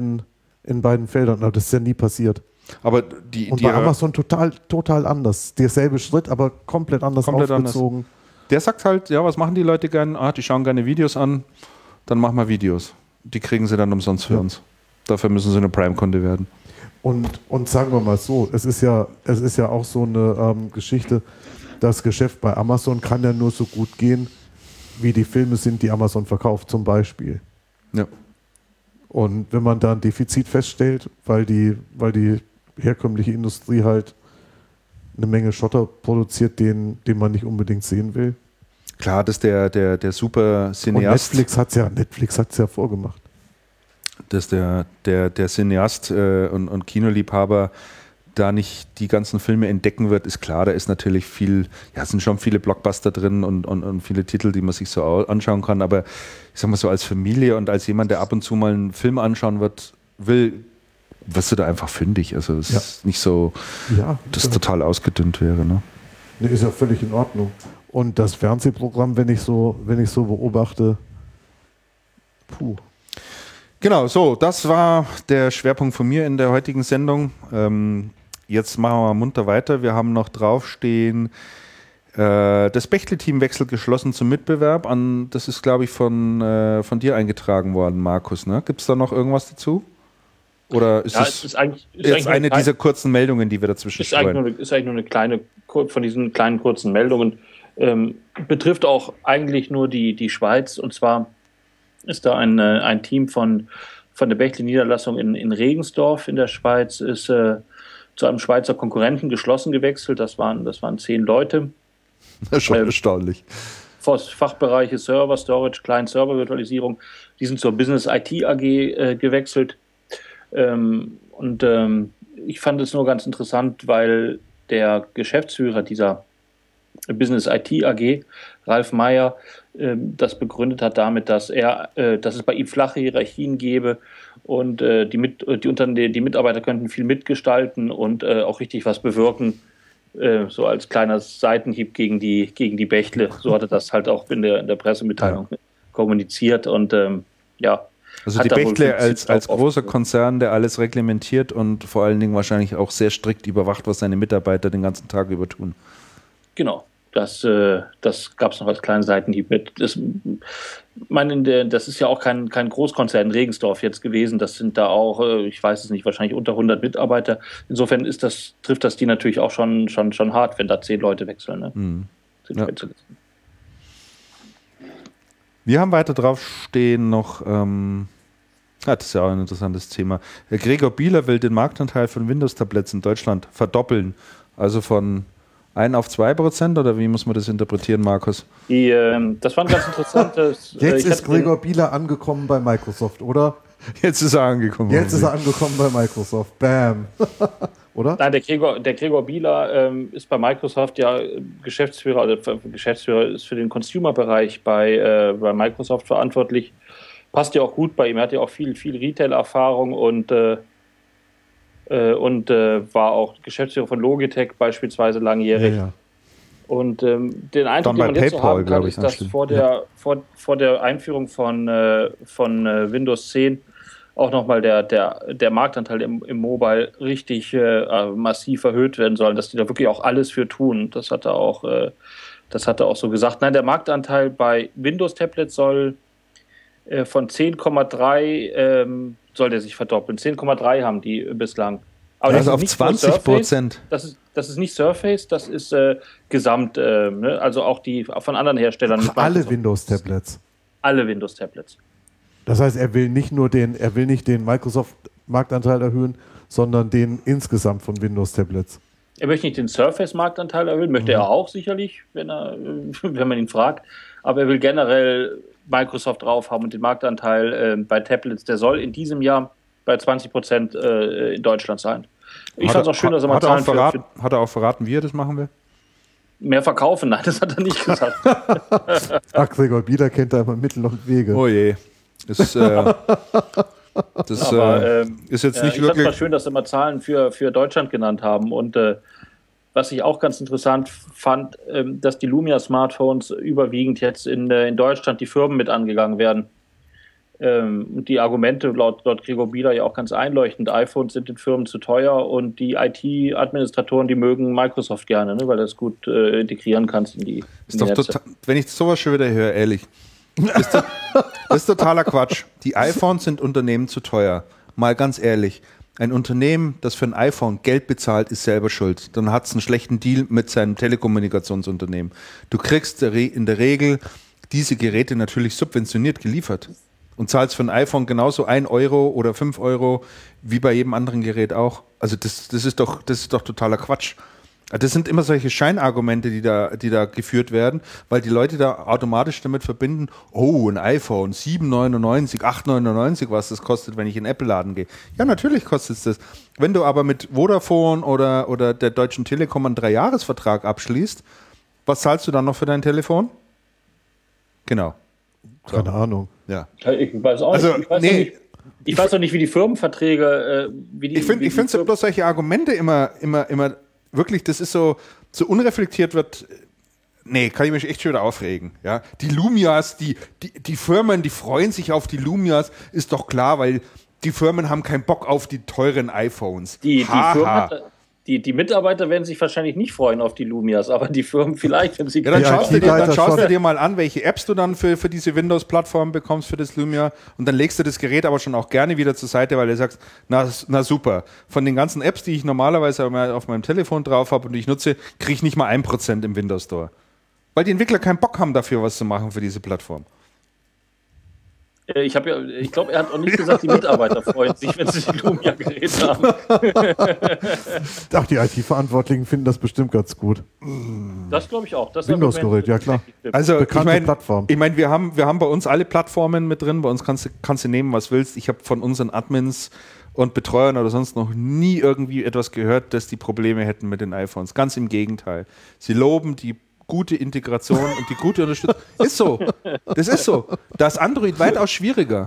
in beiden Feldern. Aber das ist ja nie passiert. Aber bei Amazon total anders. Derselbe Schritt, aber komplett anders aufgezogen. Anders. Der sagt halt, was machen die Leute gerne? Die schauen gerne Videos an, dann machen wir Videos. Die kriegen sie dann umsonst für uns. Dafür müssen sie eine Prime-Kunde werden. Und sagen wir mal so, es ist ja auch so eine Geschichte, das Geschäft bei Amazon kann ja nur so gut gehen, wie die Filme sind, die Amazon verkauft, zum Beispiel. Ja. Und wenn man da ein Defizit feststellt, weil die herkömmliche Industrie halt eine Menge Schotter produziert, den man nicht unbedingt sehen will. Klar, dass der super Cineast... Und Netflix hat's ja vorgemacht. Dass der Cineast und Kinoliebhaber da nicht die ganzen Filme entdecken wird, ist klar. Da ist natürlich sind schon viele Blockbuster drin und viele Titel, die man sich so anschauen kann. Aber ich sag mal so, als Familie und als jemand, der ab und zu mal einen Film anschauen will, wirst du da einfach fündig. Also es ist nicht so, dass es total ausgedünnt wäre. Ne? Nee, ist ja völlig in Ordnung. Und das Fernsehprogramm, wenn ich so beobachte, Genau, so, das war der Schwerpunkt von mir in der heutigen Sendung. Jetzt machen wir mal munter weiter. Wir haben noch draufstehen, das Bechtle-Team wechselt geschlossen zum Mitbewerb. Das ist, glaube ich, von dir eingetragen worden, Markus. Ne? Gibt es da noch irgendwas dazu? Oder ist es jetzt eine dieser kurzen Meldungen, die wir dazwischen streuen? Ist eigentlich nur eine kleine, von diesen kleinen kurzen Meldungen. Betrifft auch eigentlich nur die Schweiz. Und zwar ist da ein Team von der Bechtle-Niederlassung in Regensdorf in der Schweiz, ist zu einem Schweizer Konkurrenten geschlossen gewechselt. Das waren 10 Leute. Das ist schon erstaunlich. Fachbereiche Server, Storage, Client-Server-Virtualisierung. Die sind zur Business IT AG gewechselt. Ich fand es nur ganz interessant, weil der Geschäftsführer dieser Business IT AG, Ralf Meyer, das begründet hat damit, dass es bei ihm flache Hierarchien gäbe und die Mitarbeiter könnten viel mitgestalten und auch richtig was bewirken, so als kleiner Seitenhieb gegen die Bechtle. So hat er das halt auch in der Pressemitteilung kommuniziert und Also die Bechtle als großer Konzern, der alles reglementiert und vor allen Dingen wahrscheinlich auch sehr strikt überwacht, was seine Mitarbeiter den ganzen Tag über tun. Genau, das gab es noch als kleinen Seitenhieb mit. Das ist ja auch kein Großkonzern in Regensdorf jetzt gewesen. Das sind da auch, ich weiß es nicht, wahrscheinlich unter 100 Mitarbeiter. Insofern trifft das die natürlich auch schon hart, wenn da 10 Leute wechseln. Ne? Mhm. Wir haben weiter drauf stehen noch, das ist ja auch ein interessantes Thema. Gregor Bieler will den Marktanteil von Windows-Tablets in Deutschland verdoppeln. Also von 1 auf 2%, oder wie muss man das interpretieren, Markus? Das war ein ganz interessantes... Jetzt ist Gregor Bieler angekommen bei Microsoft, oder? Jetzt ist er angekommen. Jetzt ist er angekommen bei Microsoft. Bam. Oder? Nein, der Gregor Bieler ist bei Microsoft ja Geschäftsführer ist für den Consumer-Bereich bei Microsoft verantwortlich. Passt ja auch gut bei ihm. Er hat ja auch viel Retail-Erfahrung und war auch Geschäftsführer von Logitech beispielsweise langjährig. Ja. Und den Eindruck, den man jetzt so haben kann, ist, dass vor der Einführung von Windows 10 auch nochmal der Marktanteil im Mobile richtig massiv erhöht werden soll, dass die da wirklich auch alles für tun. Das hat er auch so gesagt. Nein, der Marktanteil bei Windows-Tablets soll von 10,3 soll der sich verdoppeln. 10,3 haben die bislang. Aber Also auf ist nicht nur 20%. Das ist nicht Surface, das ist Gesamt, ne? Also auch die von anderen Herstellern. Ach, alle Windows-Tablets. Alle Windows-Tablets. Das heißt, er will nicht den Microsoft-Marktanteil erhöhen, sondern den insgesamt von Windows-Tablets. Er möchte nicht den Surface-Marktanteil erhöhen, möchte er auch sicherlich, wenn man ihn fragt. Aber er will generell Microsoft drauf haben und den Marktanteil bei Tablets, der soll in diesem Jahr bei 20% in Deutschland sein. Ich fand es auch schön, dass er mal Zahlen Hat er auch verraten, wie er das machen will? Mehr verkaufen. Nein, das hat er nicht gesagt. Ach, Gregor Bieder kennt da immer Mittel und Wege. Oh je. Das ist jetzt nicht ich wirklich. fand es mal schön, dass sie mal Zahlen für Deutschland genannt haben. Und was ich auch ganz interessant fand, dass die Lumia-Smartphones überwiegend jetzt in Deutschland die Firmen mit angegangen werden. Und die Argumente laut Gregor Bieder ja auch ganz einleuchtend. iPhones sind den Firmen zu teuer und die IT-Administratoren, die mögen Microsoft gerne, ne, weil du das gut integrieren kannst in die Netze. Wenn ich sowas schon wieder höre, ehrlich, das ist totaler Quatsch. Die iPhones sind Unternehmen zu teuer. Mal ganz ehrlich, ein Unternehmen, das für ein iPhone Geld bezahlt, ist selber schuld. Dann hat es einen schlechten Deal mit seinem Telekommunikationsunternehmen. Du kriegst in der Regel diese Geräte natürlich subventioniert geliefert und zahlst für ein iPhone genauso 1 Euro oder 5 Euro wie bei jedem anderen Gerät auch. Also das ist doch totaler Quatsch. Das sind immer solche Scheinargumente, die da geführt werden, weil die Leute da automatisch damit verbinden, oh, ein iPhone, 7,99, 8,99, was das kostet, wenn ich in den Apple-Laden gehe. Ja, natürlich kostet es das. Wenn du aber mit Vodafone oder der Deutschen Telekom einen 3-Jahres-Vertrag abschließt, was zahlst du dann noch für dein Telefon? Genau. So. Keine Ahnung. Ja. Ich weiß auch nicht. Ich weiß auch nicht, wie die Firmenverträge, Ich finde so bloß solche Argumente immer wirklich, das ist so unreflektiert wird. Nee, kann ich mich echt schon wieder aufregen. Ja? Die Lumias, die Firmen, die freuen sich auf die Lumias, ist doch klar, weil die Firmen haben keinen Bock auf die teuren iPhones. Die Mitarbeiter werden sich wahrscheinlich nicht freuen auf die Lumias, aber die Firmen vielleicht, wenn sie... Ja, dann schaust du dir mal an, welche Apps du dann für diese Windows-Plattform bekommst für das Lumia und dann legst du das Gerät aber schon auch gerne wieder zur Seite, weil du sagst, na super, von den ganzen Apps, die ich normalerweise auf meinem Telefon drauf habe und die ich nutze, kriege ich nicht mal 1% im Windows Store. Weil die Entwickler keinen Bock haben dafür, was zu machen für diese Plattform. Ich glaube, er hat auch nicht gesagt, die Mitarbeiter freuen sich, wenn sie die Lumia-Geräte haben. Ach, die IT-Verantwortlichen finden das bestimmt ganz gut. Das glaube ich auch. Windows-Gerät, ja klar. Also bekannte Plattform. Ich meine, wir haben bei uns alle Plattformen mit drin. Bei uns kannst du nehmen, was willst. Ich habe von unseren Admins und Betreuern oder sonst noch nie irgendwie etwas gehört, dass die Probleme hätten mit den iPhones. Ganz im Gegenteil. Sie loben die gute Integration und die gute Unterstützung. Ist so. Das ist so. Da ist Android weitaus schwieriger.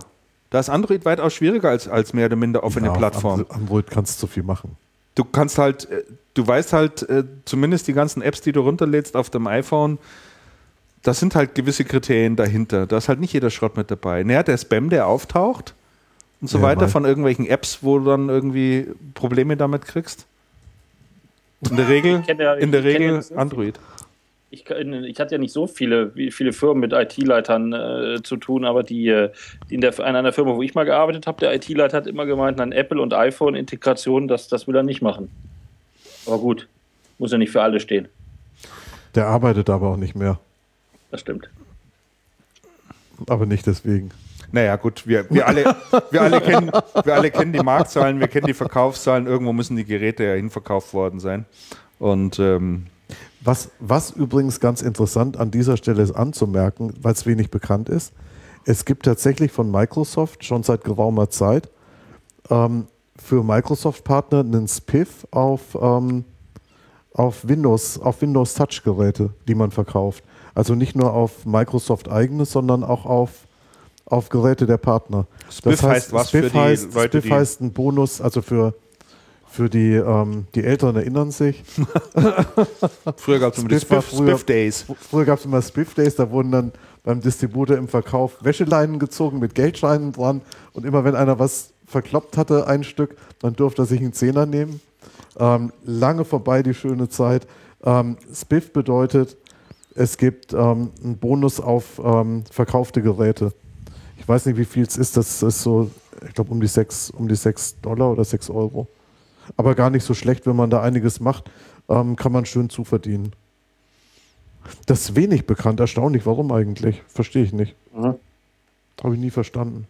Als mehr oder minder offene Plattform. Android kannst du viel machen. Du weißt halt, zumindest die ganzen Apps, die du runterlädst auf dem iPhone, da sind halt gewisse Kriterien dahinter. Da ist halt nicht jeder Schrott mit dabei. Naja, der Spam, der auftaucht und so weiter von irgendwelchen Apps, wo du dann irgendwie Probleme damit kriegst. In der Regel Android. Ich hatte ja nicht so viele Firmen mit IT-Leitern zu tun, aber in einer Firma, wo ich mal gearbeitet habe, der IT-Leiter hat immer gemeint, an Apple und iPhone-Integration, das will er nicht machen. Aber gut, muss ja nicht für alle stehen. Der arbeitet aber auch nicht mehr. Das stimmt. Aber nicht deswegen. Naja, gut, wir alle kennen die Marktzahlen, wir kennen die Verkaufszahlen, irgendwo müssen die Geräte ja hinverkauft worden sein. Und was übrigens ganz interessant an dieser Stelle ist anzumerken, weil es wenig bekannt ist, es gibt tatsächlich von Microsoft schon seit geraumer Zeit für Microsoft-Partner einen Spiff auf Windows Touch-Geräte, die man verkauft. Also nicht nur auf Microsoft eigenes, sondern auch auf Geräte der Partner. Spiff heißt was Spiff für die Leute, Spiff heißt ein Bonus, also für die Älteren erinnern sich. Früher gab es immer die Spiff Days. Früher gab es immer Spiff Days, da wurden dann beim Distributor im Verkauf Wäscheleinen gezogen mit Geldscheinen dran und immer wenn einer was verkloppt hatte, ein Stück, dann durfte er sich einen Zehner nehmen. Lange vorbei die schöne Zeit. Spiff bedeutet, es gibt einen Bonus auf verkaufte Geräte. Ich weiß nicht, wie viel es ist, das ist so, ich glaube um die $6 oder 6 Euro. Aber gar nicht so schlecht, wenn man da einiges macht, kann man schön zuverdienen. Das ist wenig bekannt, erstaunlich. Warum eigentlich? Verstehe ich nicht. Mhm. Habe ich nie verstanden.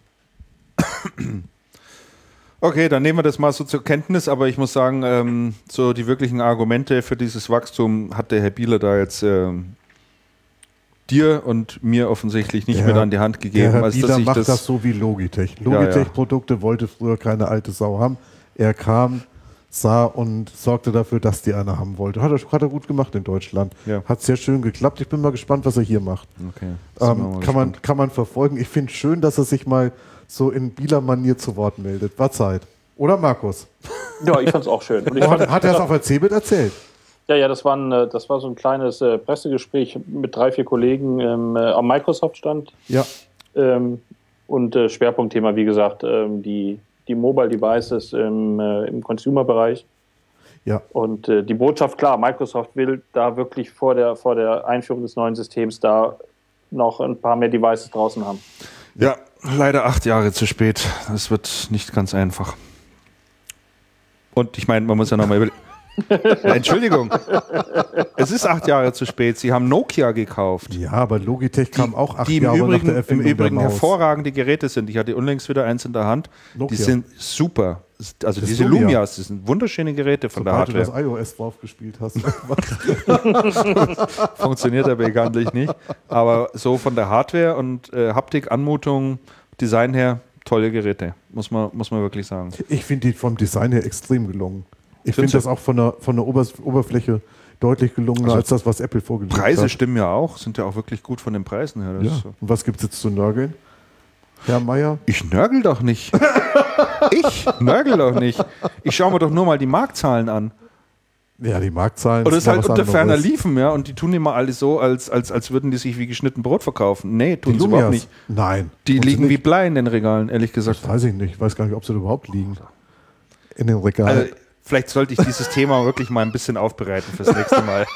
Okay, dann nehmen wir das mal so zur Kenntnis, aber ich muss sagen, so die wirklichen Argumente für dieses Wachstum hat der Herr Bieler da jetzt dir und mir offensichtlich nicht mit an die Hand gegeben. Der Herr als Bieler dass ich macht das so wie Logitech. Logitech-Produkte wollte früher keine alte Sau haben. Er kam, sah und sorgte dafür, dass die einer haben wollte. Hat er gut gemacht in Deutschland. Ja. Hat sehr schön geklappt. Ich bin mal gespannt, was er hier macht. Okay. Kann man verfolgen. Ich finde schön, dass er sich mal so in Bieler-Manier zu Wort meldet. War Zeit. Oder Markus? Ja, ich fand es auch schön. Und ich Hat er es auf der CeBIT erzählt? Ja, das war so ein kleines Pressegespräch mit 3, 4 Kollegen am Microsoft-Stand. Ja. Und Schwerpunktthema, wie gesagt, die Mobile Devices im Consumer-Bereich. Ja. Und die Botschaft, klar, Microsoft will da wirklich vor der Einführung des neuen Systems da noch ein paar mehr Devices draußen haben. Ja, leider 8 Jahre zu spät. Das wird nicht ganz einfach. Und ich meine, man muss ja nochmal überlegen. Entschuldigung, es ist 8 Jahre zu spät. Sie haben Nokia gekauft. Ja, aber Logitech kam auch 8 die Jahre nach der im Erfindung Übrigen der Maus. hervorragende Geräte sind. Ich hatte unlängst wieder eins in der Hand. Nokia. Die sind super. Also Das diese Lumia. Lumias, das sind wunderschöne Geräte von Sobald du der das Hardware. iOS drauf gespielt hast. Funktioniert aber bekanntlich nicht. Aber so von der Hardware und Haptik, Anmutung, Design her, tolle Geräte. Muss man wirklich sagen. Ich finde die vom Design her extrem gelungen. Ich Sind finde sie? das auch von der Oberfläche deutlich gelungener Also als das, was Apple vorgelegt Preise hat. stimmen ja auch, sind ja auch wirklich gut von den Preisen her. Das Ja. ist so. Und was gibt es jetzt zu nörgeln? Herr Meier? Ich nörgel doch nicht. Ich nörgel doch nicht. Ich schaue mir doch nur mal die Marktzahlen an. Ja, die Marktzahlen. Oder es ist ja halt was unter ferner anderes. Liefen, ja. Und die tun immer alle so, als würden die sich wie geschnitten Brot verkaufen. Nee, tun Die sie überhaupt Lumias? nicht. Nein. Die tun sie liegen wie nicht. Blei in den Regalen, ehrlich gesagt. Das weiß ich nicht. Ich weiß gar nicht, ob sie da überhaupt liegen. In den Regalen. Also, vielleicht sollte ich dieses Thema wirklich mal ein bisschen aufbereiten fürs nächste Mal.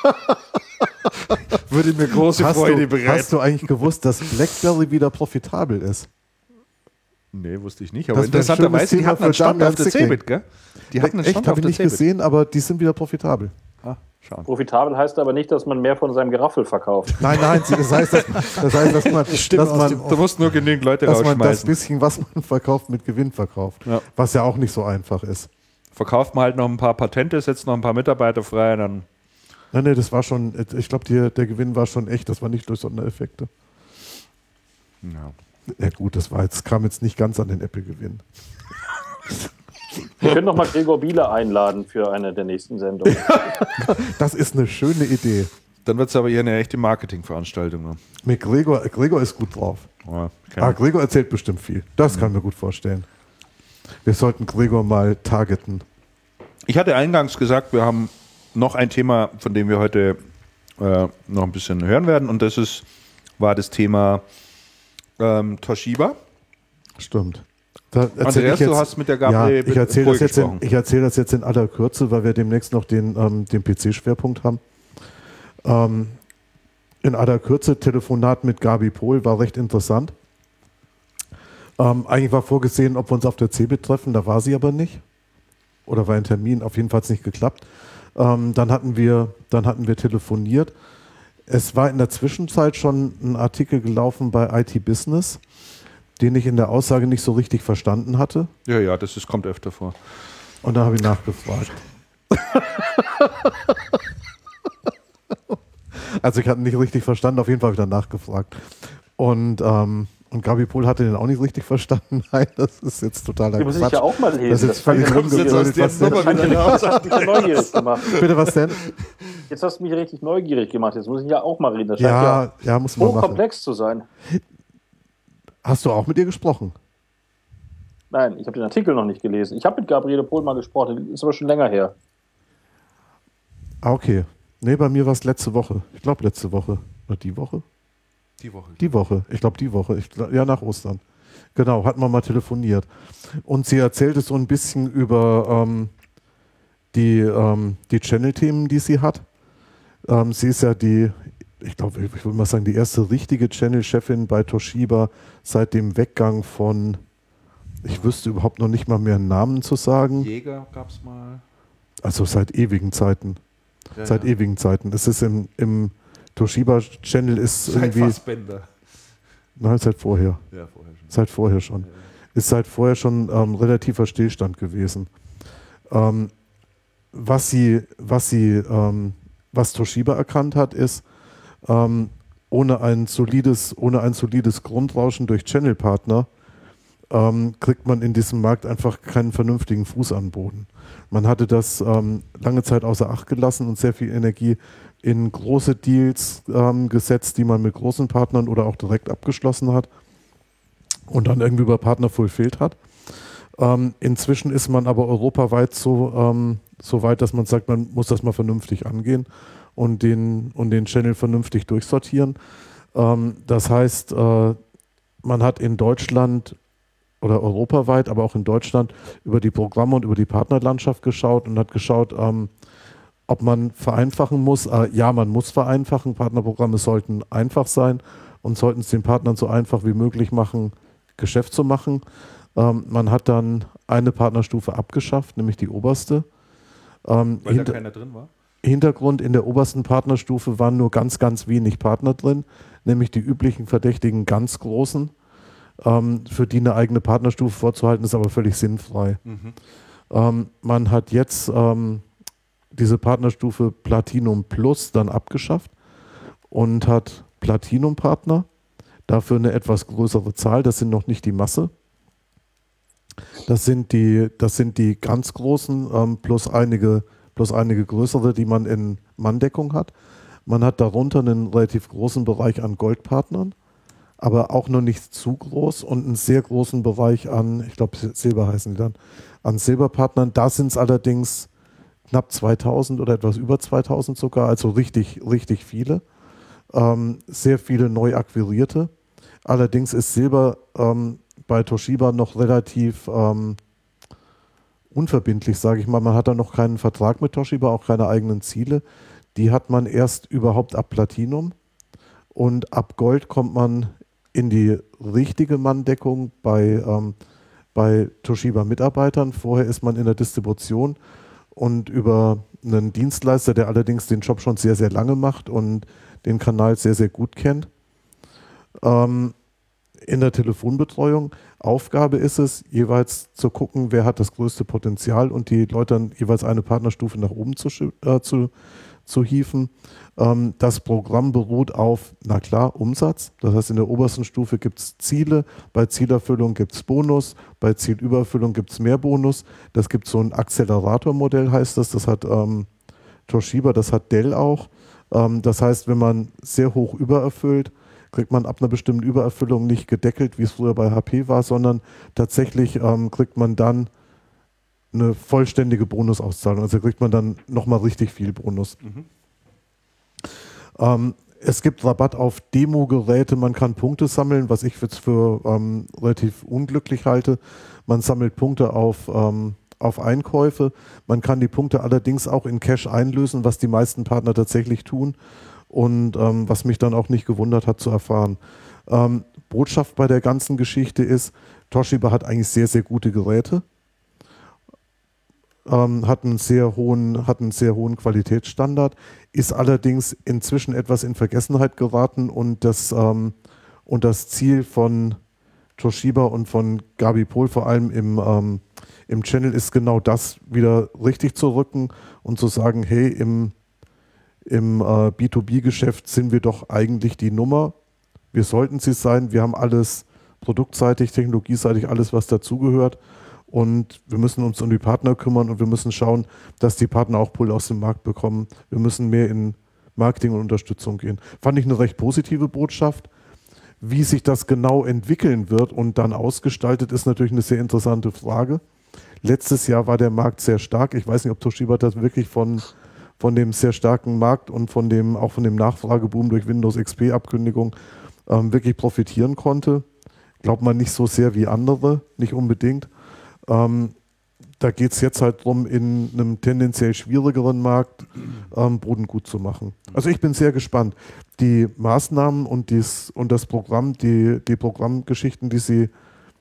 Würde mir große Freude bereiten. Hast du eigentlich gewusst, dass BlackBerry wieder profitabel ist? Nee, wusste ich nicht. Aber Das wär ein interessanterweise, schönes die Thema hatten einen für Stand Damian auf der Zicking. CeBIT, gell? Die hatten einen Echt, Stand habe auf ich der nicht CeBIT. gesehen, aber die sind wieder profitabel. Ah, schauen. Profitabel heißt aber nicht, dass man mehr von seinem Geraffel verkauft. Nein, das heißt, Du musst nur genügend Leute dass man das rausschmeißen. bisschen, was man verkauft, mit Gewinn verkauft. Ja. Was ja auch nicht so einfach ist. Verkauft man halt noch ein paar Patente, setzt noch ein paar Mitarbeiter frei, dann Nein, das war schon, ich glaube, der Gewinn war schon echt, das war nicht durch Sondereffekte. ja. Ja gut, kam jetzt nicht ganz an den Apple-Gewinn. Wir können noch mal Gregor Bieler einladen für eine der nächsten Sendungen. Das ist eine schöne Idee. Dann wird es aber eher eine echte Marketingveranstaltung. Ne? Mit Gregor ist gut drauf. Ja, Gregor erzählt bestimmt viel. Das kann ich mir gut vorstellen. Wir sollten Gregor mal targeten. Ich hatte eingangs gesagt, wir haben noch ein Thema, von dem wir heute noch ein bisschen hören werden. Und das war das Thema Toshiba. Stimmt. Da erzähl Andreas, ich jetzt, du hast mit der Gabriele ich erzähle gesprochen. das jetzt in aller Kürze, weil wir demnächst noch den PC-Schwerpunkt haben. In aller Kürze, Telefonat mit Gabi Pohl war recht interessant. Eigentlich war vorgesehen, ob wir uns auf der CeBIT treffen, da war sie aber nicht. Oder war ein Termin, auf jeden Fall hat es nicht geklappt. Dann hatten wir telefoniert. Es war in der Zwischenzeit schon ein Artikel gelaufen bei IT Business, den ich in der Aussage nicht so richtig verstanden hatte. Ja, kommt öfter vor. Und da habe ich nachgefragt. Also ich hatte nicht richtig verstanden, auf jeden Fall habe ich dann nachgefragt. Und Gabi Pohl hatte den auch nicht richtig verstanden. Nein, das ist jetzt totaler Die muss ich Quatsch. ja auch mal lesen. Das ist jetzt völlig ungewöhnlich. Was denn? Das hat mich neugierig gemacht. Bitte, was denn? Jetzt hast du mich richtig neugierig gemacht. Jetzt muss ich ja auch mal reden. Das scheint Ja, muss man machen. hochkomplex zu sein. Hast du auch mit ihr gesprochen? Nein, ich habe den Artikel noch nicht gelesen. Ich habe mit Gabriele Pohl mal gesprochen. Ist aber schon länger her. Ah, okay. Nee, bei mir war es letzte Woche. Ich glaube letzte Woche. Oder die Woche? Die Woche. Die Woche. Ich glaube die Woche. Ja, nach Ostern. Genau, hatten wir mal telefoniert. Und sie erzählte so ein bisschen über die Channel-Themen, die sie hat. Sie ist ja ich würde mal sagen, die erste richtige Channel-Chefin bei Toshiba seit dem Weggang von, ich wüsste überhaupt noch nicht mal mehr einen Namen zu sagen. Jäger gab es mal. Also seit ewigen Zeiten. Seit ewigen Zeiten. Es ist im Toshiba-Channel ist Seit irgendwie... Fassbender. Nein, seit vorher. Ja, vorher schon. Seit vorher schon. Ja. Ist seit vorher schon relativer Stillstand gewesen. Was Toshiba erkannt hat, ist, ohne ein solides Grundrauschen durch Channel-Partner kriegt man in diesem Markt einfach keinen vernünftigen Fuß an Boden. Man hatte das lange Zeit außer Acht gelassen und sehr viel Energie in große Deals gesetzt, die man mit großen Partnern oder auch direkt abgeschlossen hat und dann irgendwie über Partner fulfilled hat. Inzwischen ist man aber europaweit so weit, dass man sagt, man muss das mal vernünftig angehen und den Channel vernünftig durchsortieren. Das heißt, man hat in Deutschland oder europaweit, aber auch in Deutschland über die Programme und über die Partnerlandschaft geschaut und hat geschaut, ob man vereinfachen muss. Ja, man muss vereinfachen. Partnerprogramme sollten einfach sein und sollten es den Partnern so einfach wie möglich machen, Geschäft zu machen. Man hat dann eine Partnerstufe abgeschafft, nämlich die oberste. Weil da keiner drin war? Hintergrund: In der obersten Partnerstufe waren nur ganz, ganz wenig Partner drin, nämlich die üblichen verdächtigen ganz großen. Für die eine eigene Partnerstufe vorzuhalten, ist aber völlig sinnfrei. Man hat jetzt diese Partnerstufe Platinum Plus dann abgeschafft und hat Platinum-Partner, dafür eine etwas größere Zahl, das sind noch nicht die Masse. Das sind die ganz großen plus einige größere, die man in Manndeckung hat. Man hat darunter einen relativ großen Bereich an Goldpartnern, aber auch noch nicht zu groß und einen sehr großen Bereich an, ich glaube Silber heißen die dann, an Silberpartnern. Da sind es allerdings knapp 2000 oder etwas über 2000 sogar, also richtig, richtig viele. Sehr viele neu akquirierte. Allerdings ist Silber bei Toshiba noch relativ unverbindlich, sage ich mal. Man hat da noch keinen Vertrag mit Toshiba, auch keine eigenen Ziele. Die hat man erst überhaupt ab Platinum und ab Gold kommt man in die richtige Manndeckung bei Toshiba-Mitarbeitern. Vorher ist man in der Distribution und über einen Dienstleister, der allerdings den Job schon sehr, sehr lange macht und den Kanal sehr, sehr gut kennt. In der Telefonbetreuung. Aufgabe ist es, jeweils zu gucken, wer hat das größte Potenzial und die Leute dann jeweils eine Partnerstufe nach oben zu hieven. Das Programm beruht auf, na klar, Umsatz. Das heißt, in der obersten Stufe gibt es Ziele, bei Zielerfüllung gibt es Bonus, bei Zielüberfüllung gibt es mehr Bonus. Das gibt so ein Accelerator-Modell, heißt das. Das hat Toshiba, das hat Dell auch. Das heißt, wenn man sehr hoch übererfüllt, kriegt man ab einer bestimmten Übererfüllung nicht gedeckelt, wie es früher bei HP war, sondern tatsächlich kriegt man dann eine vollständige Bonusauszahlung. Also kriegt man dann nochmal richtig viel Bonus. Es gibt Rabatt auf Demo-Geräte, man kann Punkte sammeln, was ich jetzt für relativ unglücklich halte. Man sammelt Punkte auf Einkäufe. Man kann die Punkte allerdings auch in Cash einlösen, was die meisten Partner tatsächlich tun und was mich dann auch nicht gewundert hat zu erfahren. Botschaft bei der ganzen Geschichte ist, Toshiba hat eigentlich sehr, sehr gute Geräte. Hat einen sehr hohen Qualitätsstandard, ist allerdings inzwischen etwas in Vergessenheit geraten und das Ziel von Toshiba und von Gabi Pohl vor allem im Channel ist genau das, wieder richtig zu rücken und zu sagen, hey, im B2B-Geschäft sind wir doch eigentlich die Nummer. Wir sollten sie sein, wir haben alles produktseitig, technologieseitig, alles was dazugehört. Und wir müssen uns um die Partner kümmern und wir müssen schauen, dass die Partner auch Pull aus dem Markt bekommen. Wir müssen mehr in Marketing und Unterstützung gehen. Fand ich eine recht positive Botschaft. Wie sich das genau entwickeln wird und dann ausgestaltet, ist natürlich eine sehr interessante Frage. Letztes Jahr war der Markt sehr stark. Ich weiß nicht, ob Toshiba das wirklich von dem sehr starken Markt und auch von dem Nachfrageboom durch Windows XP-Abkündigung wirklich profitieren konnte. Glaubt man nicht so sehr wie andere, nicht unbedingt. Da geht es jetzt halt darum, in einem tendenziell schwierigeren Markt Boden gut zu machen. Also ich bin sehr gespannt. Die Maßnahmen und das Programm, die Programmgeschichten, die sie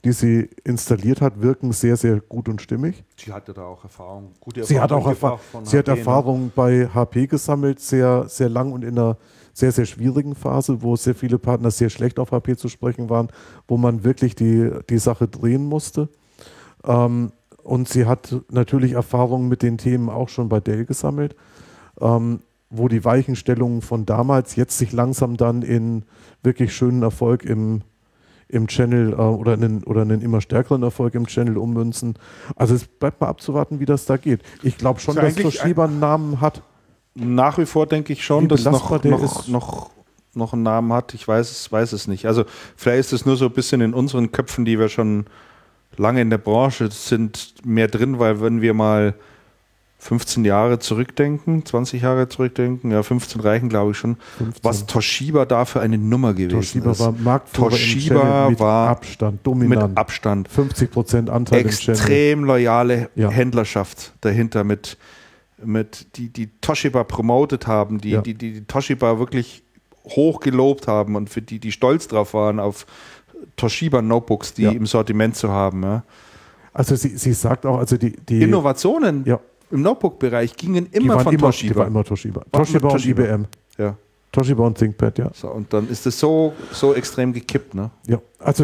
die sie installiert hat, wirken sehr, sehr gut und stimmig. Sie hatte da auch Erfahrung. Sie hat Erfahrung bei HP gesammelt, sehr, sehr lang und in einer sehr, sehr schwierigen Phase, wo sehr viele Partner sehr schlecht auf HP zu sprechen waren, wo man wirklich die Sache drehen musste. Und sie hat natürlich Erfahrungen mit den Themen auch schon bei Dell gesammelt, wo die Weichenstellungen von damals jetzt sich langsam dann in wirklich schönen Erfolg im Channel oder einen immer stärkeren Erfolg im Channel ummünzen. Also es bleibt mal abzuwarten, wie das da geht. Ich glaube schon, dass Toshiba einen Namen hat. Nach wie vor denke ich schon, dass noch einen Namen hat. Ich weiß es nicht. Also vielleicht ist es nur so ein bisschen in unseren Köpfen, die wir schon lange in der Branche sind, mehr drin, weil wenn wir mal 15 Jahre zurückdenken, 20 Jahre zurückdenken, ja 15 reichen glaube ich schon, 15. Was Toshiba da für eine Nummer gewesen Toshiba ist. War Marktführer Toshiba mit war Abstand, dominant. Mit Abstand. 50% Anteil im Channel. Extrem loyale Händlerschaft dahinter die Toshiba promotet haben, die Toshiba wirklich hoch gelobt haben und für die stolz drauf waren, auf Toshiba Notebooks, die im Sortiment zu haben. Ja. Also sie sagt auch, also die Innovationen im Notebook-Bereich gingen immer von Toshiba. Die war immer Toshiba. Toshiba und IBM. Ja. Toshiba und ThinkPad, ja. So, und dann ist es so extrem gekippt, ne? Ja, also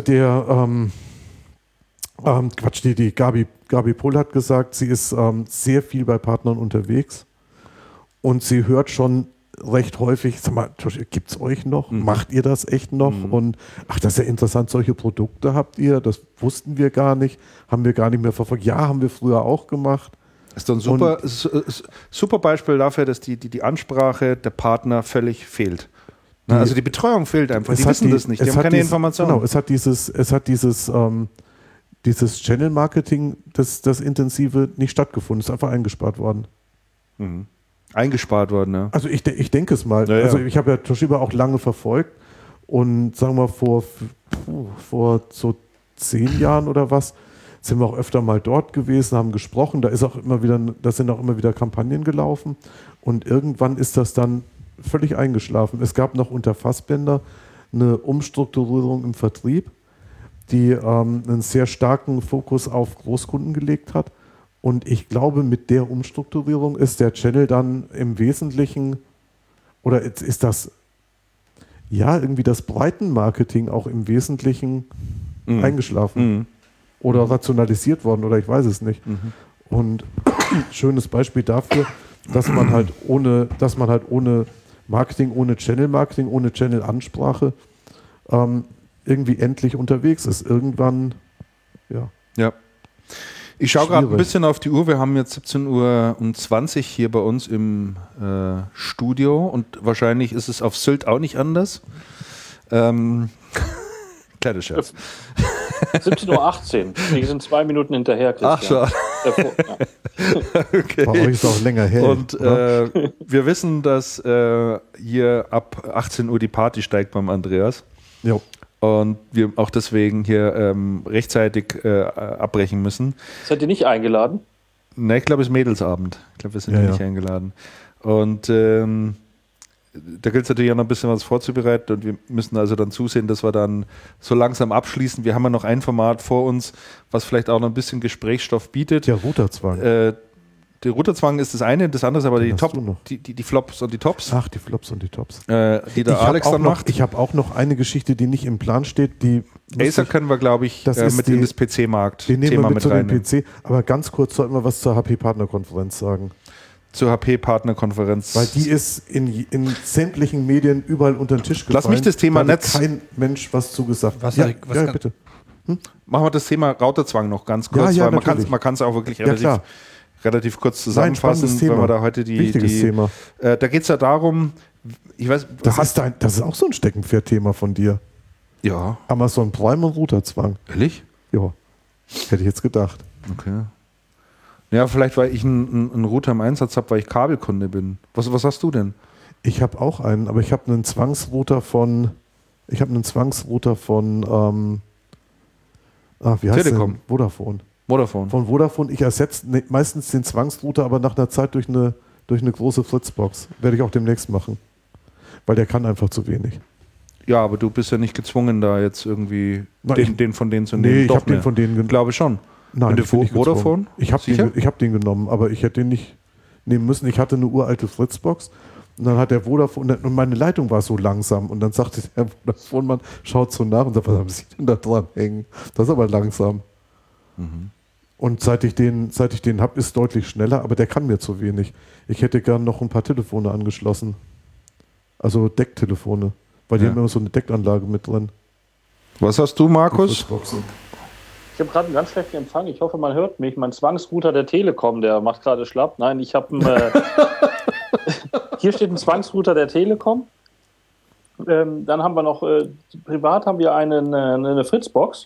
die Gabi Pohl hat gesagt, sie ist sehr viel bei Partnern unterwegs und sie hört schon recht häufig, sag mal, gibt es euch noch? Macht ihr das echt noch? Und ach, das ist ja interessant, solche Produkte habt ihr, das wussten wir gar nicht, haben wir gar nicht mehr verfolgt. Ja, haben wir früher auch gemacht. Das ist doch ein super Beispiel dafür, dass die Ansprache der Partner völlig fehlt. Also die Betreuung fehlt einfach, die wissen das nicht, die haben keine Informationen. Genau, es hat dieses Channel-Marketing, das intensive, nicht stattgefunden, ist einfach eingespart worden. Eingespart worden, ja. Also ich denke es mal. Ja. Also ich habe ja Toshiba auch lange verfolgt und sagen wir vor so 10 Jahren oder was, sind wir auch öfter mal dort gewesen, haben gesprochen, da sind auch immer wieder Kampagnen gelaufen und irgendwann ist das dann völlig eingeschlafen. Es gab noch unter Fassbender eine Umstrukturierung im Vertrieb, die einen sehr starken Fokus auf Großkunden gelegt hat. Und ich glaube, mit der Umstrukturierung ist der Channel dann im Wesentlichen, oder ist das, irgendwie das Breitenmarketing auch im Wesentlichen eingeschlafen. Oder rationalisiert worden, oder ich weiß es nicht. Und schönes Beispiel dafür, dass man halt ohne Marketing, ohne Channel-Marketing, ohne Channel-Ansprache irgendwie endlich unterwegs ist. Irgendwann, Ja. Ich schaue gerade ein bisschen auf die Uhr. Wir haben jetzt 17:20 Uhr hier bei uns im Studio und wahrscheinlich ist es auf Sylt auch nicht anders. Kleiner Scherz. 17:18 Uhr. Wir sind 2 Minuten hinterher, Christian. Ach schon. Okay. Bei euch ist auch länger her. Und wir wissen, dass hier ab 18 Uhr die Party steigt beim Andreas. Jo. Und wir auch deswegen hier rechtzeitig abbrechen müssen. Seid ihr nicht eingeladen? Ne, ich glaube, es ist Mädelsabend. Ich glaube, wir sind nicht eingeladen. Und da gilt es natürlich auch noch ein bisschen was vorzubereiten und wir müssen also dann zusehen, dass wir dann so langsam abschließen. Wir haben ja noch ein Format vor uns, was vielleicht auch noch ein bisschen Gesprächsstoff bietet. Der Routerzwang. Der Routerzwang ist das eine, das andere ist aber die Flops und die Tops. Ach, die Flops und die Tops. Die der Alex dann macht. Ich habe auch noch eine Geschichte, die nicht im Plan steht. Acer können wir, glaube ich, in das PC-Markt-Thema mit reinnehmen. PC, aber ganz kurz sollten wir was zur HP-Partnerkonferenz sagen. Zur HP-Partnerkonferenz. Weil die ist in sämtlichen Medien überall unter den Tisch gefallen. Lass mich das Thema Netz. Kein Mensch was zugesagt. Bitte. Machen wir das Thema Routerzwang noch ganz kurz, weil man kann es auch wirklich relativ kurz zusammenfassen, wenn wir da heute Wichtiges Thema. Da geht es ja darum, ich weiß, das ist auch so ein Steckenpferd-Thema von dir. Ja. Amazon Prime und Routerzwang. Ehrlich? Ja. Hätte ich jetzt gedacht. Okay. Ja, vielleicht, weil ich einen Router im Einsatz habe, weil ich Kabelkunde bin. Was hast du denn? Ich habe auch einen, aber ich habe einen Zwangsrouter von wie heißt Telekom. Vodafone. Von Vodafone. Ich ersetze meistens den Zwangsrouter, aber nach einer Zeit durch eine große Fritzbox. Werde ich auch demnächst machen. Weil der kann einfach zu wenig. Ja, aber du bist ja nicht gezwungen, da jetzt irgendwie den von denen zu nehmen. Nee, ich habe den von denen genommen. Glaube schon. Nein, ich bin nicht Vodafone? Ich habe den genommen, aber ich hätte den nicht nehmen müssen. Ich hatte eine uralte Fritzbox und dann hat der Vodafone, und meine Leitung war so langsam und dann sagte der Vodafone-Mann, schaut so nach und sagt, was haben Sie denn da dran hängen? Das ist aber langsam. Mhm. Und seit ich den habe, ist es deutlich schneller, aber der kann mir zu wenig. Ich hätte gern noch ein paar Telefone angeschlossen. Also Decktelefone, weil die haben immer so eine Deckanlage mit drin. Was hast du, Markus? Ich habe gerade einen ganz schlechten Empfang. Ich hoffe, man hört mich. Mein Zwangsrouter der Telekom, der macht gerade schlapp. Nein, ich habe hier steht ein Zwangsrouter der Telekom. Dann haben wir noch, privat haben wir eine Fritzbox.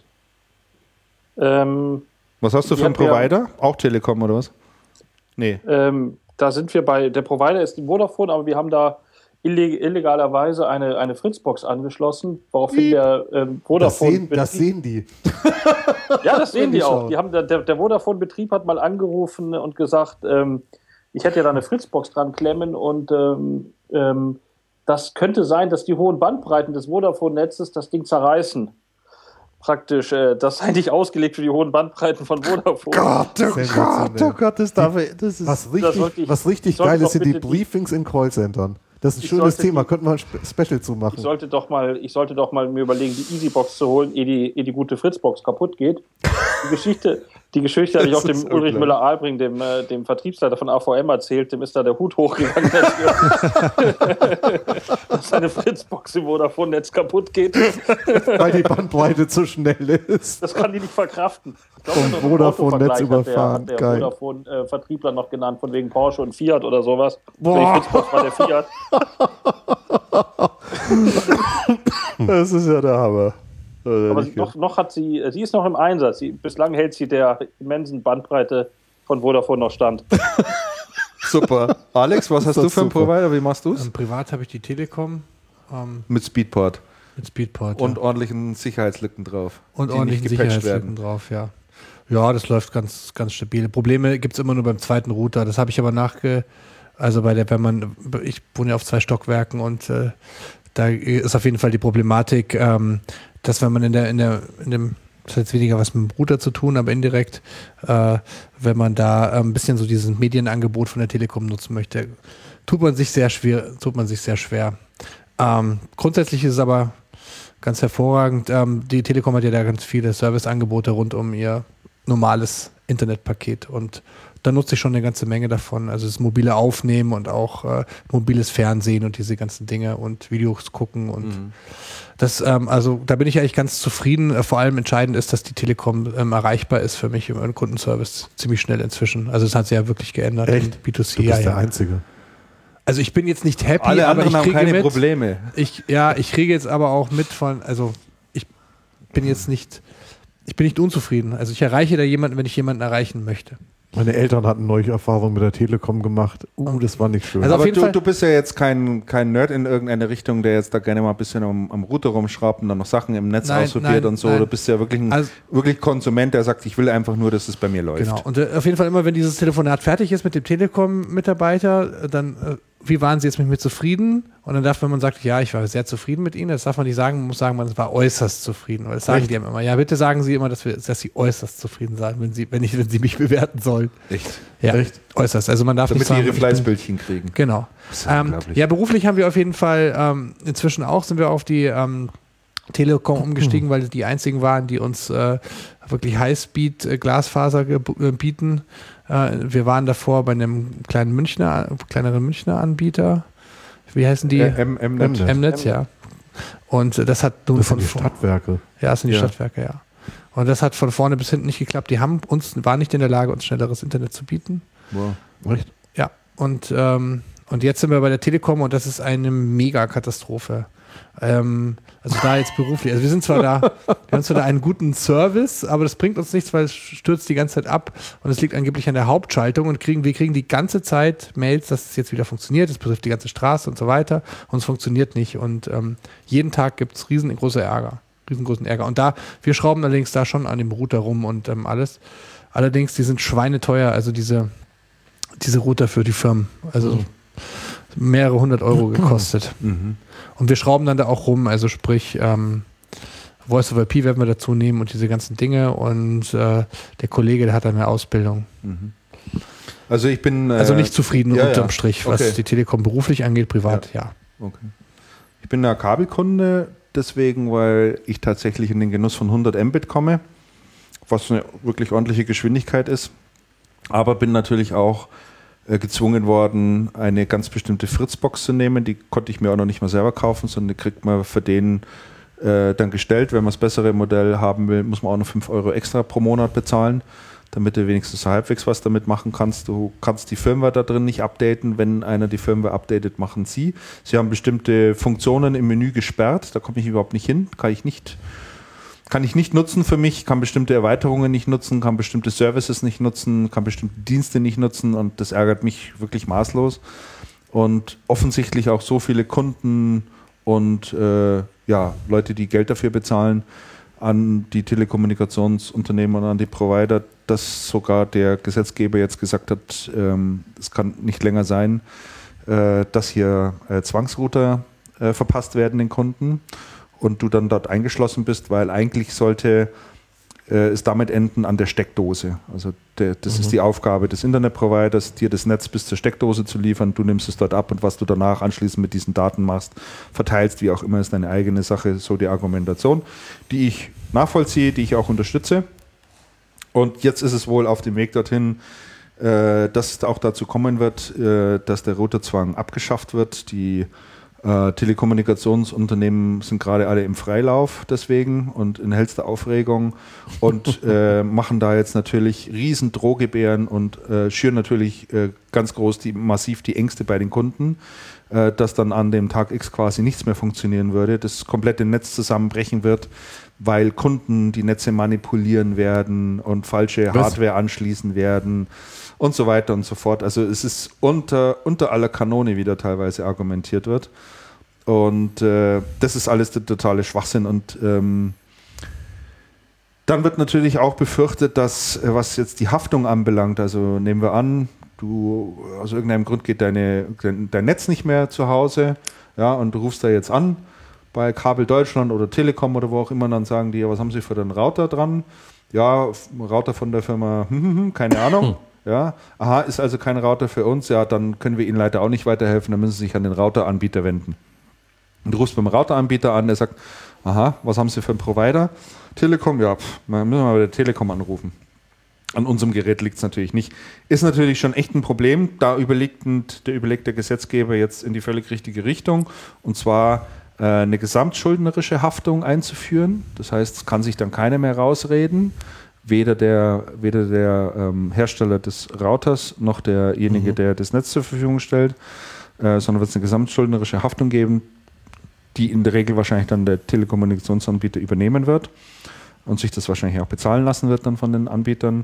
Was hast du für einen Provider? Auch Telekom oder was? Nee. Da sind wir bei, der Provider ist die Vodafone, aber wir haben da illegalerweise eine Fritzbox angeschlossen, woraufhin der Vodafone... Das sehen die. Ja, das sehen die auch. Die haben, der Vodafone-Betrieb hat mal angerufen und gesagt, ich hätte ja da eine Fritzbox dran klemmen und das könnte sein, dass die hohen Bandbreiten des Vodafone-Netzes das Ding zerreißen. Praktisch, das sei nicht ausgelegt für die hohen Bandbreiten von Vodafone. Oh Gott, das ist was richtig geil ist, sind die Briefings in Callcentern. Das ist ein schönes Thema, könnten wir ein Special zu machen. Ich sollte doch mal mir überlegen, die Easybox zu holen, ehe die gute Fritzbox kaputt geht. Die Geschichte habe ich auch dem Ulrich Müller-Ahlbring, dem Vertriebsleiter von AVM, erzählt. Dem ist da der Hut hochgegangen, dass seine Fritzbox im Vodafone-Netz kaputt geht. Weil die Bandbreite zu schnell ist. Das kann die nicht verkraften. Vom Vodafone-Netz überfahren. Hat der Vodafone-Vertriebler noch genannt, von wegen Porsche und Fiat oder sowas. Die Fritzbox war der Fiat. Das ist ja der Hammer. Aber noch hat sie ist noch im Einsatz. Bislang hält sie der immensen Bandbreite von Vodafone noch stand. Super. Alex, was hast du für einen Provider? Wie machst du es? Privat habe ich die Telekom. Mit Speedport. Und ja. ordentlichen Sicherheitslücken drauf. Und ordentlichen Sicherheitslücken drauf, ja. Ja, das läuft ganz, ganz stabil. Probleme gibt es immer nur beim zweiten Router. Das habe ich aber ich wohne ja auf 2 Stockwerken und da ist auf jeden Fall die Problematik, dass wenn man in dem, das hat jetzt weniger was mit dem Router zu tun, aber indirekt, wenn man da ein bisschen so dieses Medienangebot von der Telekom nutzen möchte, tut man sich sehr schwer. Grundsätzlich ist es aber ganz hervorragend. Die Telekom hat ja da ganz viele Serviceangebote rund um ihr normales Internetpaket und da nutze ich schon eine ganze Menge davon. Also das mobile Aufnehmen und auch mobiles Fernsehen und diese ganzen Dinge und Videos gucken und das, also da bin ich eigentlich ganz zufrieden. Vor allem entscheidend ist, dass die Telekom erreichbar ist für mich im Kundenservice ziemlich schnell inzwischen. Also es hat sich ja wirklich geändert. Echt? B2C, du bist der Einzige. Also ich bin jetzt nicht happy, alle aber anderen ich kriege haben keine mit. Probleme. Ich kriege jetzt aber auch mit ich bin nicht unzufrieden. Also ich erreiche da jemanden, wenn ich jemanden erreichen möchte. Meine Eltern hatten neulich Erfahrungen mit der Telekom gemacht. Das war nicht schön. Also aber du bist ja jetzt kein Nerd in irgendeine Richtung, der jetzt da gerne mal ein bisschen am Router rumschraubt und dann noch Sachen im Netz ausprobiert und so. Nein. Du bist ja wirklich wirklich Konsument, der sagt, ich will einfach nur, dass es bei mir läuft. Genau. Und auf jeden Fall immer, wenn dieses Telefonat fertig ist mit dem Telekom-Mitarbeiter, dann wie waren Sie jetzt mit mir zufrieden? Und dann darf, wenn man sagt, ja, ich war sehr zufrieden mit Ihnen, das darf man nicht sagen, man muss sagen, man war äußerst zufrieden. Weil das sagen die immer. Ja, bitte sagen Sie immer, dass Sie äußerst zufrieden sind, wenn Sie mich bewerten sollen. Echt? Ja, echt? Äußerst. Also man darf damit nicht sagen, ihre Fleißbildchen kriegen. Genau. Ja, beruflich haben wir auf jeden Fall inzwischen auch, sind wir auf die Telekom umgestiegen, weil die einzigen waren, die uns wirklich Highspeed Glasfaser bieten. Wir waren davor bei einem kleineren Münchner Anbieter. Wie heißen die? Mnet, ja. Und das hat nun von Stadtwerke. Ja, das sind die Stadtwerke, ja. Und das hat von vorne bis hinten nicht geklappt. Die waren nicht in der Lage, uns schnelleres Internet zu bieten. Wow. Echt? Ja. Und jetzt sind wir bei der Telekom und das ist eine Mega-Katastrophe. Also da jetzt beruflich. Also wir haben zwar da einen guten Service, aber das bringt uns nichts, weil es stürzt die ganze Zeit ab und es liegt angeblich an der Hauptschaltung und wir kriegen die ganze Zeit Mails, dass es jetzt wieder funktioniert, es betrifft die ganze Straße und so weiter und es funktioniert nicht und jeden Tag gibt es riesengroßen Ärger. Und wir schrauben allerdings da schon an dem Router rum und alles. Allerdings, die sind schweineteuer, also diese Router für die Firmen. Also mehrere 100 Euro gekostet. Und wir schrauben dann da auch rum, also sprich Voice over IP werden wir dazu nehmen und diese ganzen Dinge und der Kollege, der hat dann eine Ausbildung. Also ich bin... also nicht zufrieden unterm Strich, was die Telekom beruflich angeht, privat, ja. Okay. Ich bin ein Kabelkunde, deswegen, weil ich tatsächlich in den Genuss von 100 Mbit komme, was eine wirklich ordentliche Geschwindigkeit ist. Aber bin natürlich auch gezwungen worden, eine ganz bestimmte Fritzbox zu nehmen. Die konnte ich mir auch noch nicht mal selber kaufen, sondern die kriegt man für den dann gestellt. Wenn man das bessere Modell haben will, muss man auch noch 5 Euro extra pro Monat bezahlen, damit du wenigstens so halbwegs was damit machen kannst. Du kannst die Firmware da drin nicht updaten. Wenn einer die Firmware updatet, machen sie. Sie haben bestimmte Funktionen im Menü gesperrt. Da komme ich überhaupt nicht hin. Kann ich nicht nutzen für mich, kann bestimmte Erweiterungen nicht nutzen, kann bestimmte Services nicht nutzen, kann bestimmte Dienste nicht nutzen und das ärgert mich wirklich maßlos. Und offensichtlich auch so viele Kunden und Leute, die Geld dafür bezahlen, an die Telekommunikationsunternehmen und an die Provider, dass sogar der Gesetzgeber jetzt gesagt hat, es kann nicht länger sein, dass hier Zwangsrouter verpasst werden den Kunden und du dann dort eingeschlossen bist, weil eigentlich sollte es damit enden an der Steckdose. Also das ist die Aufgabe des Internetproviders, dir das Netz bis zur Steckdose zu liefern, du nimmst es dort ab und was du danach anschließend mit diesen Daten machst, verteilst, wie auch immer, ist deine eigene Sache, so die Argumentation, die ich nachvollziehe, die ich auch unterstütze. Und jetzt ist es wohl auf dem Weg dorthin, dass es auch dazu kommen wird, dass der Routerzwang abgeschafft wird. Die Telekommunikationsunternehmen sind gerade alle im Freilauf deswegen und in hellster Aufregung und machen da jetzt natürlich riesen Drohgebären und schüren natürlich ganz groß massiv die Ängste bei den Kunden, dass dann an dem Tag X quasi nichts mehr funktionieren würde, das komplette Netz zusammenbrechen wird, weil Kunden die Netze manipulieren werden und falsche Hardware anschließen werden und so weiter und so fort. Also es ist unter aller Kanone, wie da teilweise argumentiert wird. Und das ist alles der totale Schwachsinn. Und dann wird natürlich auch befürchtet, dass, was jetzt die Haftung anbelangt, also nehmen wir an, du aus irgendeinem Grund geht dein Netz nicht mehr zu Hause, ja, und du rufst da jetzt an bei Kabel Deutschland oder Telekom oder wo auch immer, dann sagen die, ja, was haben sie für den Router dran? Ja, Router von der Firma, keine Ahnung. Ja, aha, ist also kein Router für uns, ja, dann können wir Ihnen leider auch nicht weiterhelfen, dann müssen Sie sich an den Routeranbieter wenden. Und du rufst beim Routeranbieter an, der sagt, aha, was haben Sie für einen Provider? Telekom, ja, dann müssen wir bei der Telekom anrufen. An unserem Gerät liegt es natürlich nicht. Ist natürlich schon echt ein Problem, da überlegt der Gesetzgeber jetzt in die völlig richtige Richtung, und zwar eine gesamtschuldnerische Haftung einzuführen. Das heißt, es kann sich dann keiner mehr rausreden, weder der Hersteller des Routers noch derjenige, der das Netz zur Verfügung stellt, sondern wird es eine gesamtschuldnerische Haftung geben, die in der Regel wahrscheinlich dann der Telekommunikationsanbieter übernehmen wird und sich das wahrscheinlich auch bezahlen lassen wird dann von den Anbietern.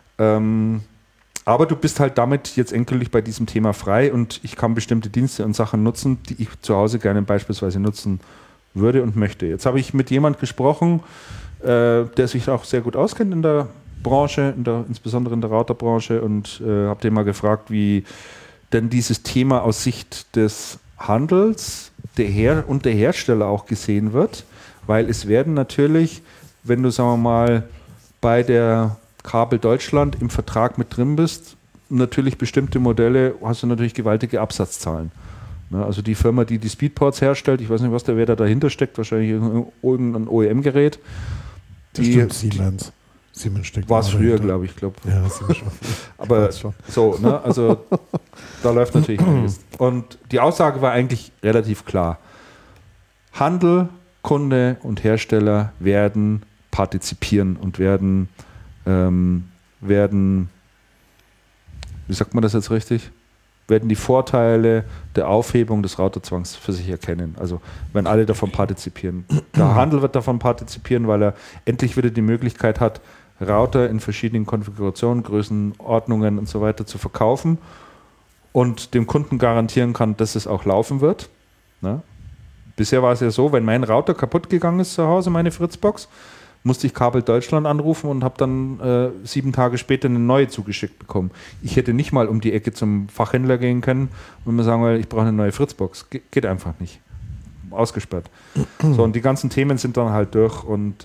Aber du bist halt damit jetzt endgültig bei diesem Thema frei und ich kann bestimmte Dienste und Sachen nutzen, die ich zu Hause gerne beispielsweise nutzen würde und möchte. Jetzt habe ich mit jemand gesprochen, der sich auch sehr gut auskennt in der Branche, insbesondere in der Routerbranche, und habe den mal gefragt, wie denn dieses Thema aus Sicht des Handels und der Hersteller auch gesehen wird, weil es werden natürlich, wenn du, sagen wir mal, bei der Kabel Deutschland im Vertrag mit drin bist, natürlich bestimmte Modelle, hast du natürlich gewaltige Absatzzahlen. Also die Firma, die die Speedports herstellt, ich weiß nicht, wer da dahinter steckt, wahrscheinlich irgendein OEM-Gerät. Siemens. Siemens steckt. War es früher, glaube ich. Ja, Siemens schon. Aber so, ne? Also da läuft natürlich einiges. Und die Aussage war eigentlich relativ klar. Handel, Kunde und Hersteller werden partizipieren und werden, wie sagt man das jetzt richtig? Werden die Vorteile der Aufhebung des Routerzwangs für sich erkennen. Also wenn alle davon partizipieren. Der Handel wird davon partizipieren, weil er endlich wieder die Möglichkeit hat, Router in verschiedenen Konfigurationen, Größenordnungen und so weiter zu verkaufen und dem Kunden garantieren kann, dass es auch laufen wird. Ne? Bisher war es ja so, wenn mein Router kaputt gegangen ist zu Hause, meine Fritzbox, musste ich Kabel Deutschland anrufen und habe dann 7 Tage später eine neue zugeschickt bekommen. Ich hätte nicht mal um die Ecke zum Fachhändler gehen können und mir sagen, ich brauche eine neue Fritzbox. Geht einfach nicht. Ausgesperrt. So, und die ganzen Themen sind dann halt durch und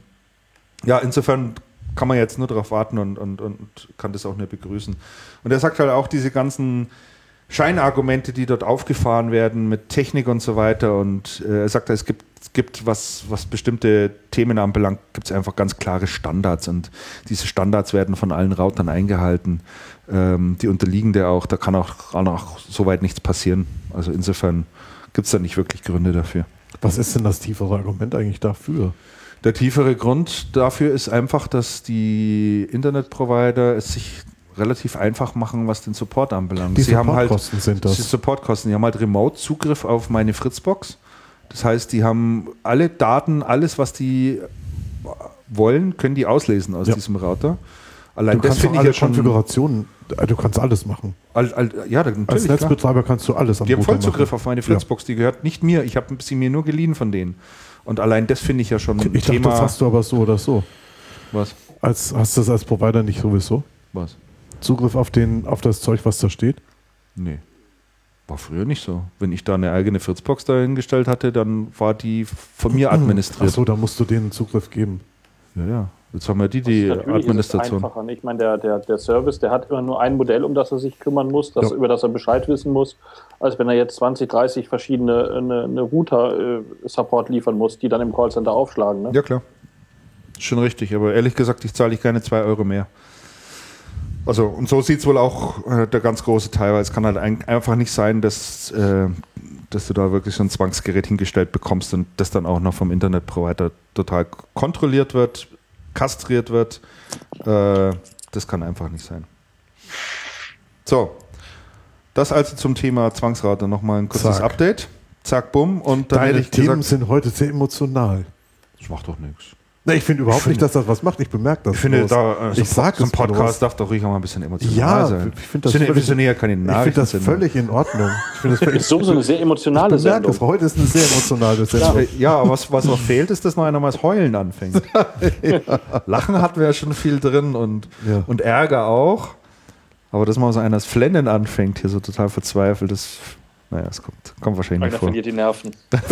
insofern kann man jetzt nur darauf warten und kann das auch nur begrüßen. Und er sagt halt auch, diese ganzen Scheinargumente, die dort aufgefahren werden mit Technik und so weiter, und er sagt, es gibt was bestimmte Themen anbelangt, gibt es einfach ganz klare Standards, und diese Standards werden von allen Routern eingehalten. Die unterliegen der auch, da kann auch soweit nichts passieren. Also insofern gibt es da nicht wirklich Gründe dafür. Was ist denn das tiefere Argument eigentlich dafür? Der tiefere Grund dafür ist einfach, dass die Internetprovider es sich relativ einfach machen, was den Support anbelangt. Die Supportkosten sind das. Die Supportkosten. Die haben halt Remote-Zugriff auf meine Fritzbox. Das heißt, die haben alle Daten, alles, was die wollen, können die auslesen aus diesem Router. Allein du das kannst alle Konfigurationen, du kannst alles machen. Ja, natürlich. Als Netzbetreiber kannst du alles am Die haben Router Vollzugriff machen. auf meine Fritzbox, die gehört nicht mir. Ich habe sie mir nur geliehen von denen. Und allein das finde ich ja schon ein Ich dachte, Thema. das hast du aber so oder so. Was? Hast du das als Provider nicht sowieso? Was? Zugriff auf das Zeug, was da steht? Nee. War früher nicht so. Wenn ich da eine eigene Fritzbox dahingestellt hatte, dann war die von mir administriert. Achso, da musst du denen Zugriff geben. Ja. Jetzt haben wir die Administration. Ich meine, der Service, der hat immer nur ein Modell, um das er sich kümmern muss, über das er Bescheid wissen muss, als wenn er jetzt 20, 30 verschiedene eine Router-Support liefern muss, die dann im Callcenter aufschlagen. Ne? Ja, klar. Schon richtig, aber ehrlich gesagt, ich zahle keine 2 Euro mehr. Also, und so sieht es wohl auch der ganz große Teil, weil es kann halt einfach nicht sein, dass du da wirklich so ein Zwangsgerät hingestellt bekommst und das dann auch noch vom Internetprovider total kontrolliert wird, kastriert wird. Das kann einfach nicht sein. So, das also zum Thema Zwangsrouter nochmal ein kurzes Update. Zack, bumm. Und dann Deine Themen sind heute sehr emotional. Das macht doch nichts. Ne, ich finde überhaupt nicht, dass das was macht. Ich bemerke das. Ich finde, so ein Podcast darf doch ruhig auch mal ein bisschen emotional sein. Ich finde das keine Nachrichten. Ich finde das völlig in Ordnung. Das ist sowieso eine sehr emotionale Sendung. Heute ist eine sehr emotionale Sendung. Ja, aber was noch fehlt, ist, dass noch einer mal das Heulen anfängt. Lachen hatten wir ja schon viel drin und Ärger auch. Aber dass mal so einer das Flennen anfängt, hier so total verzweifelt, das kommt wahrscheinlich nicht vor. Einer verliert die Nerven.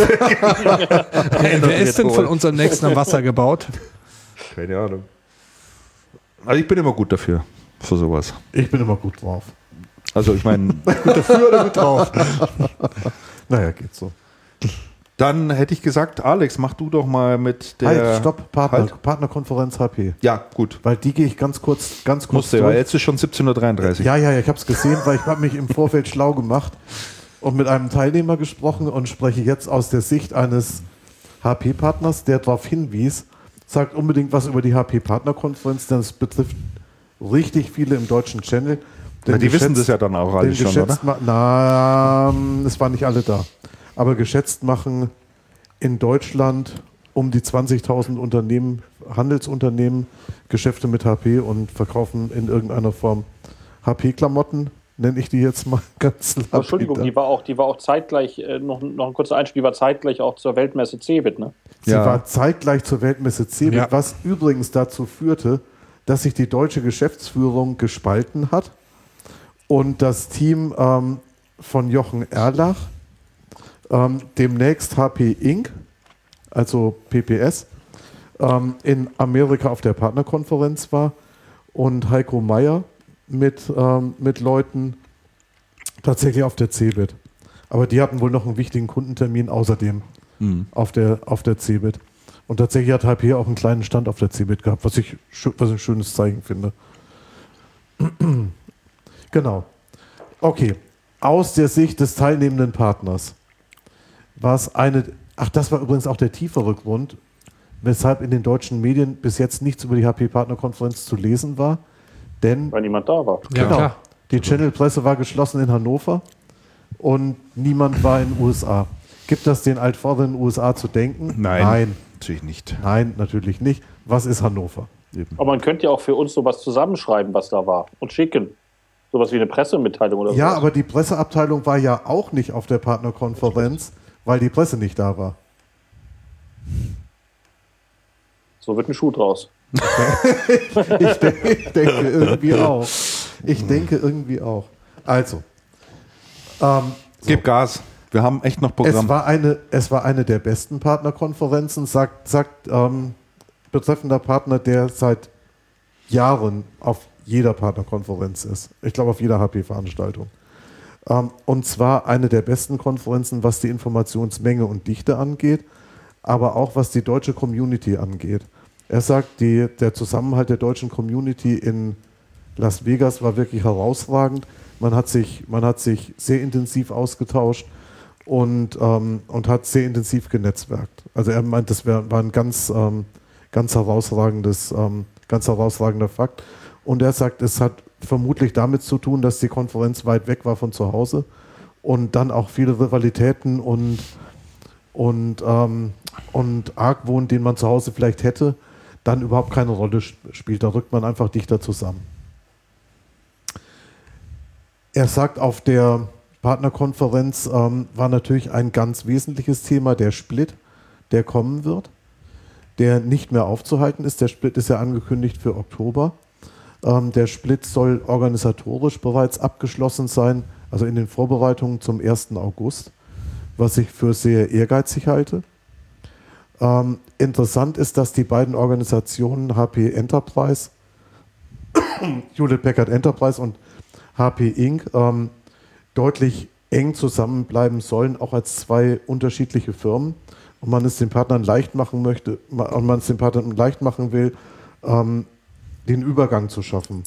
Wer ist denn von unserem nächsten am Wasser gebaut? Keine Ahnung. Also ich bin immer gut dafür, für sowas. Ich bin immer gut drauf. Also ich meine... Gut dafür oder gut drauf? Naja, geht so. Dann hätte ich gesagt, Alex, mach du doch mal mit der... Halt, stopp, Partnerkonferenz HP. Ja, gut. Weil die gehe ich ganz kurz Musste, weil jetzt ist schon 17:33 Uhr. Ja, ich habe es gesehen, weil ich habe mich im Vorfeld schlau gemacht und mit einem Teilnehmer gesprochen und spreche jetzt aus der Sicht eines HP-Partners, der darauf hinwies, sagt unbedingt was über die HP-Partnerkonferenz, denn es betrifft richtig viele im deutschen Channel. Ja, die wissen das ja dann auch alle schon, oder? Es waren nicht alle da. Aber geschätzt machen in Deutschland um die 20.000 Unternehmen, Handelsunternehmen, Geschäfte mit HP und verkaufen in irgendeiner Form HP-Klamotten, nenne ich die jetzt mal ganz lapidar. Entschuldigung, die war auch zeitgleich, noch ein kurzer Einspiel, war zeitgleich auch zur Weltmesse CeBIT, ne? Sie war zeitgleich zur Weltmesse CeBIT, was übrigens dazu führte, dass sich die deutsche Geschäftsführung gespalten hat und das Team von Jochen Erlach demnächst HP Inc., also PPS, in Amerika auf der Partnerkonferenz war und Heiko Meyer mit Leuten tatsächlich auf der CeBIT. Aber die hatten wohl noch einen wichtigen Kundentermin außerdem auf der CeBIT. Und tatsächlich hat HP auch einen kleinen Stand auf der CeBIT gehabt, was ich ein schönes Zeichen finde. Genau. Okay. Aus der Sicht des teilnehmenden Partners war es das war übrigens auch der tiefere Grund, weshalb in den deutschen Medien bis jetzt nichts über die HP-Partnerkonferenz zu lesen war. Denn weil niemand da war. Ja, genau, klar. Die Channel-Presse war geschlossen in Hannover und niemand war in den USA. Gibt das den Altvorderen in den USA zu denken? Nein. Natürlich nicht. Nein, natürlich nicht. Was ist Hannover? Aber man könnte ja auch für uns sowas zusammenschreiben, was da war und schicken. Sowas wie eine Pressemitteilung oder so. Ja, aber die Presseabteilung war ja auch nicht auf der Partnerkonferenz, weil die Presse nicht da war. So wird ein Schuh draus. Ich denke irgendwie auch. Also. Gib Gas. Wir haben echt noch Programm. Es war eine der besten Partnerkonferenzen, sagt betreffender Partner, der seit Jahren auf jeder Partnerkonferenz ist. Ich glaube, auf jeder HP-Veranstaltung. Und zwar eine der besten Konferenzen, was die Informationsmenge und Dichte angeht, aber auch was die deutsche Community angeht. Er sagt, der Zusammenhalt der deutschen Community in Las Vegas war wirklich herausragend. Man hat sich sehr intensiv ausgetauscht und hat sehr intensiv genetzwerkt. Also er meint, das war ein ganz herausragender Fakt. Und er sagt, es hat vermutlich damit zu tun, dass die Konferenz weit weg war von zu Hause und dann auch viele Rivalitäten und Argwohn, den man zu Hause vielleicht hätte, dann überhaupt keine Rolle spielt. Da rückt man einfach dichter zusammen. Er sagt, auf der Partnerkonferenz war natürlich ein ganz wesentliches Thema der Split, der kommen wird, der nicht mehr aufzuhalten ist. Der Split ist ja angekündigt für Oktober. Der Split soll organisatorisch bereits abgeschlossen sein, also in den Vorbereitungen zum 1. August, was ich für sehr ehrgeizig halte. Interessant ist, dass die beiden Organisationen HP Enterprise, Hewlett Packard Enterprise und HP Inc. Deutlich eng zusammenbleiben sollen, auch als zwei unterschiedliche Firmen. Und man es den Partnern leicht machen möchte, und man es den Partnern leicht machen will, den Übergang zu schaffen.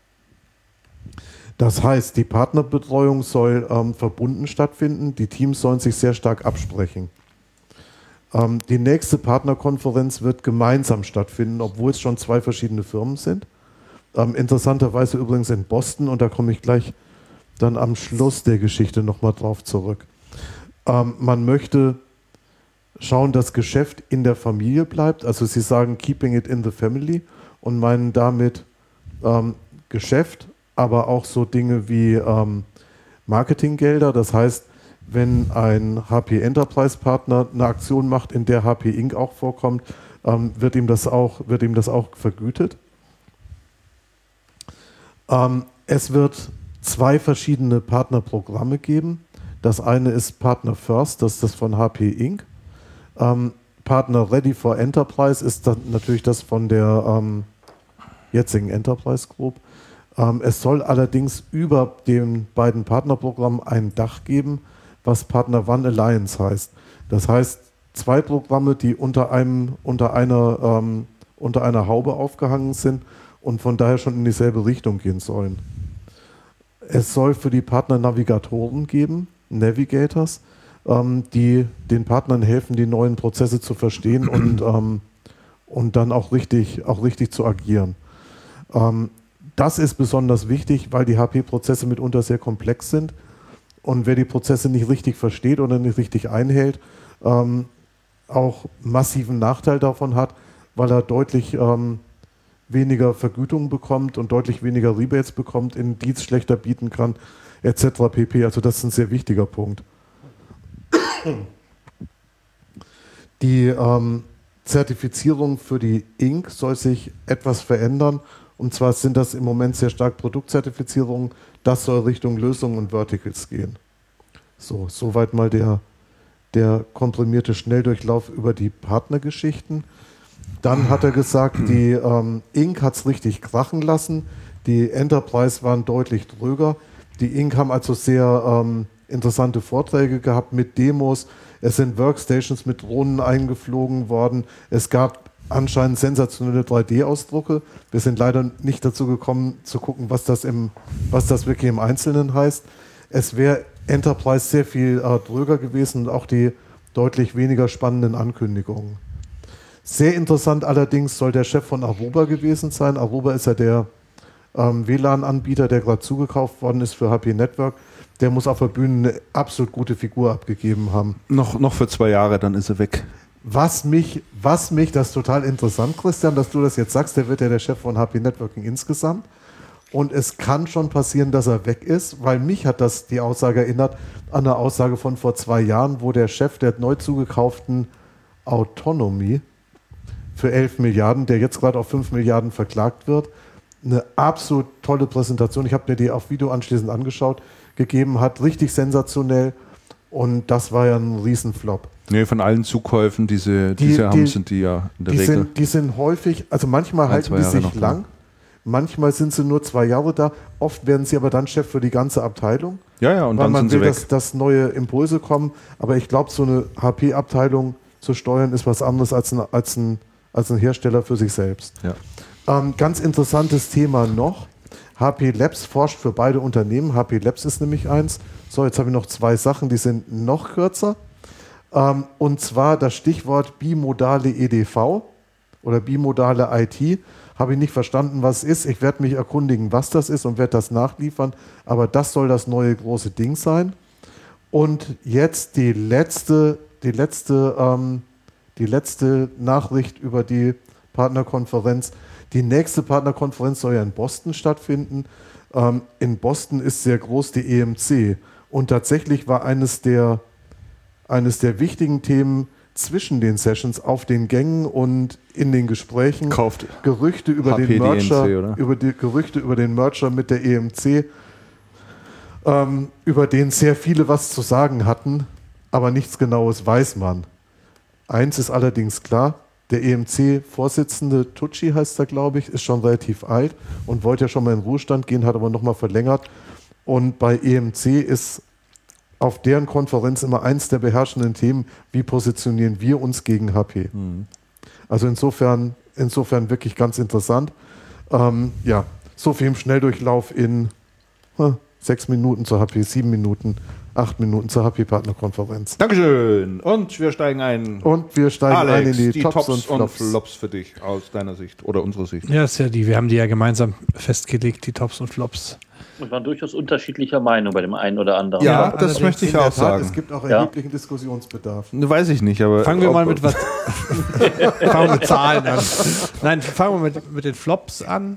Das heißt, die Partnerbetreuung soll verbunden stattfinden, die Teams sollen sich sehr stark absprechen. Die nächste Partnerkonferenz wird gemeinsam stattfinden, obwohl es schon zwei verschiedene Firmen sind. Interessanterweise übrigens in Boston, und da komme ich gleich dann am Schluss der Geschichte nochmal drauf zurück. Man möchte schauen, dass Geschäft in der Familie bleibt, also sie sagen keeping it in the family und meinen damit Geschäft, aber auch so Dinge wie Marketinggelder. Das heißt, wenn ein HP Enterprise Partner eine Aktion macht, in der HP Inc. auch vorkommt, wird ihm das auch vergütet. Es wird zwei verschiedene Partnerprogramme geben. Das eine ist Partner First, das ist das von HP Inc. Partner Ready for Enterprise ist dann natürlich das von der jetzigen Enterprise Group. Es soll allerdings über den beiden Partnerprogrammen ein Dach geben, was Partner One Alliance heißt. Das heißt, zwei Programme, die unter einer Haube aufgehangen sind und von daher schon in dieselbe Richtung gehen sollen. Es soll für die Partner Navigatoren geben, Navigators, die den Partnern helfen, die neuen Prozesse zu verstehen und dann auch richtig zu agieren. Das ist besonders wichtig, weil die HP-Prozesse mitunter sehr komplex sind. Und wer die Prozesse nicht richtig versteht oder nicht richtig einhält, auch massiven Nachteil davon hat, weil er deutlich weniger Vergütung bekommt und deutlich weniger Rebates bekommt, in Deals schlechter bieten kann, etc. pp. Also das ist ein sehr wichtiger Punkt. Die Zertifizierung für die Inc. soll sich etwas verändern. Und zwar sind das im Moment sehr stark Produktzertifizierungen. Das soll Richtung Lösungen und Verticals gehen. So, soweit mal der komprimierte Schnelldurchlauf über die Partnergeschichten. Dann hat er gesagt, die Inc. hat es richtig krachen lassen. Die Enterprise waren deutlich dröger. Die Inc. haben also sehr interessante Vorträge gehabt mit Demos. Es sind Workstations mit Drohnen eingeflogen worden. Es gab anscheinend sensationelle 3D-Ausdrucke. Wir sind leider nicht dazu gekommen, zu gucken, was das wirklich im Einzelnen heißt. Es wäre Enterprise sehr viel dröger gewesen und auch die deutlich weniger spannenden Ankündigungen. Sehr interessant allerdings soll der Chef von Aruba gewesen sein. Aruba ist ja der WLAN-Anbieter, der gerade zugekauft worden ist für HP Network. Der muss auf der Bühne eine absolut gute Figur abgegeben haben. Noch für 2 Jahre, dann ist er weg. Das ist total interessant, Christian, dass du das jetzt sagst, der wird ja der Chef von HP Networking insgesamt. Und es kann schon passieren, dass er weg ist, weil mich hat das die Aussage erinnert an eine Aussage von vor 2 Jahren, wo der Chef der neu zugekauften Autonomy, für 11 Milliarden, der jetzt gerade auf 5 Milliarden verklagt wird. Eine absolut tolle Präsentation. Ich habe mir die auf Video anschließend angeschaut, gegeben hat. Richtig sensationell. Und das war ja ein Riesenflop. Nee, von allen Zukäufen, die sind die ja in der Regel. Die sind häufig, also manchmal halten die sich lang, manchmal sind sie nur 2 Jahre da, oft werden sie aber dann Chef für die ganze Abteilung. Ja, und weil dann man sind will, sie weg. dass neue Impulse kommen. Aber ich glaube, so eine HP-Abteilung zu steuern, ist was anderes als ein Hersteller für sich selbst. Ja. Ganz interessantes Thema noch. HP Labs forscht für beide Unternehmen. HP Labs ist nämlich eins. So, jetzt habe ich noch 2 Sachen, die sind noch kürzer. Und zwar das Stichwort bimodale EDV oder bimodale IT. Habe ich nicht verstanden, was es ist. Ich werde mich erkundigen, was das ist und werde das nachliefern. Aber das soll das neue große Ding sein. Und jetzt die letzte Nachricht über die Partnerkonferenz. Die nächste Partnerkonferenz soll ja in Boston stattfinden. In Boston ist sehr groß die EMC. Und tatsächlich war eines der wichtigen Themen zwischen den Sessions auf den Gängen und in den Gesprächen Gerüchte über HP den Merger, EMC, Gerüchte über den Merger mit der EMC, über den sehr viele was zu sagen hatten, aber nichts Genaues weiß man. Eins ist allerdings klar: Der EMC-Vorsitzende, Tucci heißt er, glaube ich, ist schon relativ alt und wollte ja schon mal in Ruhestand gehen, hat aber nochmal verlängert. Und bei EMC ist auf deren Konferenz immer eins der beherrschenden Themen: Wie positionieren wir uns gegen HP? Also insofern wirklich ganz interessant. Ja, so viel im Schnelldurchlauf in 6 Minuten zur HP, 7 Minuten, 8 Minuten zur HP-Partnerkonferenz. Dankeschön. Und wir steigen ein. Alex, ein in die Tops und Flops für dich aus deiner Sicht oder unserer Sicht. Ja, ist ja wir haben die ja gemeinsam festgelegt, die Tops und Flops. Und waren durchaus unterschiedlicher Meinung bei dem einen oder anderen. Ja, das möchte ich auch sagen. Es gibt auch erheblichen Diskussionsbedarf. Weiß ich nicht, aber... Fangen wir mal mit was... fangen wir mit Zahlen an. Nein, fangen wir mit den Flops an.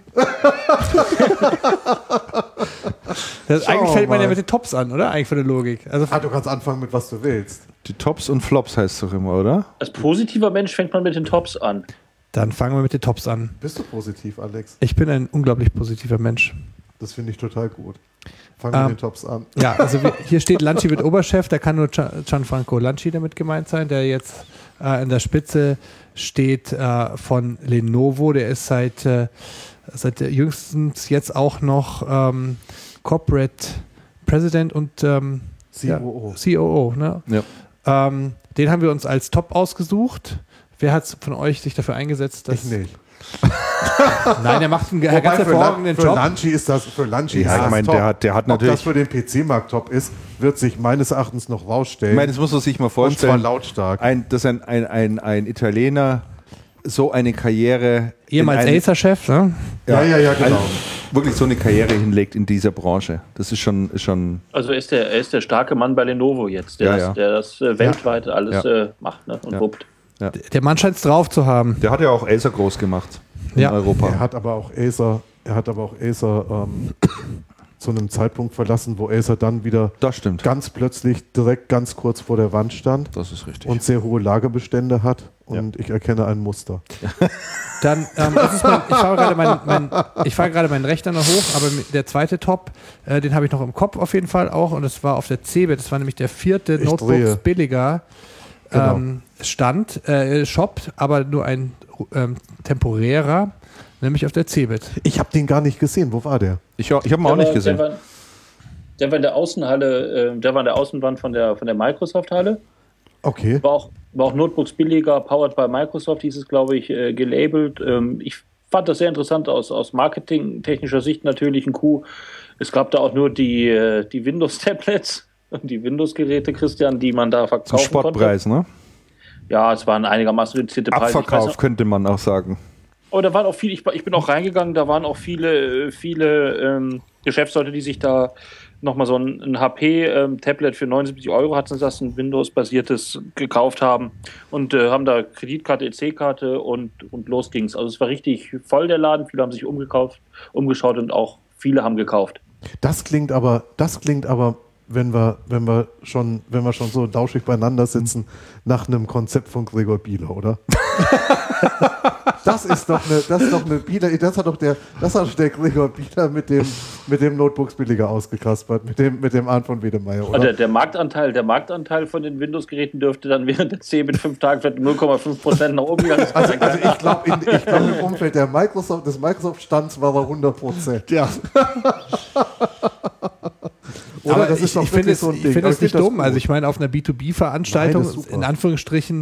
Eigentlich fällt man ja mit den Tops an, oder? Eigentlich von der Logik. Also du kannst anfangen mit was du willst. Die Tops und Flops heißt es doch immer, oder? Als positiver Mensch fängt man mit den Tops an. Dann fangen wir mit den Tops an. Bist du positiv, Alex? Ich bin ein unglaublich positiver Mensch. Das finde ich total gut. Fangen wir mit den Tops an. Ja, also hier steht, Lanci wird Oberchef, da kann nur Gianfranco Lanci damit gemeint sein, der jetzt an der Spitze steht von Lenovo. Der ist seit jüngstens jetzt auch noch Corporate President und COO. Ne? Ja. Den haben wir uns als Top ausgesucht. Wer hat von euch sich dafür eingesetzt? Dass Ich nicht. Nein, er macht einen ganz hervorragenden Job. Für Lanci ist das top. Der hat natürlich... Ob das für den PC-Markt top ist, wird sich meines Erachtens noch rausstellen. Ich meine, das muss man sich mal vorstellen. Und zwar lautstark. Dass ein Italiener so eine Karriere... Ehemals Acer-Chef, ne? Ja, genau. Wirklich so eine Karriere hinlegt in dieser Branche. Das ist schon Also er ist der starke Mann bei Lenovo jetzt, der das weltweit alles macht, ne? Und wuppt. Ja. Der Mann scheint es drauf zu haben. Der hat ja auch Acer groß gemacht in Europa. Er hat aber auch Acer zu einem Zeitpunkt verlassen, wo Acer dann wieder ganz plötzlich direkt ganz kurz vor der Wand stand. Das ist richtig. Und sehr hohe Lagerbestände hat. Und ich erkenne ein Muster. Dann, ich fahre gerade meinen Rechner noch hoch, aber der zweite Top, den habe ich noch im Kopf auf jeden Fall auch. Und das war auf der CeBIT, das war nämlich der 4. Notebooks billiger Shop, aber nur ein temporärer, nämlich auf der CeBIT. Ich habe den gar nicht gesehen. Wo war der? Ich habe ihn auch nicht gesehen. Der war in der Außenhalle, der war in der Außenwand von der Microsoft-Halle. Okay. War auch Notebooks billiger, powered by Microsoft, hieß es, glaube ich, gelabelt. Ich fand das sehr interessant aus marketingtechnischer Sicht natürlich ein Coup. Es gab da auch nur die Windows-Tablets und die Windows-Geräte, Christian, die man da verkaufen Sportpreis, konnte. Ne? Ja, es waren einigermaßen reduzierte Preise. Abverkauf könnte man auch sagen. Aber da waren auch viele, ich bin auch reingegangen, da waren auch viele Geschäftsleute, die sich da nochmal so ein HP-Tablet für 79 € hatten, das ein Windows-basiertes gekauft haben und haben da Kreditkarte, EC-Karte und los ging's. Also es war richtig voll der Laden, viele haben sich umgeschaut und auch viele haben gekauft. Das klingt aber, wenn wir schon so lauschig beieinander sitzen, nach einem Konzept von Gregor Bieler, oder? Das ist doch eine Bieler, das hat doch der Gregor Bieler mit dem Notebooks billiger ausgekaspert, mit dem Arndt von Wedemeyer, oder? Der Marktanteil von den Windows-Geräten dürfte dann während der 10 mit 5 Tagen vielleicht 0,5% nach oben gehen. Also ich glaube, im Umfeld des Microsoft-Stands war er 100%. Ja. Oder? Aber Das ist doch ich finde wirklich so ein Ding. ich finde es Aber nicht das dumm. gut. Also ich meine, auf einer B2B-Veranstaltung, Nein, das ist super. in Anführungsstrichen,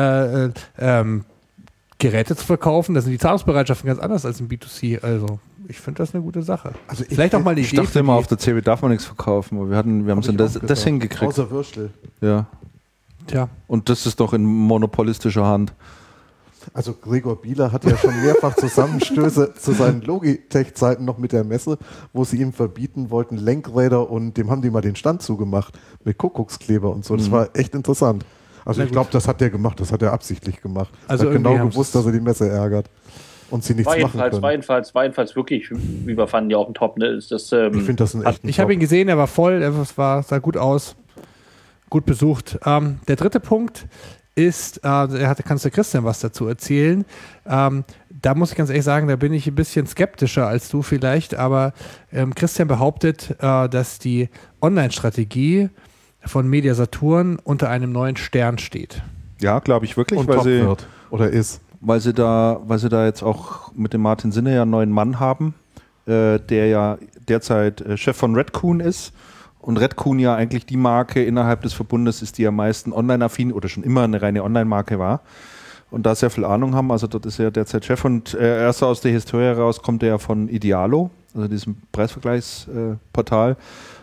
Geräte zu verkaufen, da sind die Zahlungsbereitschaften ganz anders als im B2C. Also ich finde das eine gute Sache. Also Vielleicht auch mal die Ich Idee. dachte immer, auf der CeBIT darf man nichts verkaufen, aber wir haben es dann das hingekriegt. Außer Würstel. Ja. Tja. Und das ist doch in monopolistischer Hand. Also Gregor Bieler hat ja schon mehrfach Zusammenstöße zu seinen Logitech-Zeiten noch mit der Messe, wo sie ihm verbieten wollten, Lenkräder, und dem haben die mal den Stand zugemacht mit Kuckuckskleber und so. Das war echt interessant. Also ich glaube, das hat der gemacht, das hat er absichtlich gemacht. Also er hat genau irgendwie gewusst, dass er die Messe ärgert und sie nichts machen können. War jedenfalls wirklich, wie wir fanden, ja auch ein Top. Ne? Ich finde das ein echt Ich habe ihn gesehen, er war voll, sah gut aus, gut besucht. Der dritte Punkt ist, kannst du Christian was dazu erzählen. Da muss ich ganz ehrlich sagen, da bin ich ein bisschen skeptischer als du vielleicht, aber Christian behauptet, dass die Online-Strategie von Media Saturn unter einem neuen Stern steht. Ja, glaube ich wirklich, und weil top sie, wird oder ist. weil sie da jetzt auch mit dem Martin Sinne ja einen neuen Mann haben, der ja derzeit Chef von Redcoon ist. Und Redcoon ja eigentlich die Marke innerhalb des Verbundes ist, die am meisten online-affin oder schon immer eine reine Online-Marke war. Und da sehr viel Ahnung haben, also dort ist er derzeit Chef, und erst aus der Historie heraus kommt er ja von Idealo, also diesem Preisvergleichsportal.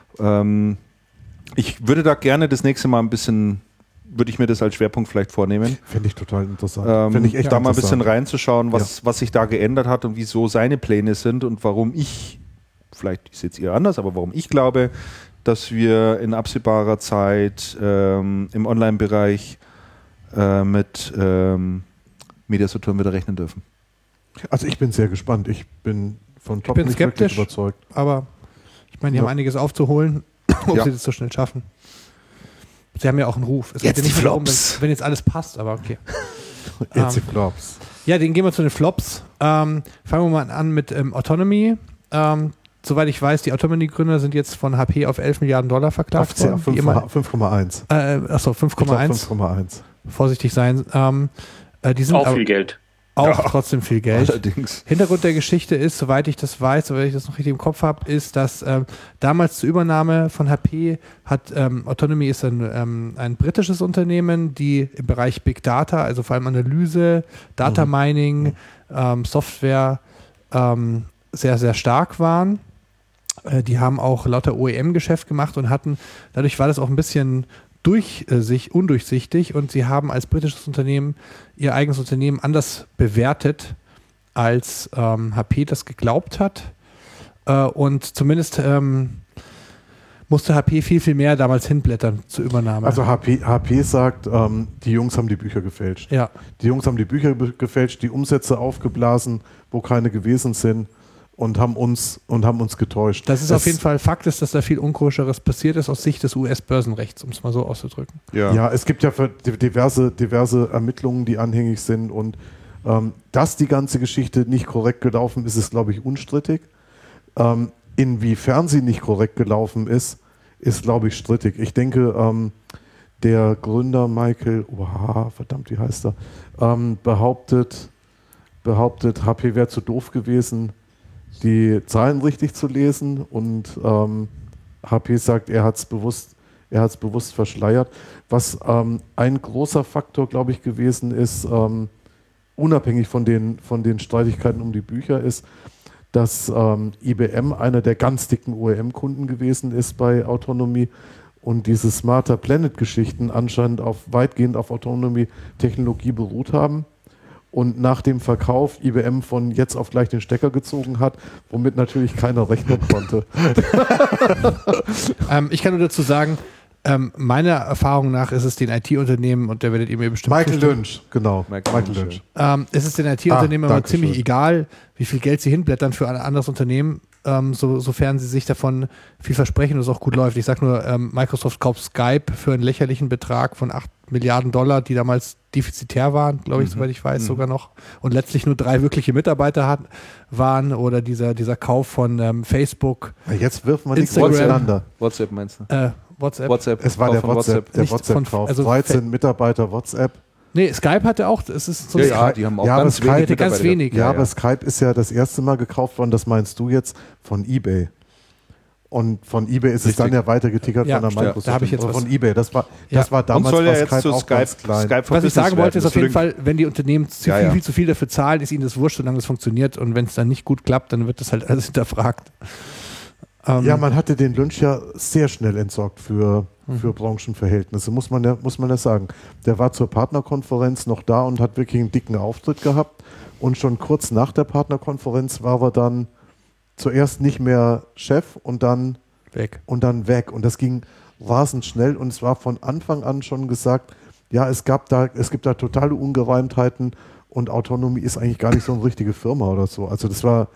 Ich würde da gerne das nächste Mal würde ich mir das als Schwerpunkt vielleicht vornehmen. Finde ich total interessant. Finde ich echt da mal ein interessant. bisschen reinzuschauen, was sich da geändert hat und wieso seine Pläne sind und warum vielleicht seht ihr anders, aber warum ich glaube, dass wir in absehbarer Zeit im Online-Bereich mit Media Saturn wieder rechnen dürfen. Also ich bin sehr gespannt. Ich bin von Top nicht skeptisch, wirklich überzeugt. Aber ich meine, die haben einiges aufzuholen, ob sie das so schnell schaffen. Sie haben ja auch einen Ruf. Es geht ja nicht darum, wenn jetzt alles passt, aber okay. Jetzt die Flops. Ja, den gehen wir zu den Flops. Fangen wir mal an mit Autonomy. Soweit ich weiß, die Autonomy-Gründer sind jetzt von HP auf 11 Milliarden Dollar verklagt worden. 5,1. Achso, 5,1. 5,1. Vorsichtig sein. Die sind auch viel Geld. Auch trotzdem viel Geld. Allerdings. Hintergrund der Geschichte ist, soweit ich das weiß, soweit ich das noch richtig im Kopf habe, ist, dass damals zur Übernahme von HP hat Autonomy ist ein britisches Unternehmen, die im Bereich Big Data, also vor allem Analyse, Data Mining, Software sehr, sehr stark waren. Die haben auch lauter OEM-Geschäft gemacht und dadurch war das auch ein bisschen undurchsichtig, und sie haben als britisches Unternehmen ihr eigenes Unternehmen anders bewertet, als HP das geglaubt hat. Und zumindest musste HP viel, viel mehr damals hinblättern zur Übernahme. Also HP sagt, die Jungs haben die Bücher gefälscht. Ja. Die Jungs haben die Bücher gefälscht, die Umsätze aufgeblasen, wo keine gewesen sind. Und haben uns getäuscht. Das ist auf jeden Fall Fakt, ist, dass da viel Unkoscheres passiert ist aus Sicht des US-Börsenrechts, um es mal so auszudrücken. Ja, es gibt ja diverse Ermittlungen, die anhängig sind, und dass die ganze Geschichte nicht korrekt gelaufen ist glaube ich, unstrittig. Inwiefern sie nicht korrekt gelaufen ist, glaube ich, strittig. Ich denke, der Gründer Michael, wie heißt er, behauptet, HP wäre zu doof gewesen, die Zahlen richtig zu lesen, und HP sagt, er hat es bewusst verschleiert. Was ein großer Faktor, glaube ich, gewesen ist, unabhängig von den Streitigkeiten um die Bücher, ist, dass IBM einer der ganz dicken OEM-Kunden gewesen ist bei Autonomy und diese Smarter Planet-Geschichten anscheinend weitgehend auf Autonomy-Technologie beruht haben. Und nach dem Verkauf IBM von jetzt auf gleich den Stecker gezogen hat, womit natürlich keiner rechnen konnte. Ich kann nur dazu sagen, meiner Erfahrung nach ist es den IT-Unternehmen, und da werdet ihr mir bestimmt Michael Lynch, genau. Michael Lynch. Es ist den IT-Unternehmen aber ziemlich egal, wie viel Geld sie hinblättern für ein anderes Unternehmen, sofern sie sich davon viel versprechen und es auch gut läuft. Ich sage nur, Microsoft kauft Skype für einen lächerlichen Betrag von Milliarden $, die damals defizitär waren, glaube ich, soweit ich weiß, sogar noch. Und letztlich nur 3 wirkliche Mitarbeiter waren. Oder dieser Kauf von Facebook. Jetzt wirft man nichts Instagram. auseinander. WhatsApp meinst du? WhatsApp. Es war der WhatsApp, der Nicht WhatsApp-Kauf. also 13 Mitarbeiter WhatsApp. Nee, Skype hatte auch, es ist so Ja, die haben auch Ja, ganz aber Skype- wenig. ganz Mitarbeiter. wenig. Ja, aber Skype ist ja das erste Mal gekauft worden, das meinst du jetzt, von eBay. Und von eBay ist es dann ja weiter getickert Ja, von der stimmt. Microsoft. Da habe ich jetzt Aber was. von eBay, das war Und damals soll ja war jetzt zu auch Skype, ganz klein. Skype for Was ich sagen Business wollte, ist werden. auf jeden Fall, wenn die Unternehmen viel zu viel dafür zahlen, ist ihnen das wurscht, solange es funktioniert. Und wenn es dann nicht gut klappt, dann wird das halt alles hinterfragt. Ja, man hatte den Lynch ja sehr schnell entsorgt für Branchenverhältnisse, muss man ja sagen. Der war zur Partnerkonferenz noch da und hat wirklich einen dicken Auftritt gehabt. Und schon kurz nach der Partnerkonferenz war er dann zuerst nicht mehr Chef und dann Weg. Und das ging rasend schnell und es war von Anfang an schon gesagt, ja, es gibt da totale Ungereimtheiten und Autonomie ist eigentlich gar nicht so eine richtige Firma oder so. Also das war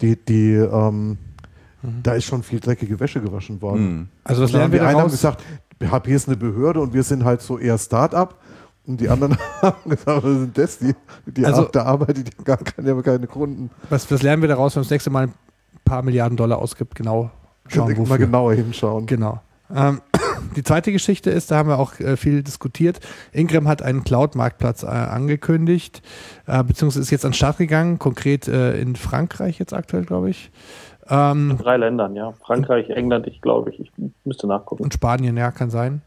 da ist schon viel dreckige Wäsche gewaschen worden. Also was Und dann lernen wir haben daraus? gesagt, hier ist eine Behörde und wir sind halt so eher Start-up. Und die anderen haben gesagt, was sind das? Die Also- Art der Arbeit, die haben keine Kunden. Was lernen wir daraus, wenn man das nächste Mal ein paar Milliarden $, ausgibt? Genau schauen, Mal wofür. genauer hinschauen. Genau. Die zweite Geschichte ist, da haben wir auch viel diskutiert. Ingram hat einen Cloud-Marktplatz angekündigt, beziehungsweise ist jetzt an den Start gegangen, konkret in Frankreich jetzt aktuell, glaube ich. In 3 Ländern, ja. Frankreich, England, ich müsste nachgucken. Und Spanien, ja, kann sein.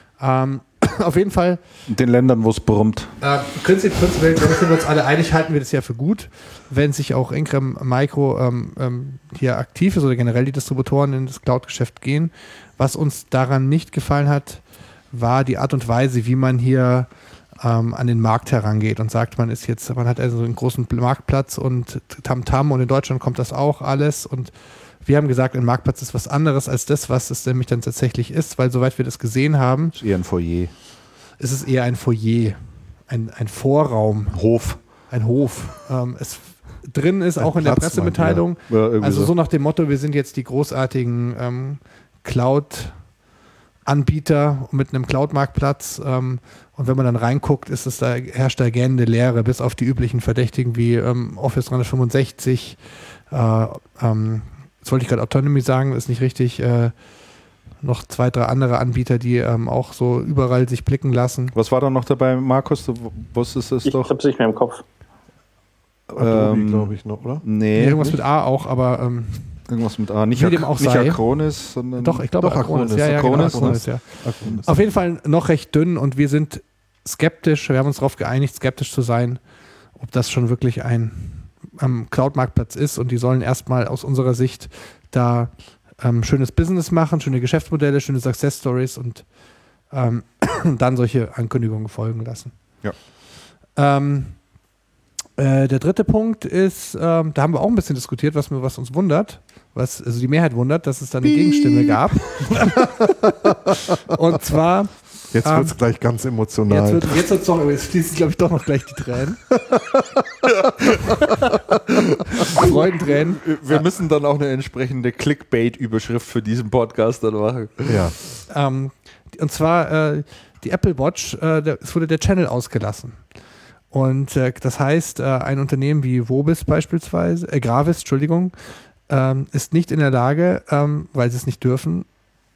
Auf jeden Fall. In den Ländern, wo es brummt. Prinzipiell, wenn wir uns alle einig, halten wir das ja für gut, wenn sich auch Ingram Micro hier aktiv ist oder generell die Distributoren in das Cloud-Geschäft gehen. Was uns daran nicht gefallen hat, war die Art und Weise, wie man hier an den Markt herangeht und sagt, man hat also einen großen Marktplatz und Tamtam und in Deutschland kommt das auch alles und wir haben gesagt, ein Marktplatz ist was anderes als das, was es nämlich dann tatsächlich ist, weil soweit wir das gesehen haben, Ist eher ein Foyer. ist es eher ein Foyer, ein Vorraum, Hof. ein Hof. Es drin ist auch in der Platz, Pressemitteilung, Ja, irgendwie also so. so nach dem Motto, wir sind jetzt die großartigen Cloud-Anbieter mit einem Cloud-Marktplatz und wenn man dann reinguckt, herrscht da gähnende Leere, bis auf die üblichen Verdächtigen wie Office 365, jetzt wollte ich gerade Autonomy sagen, ist nicht richtig, noch 2, 3 andere Anbieter, die auch so überall sich blicken lassen. Was war da noch dabei, Markus? Du wusstest es Ich doch. habe es nicht mehr im Kopf. Adobe, glaube ich noch, oder? Nee, Irgendwas mit A auch, aber irgendwas mit A. Nicht, Wie dem auch nicht sei. Acronis, sondern. doch, ich glaube Doch, Acronis. Acronis. Ja, ja, Acronis, genau, Acronis, ja. Acronis. Auf jeden Fall noch recht dünn und wir sind skeptisch, wir haben uns darauf geeinigt, skeptisch zu sein, ob das schon wirklich ein Cloud-Marktplatz ist und die sollen erstmal aus unserer Sicht da schönes Business machen, schöne Geschäftsmodelle, schöne Success-Stories und dann solche Ankündigungen folgen lassen. Ja. Der dritte Punkt ist, da haben wir auch ein bisschen diskutiert, was uns wundert, also die Mehrheit wundert, dass es da eine Gegenstimme gab. Und zwar Jetzt wird es gleich ganz emotional. jetzt fließen, glaube ich, doch noch gleich die Tränen. Freudentränen. Wir müssen dann auch eine entsprechende Clickbait-Überschrift für diesen Podcast dann machen. Ja. Und zwar die Apple Watch, es wurde der Channel ausgelassen. Und das heißt, ein Unternehmen wie Gravis beispielsweise, ist nicht in der Lage, weil sie es nicht dürfen,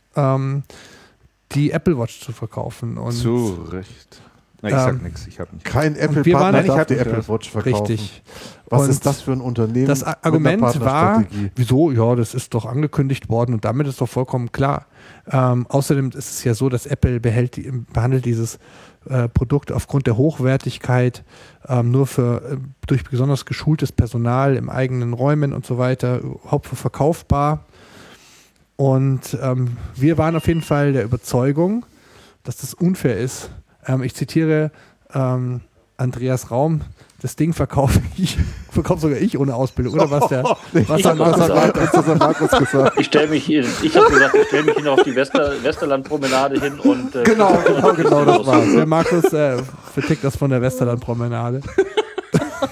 die Apple Watch zu verkaufen. Und Zu Recht. Na, ich sag nichts, ich habe nicht. Kein wir waren- Apple-Partner ich darf hab die nicht Apple gehört. Watch verkaufen. richtig. Was Und ist das für ein Unternehmen? Das mit einer Argument war, Partnerstrategie? wieso? Ja, das ist doch angekündigt worden und damit ist doch vollkommen klar. Außerdem ist es ja so, dass Apple behandelt dieses Produkt aufgrund der Hochwertigkeit nur durch besonders geschultes Personal im eigenen Räumen und so weiter überhaupt für verkaufbar. Und wir waren auf jeden Fall der Überzeugung, dass das unfair ist. Ich zitiere Andreas Raum, das Ding verkaufe sogar ich ohne Ausbildung. Oder was hat Markus gesagt? Ich habe gesagt, ich stelle mich hier auf die Westerland-Promenade hin und Genau, das war's. Der Markus vertickt das von der Westerland-Promenade.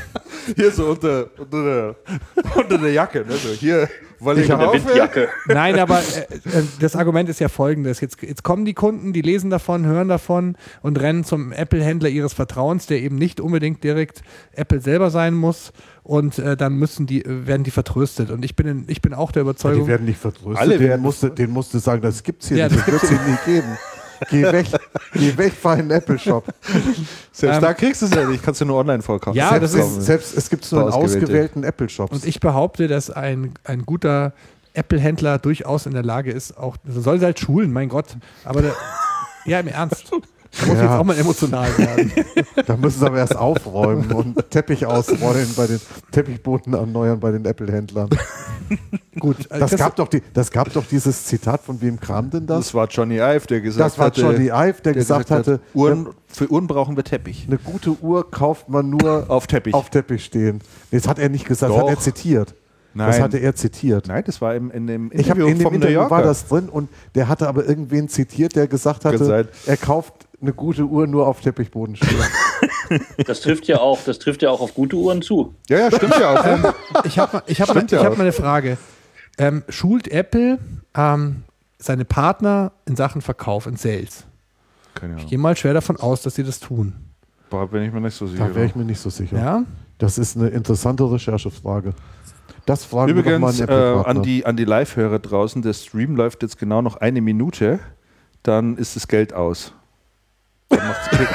Hier so unter der Jacke. Ne? So hier, weil ich Eine Windjacke. Nein, aber das Argument ist ja folgendes. Jetzt kommen die Kunden, die lesen davon, hören davon und rennen zum Apple-Händler ihres Vertrauens, der eben nicht unbedingt direkt Apple selber sein muss. Und dann werden die vertröstet. Und ich bin auch der Überzeugung. Die werden nicht vertröstet. Alle werden den musst du sagen, das gibt's hier Ja, nicht. das Das wird es nie geben. Geh weg, fahr in den Apple-Shop. Selbst da kriegst du es ja nicht, kannst du nur online vorkaufen. Ja, das ist- Selbst es gibt es nur in Ausgewählte. ausgewählten Apple-Shops. Und ich behaupte, dass ein guter Apple-Händler durchaus in der Lage ist, auch, also soll sie halt schulen, mein Gott. Aber ja, im Ernst. Da muss ich jetzt auch mal emotional werden. Da müssen sie aber erst aufräumen und Teppich ausrollen Teppichboden erneuern bei den Apple-Händlern. Gut, Das gab doch dieses Zitat, von wem kam denn das? Das war Johnny Ive, der gesagt Das war hatte, Johnny Ive, der gesagt hatte, für Uhren brauchen wir Teppich. eine gute Uhr kauft man nur Auf Teppich. auf Teppich stehen. Nee, das hat er nicht gesagt, das Doch. hat er zitiert. Nein. Das hatte er zitiert. Nein, das war in dem Ich habe Interview in dem vom New Interview Yorker. war das drin und der hatte aber irgendwen zitiert, der gesagt Kann sein. hatte, er kauft eine gute Uhr nur auf Teppichboden stehen. Das trifft ja auch auf gute Uhren zu. Ja, stimmt ja auch. ich habe Stimmt ja auch. mal eine Frage. Schult Apple seine Partner in Sachen Verkauf, in Sales? Keine Ich Ahnung. gehe mal schwer davon aus, dass sie das tun. Boah, bin ich mir nicht so sicher. Da wäre ich mir nicht so sicher. Ja? Das ist eine interessante Recherchefrage. Das fragen wir Übrigens doch mal einen Apple-Partner. an die Live-Hörer draußen, der Stream läuft jetzt genau noch 1 Minute, dann ist das Geld aus. Dann macht's Klick.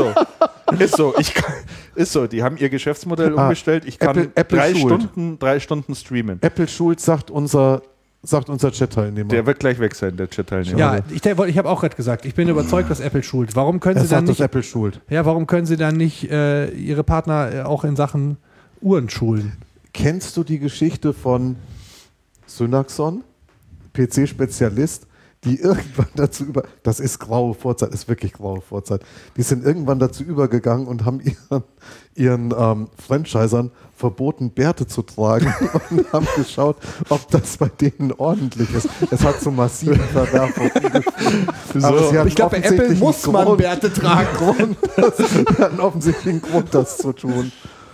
Ist so. Die haben ihr Geschäftsmodell umgestellt. Ich kann Apple 3 Stunden streamen. Apple schult, sagt unser Chat-Teilnehmer. Der wird gleich weg sein, der Chat-Teilnehmer. Ja, ich habe auch gerade gesagt, ich bin überzeugt, dass Apple schult. Warum können er sie dann sagt, dass nicht, Apple schult. warum können sie dann nicht ihre Partner auch in Sachen Uhren schulen? Kennst du die Geschichte von Synaxon, PC-Spezialist, die irgendwann das ist graue Vorzeit, ist wirklich graue Vorzeit, die sind irgendwann dazu übergegangen und haben ihren Franchisern verboten, Bärte zu tragen und haben geschaut, ob das bei denen ordentlich ist. Es hat zu massiven Verwerfungen geführt. Aber sie hatten Ich glaube, bei Apple offensichtlich muss einen man Grund- Bärte tragen. Sie hatten offensichtlich einen Grund, das zu tun.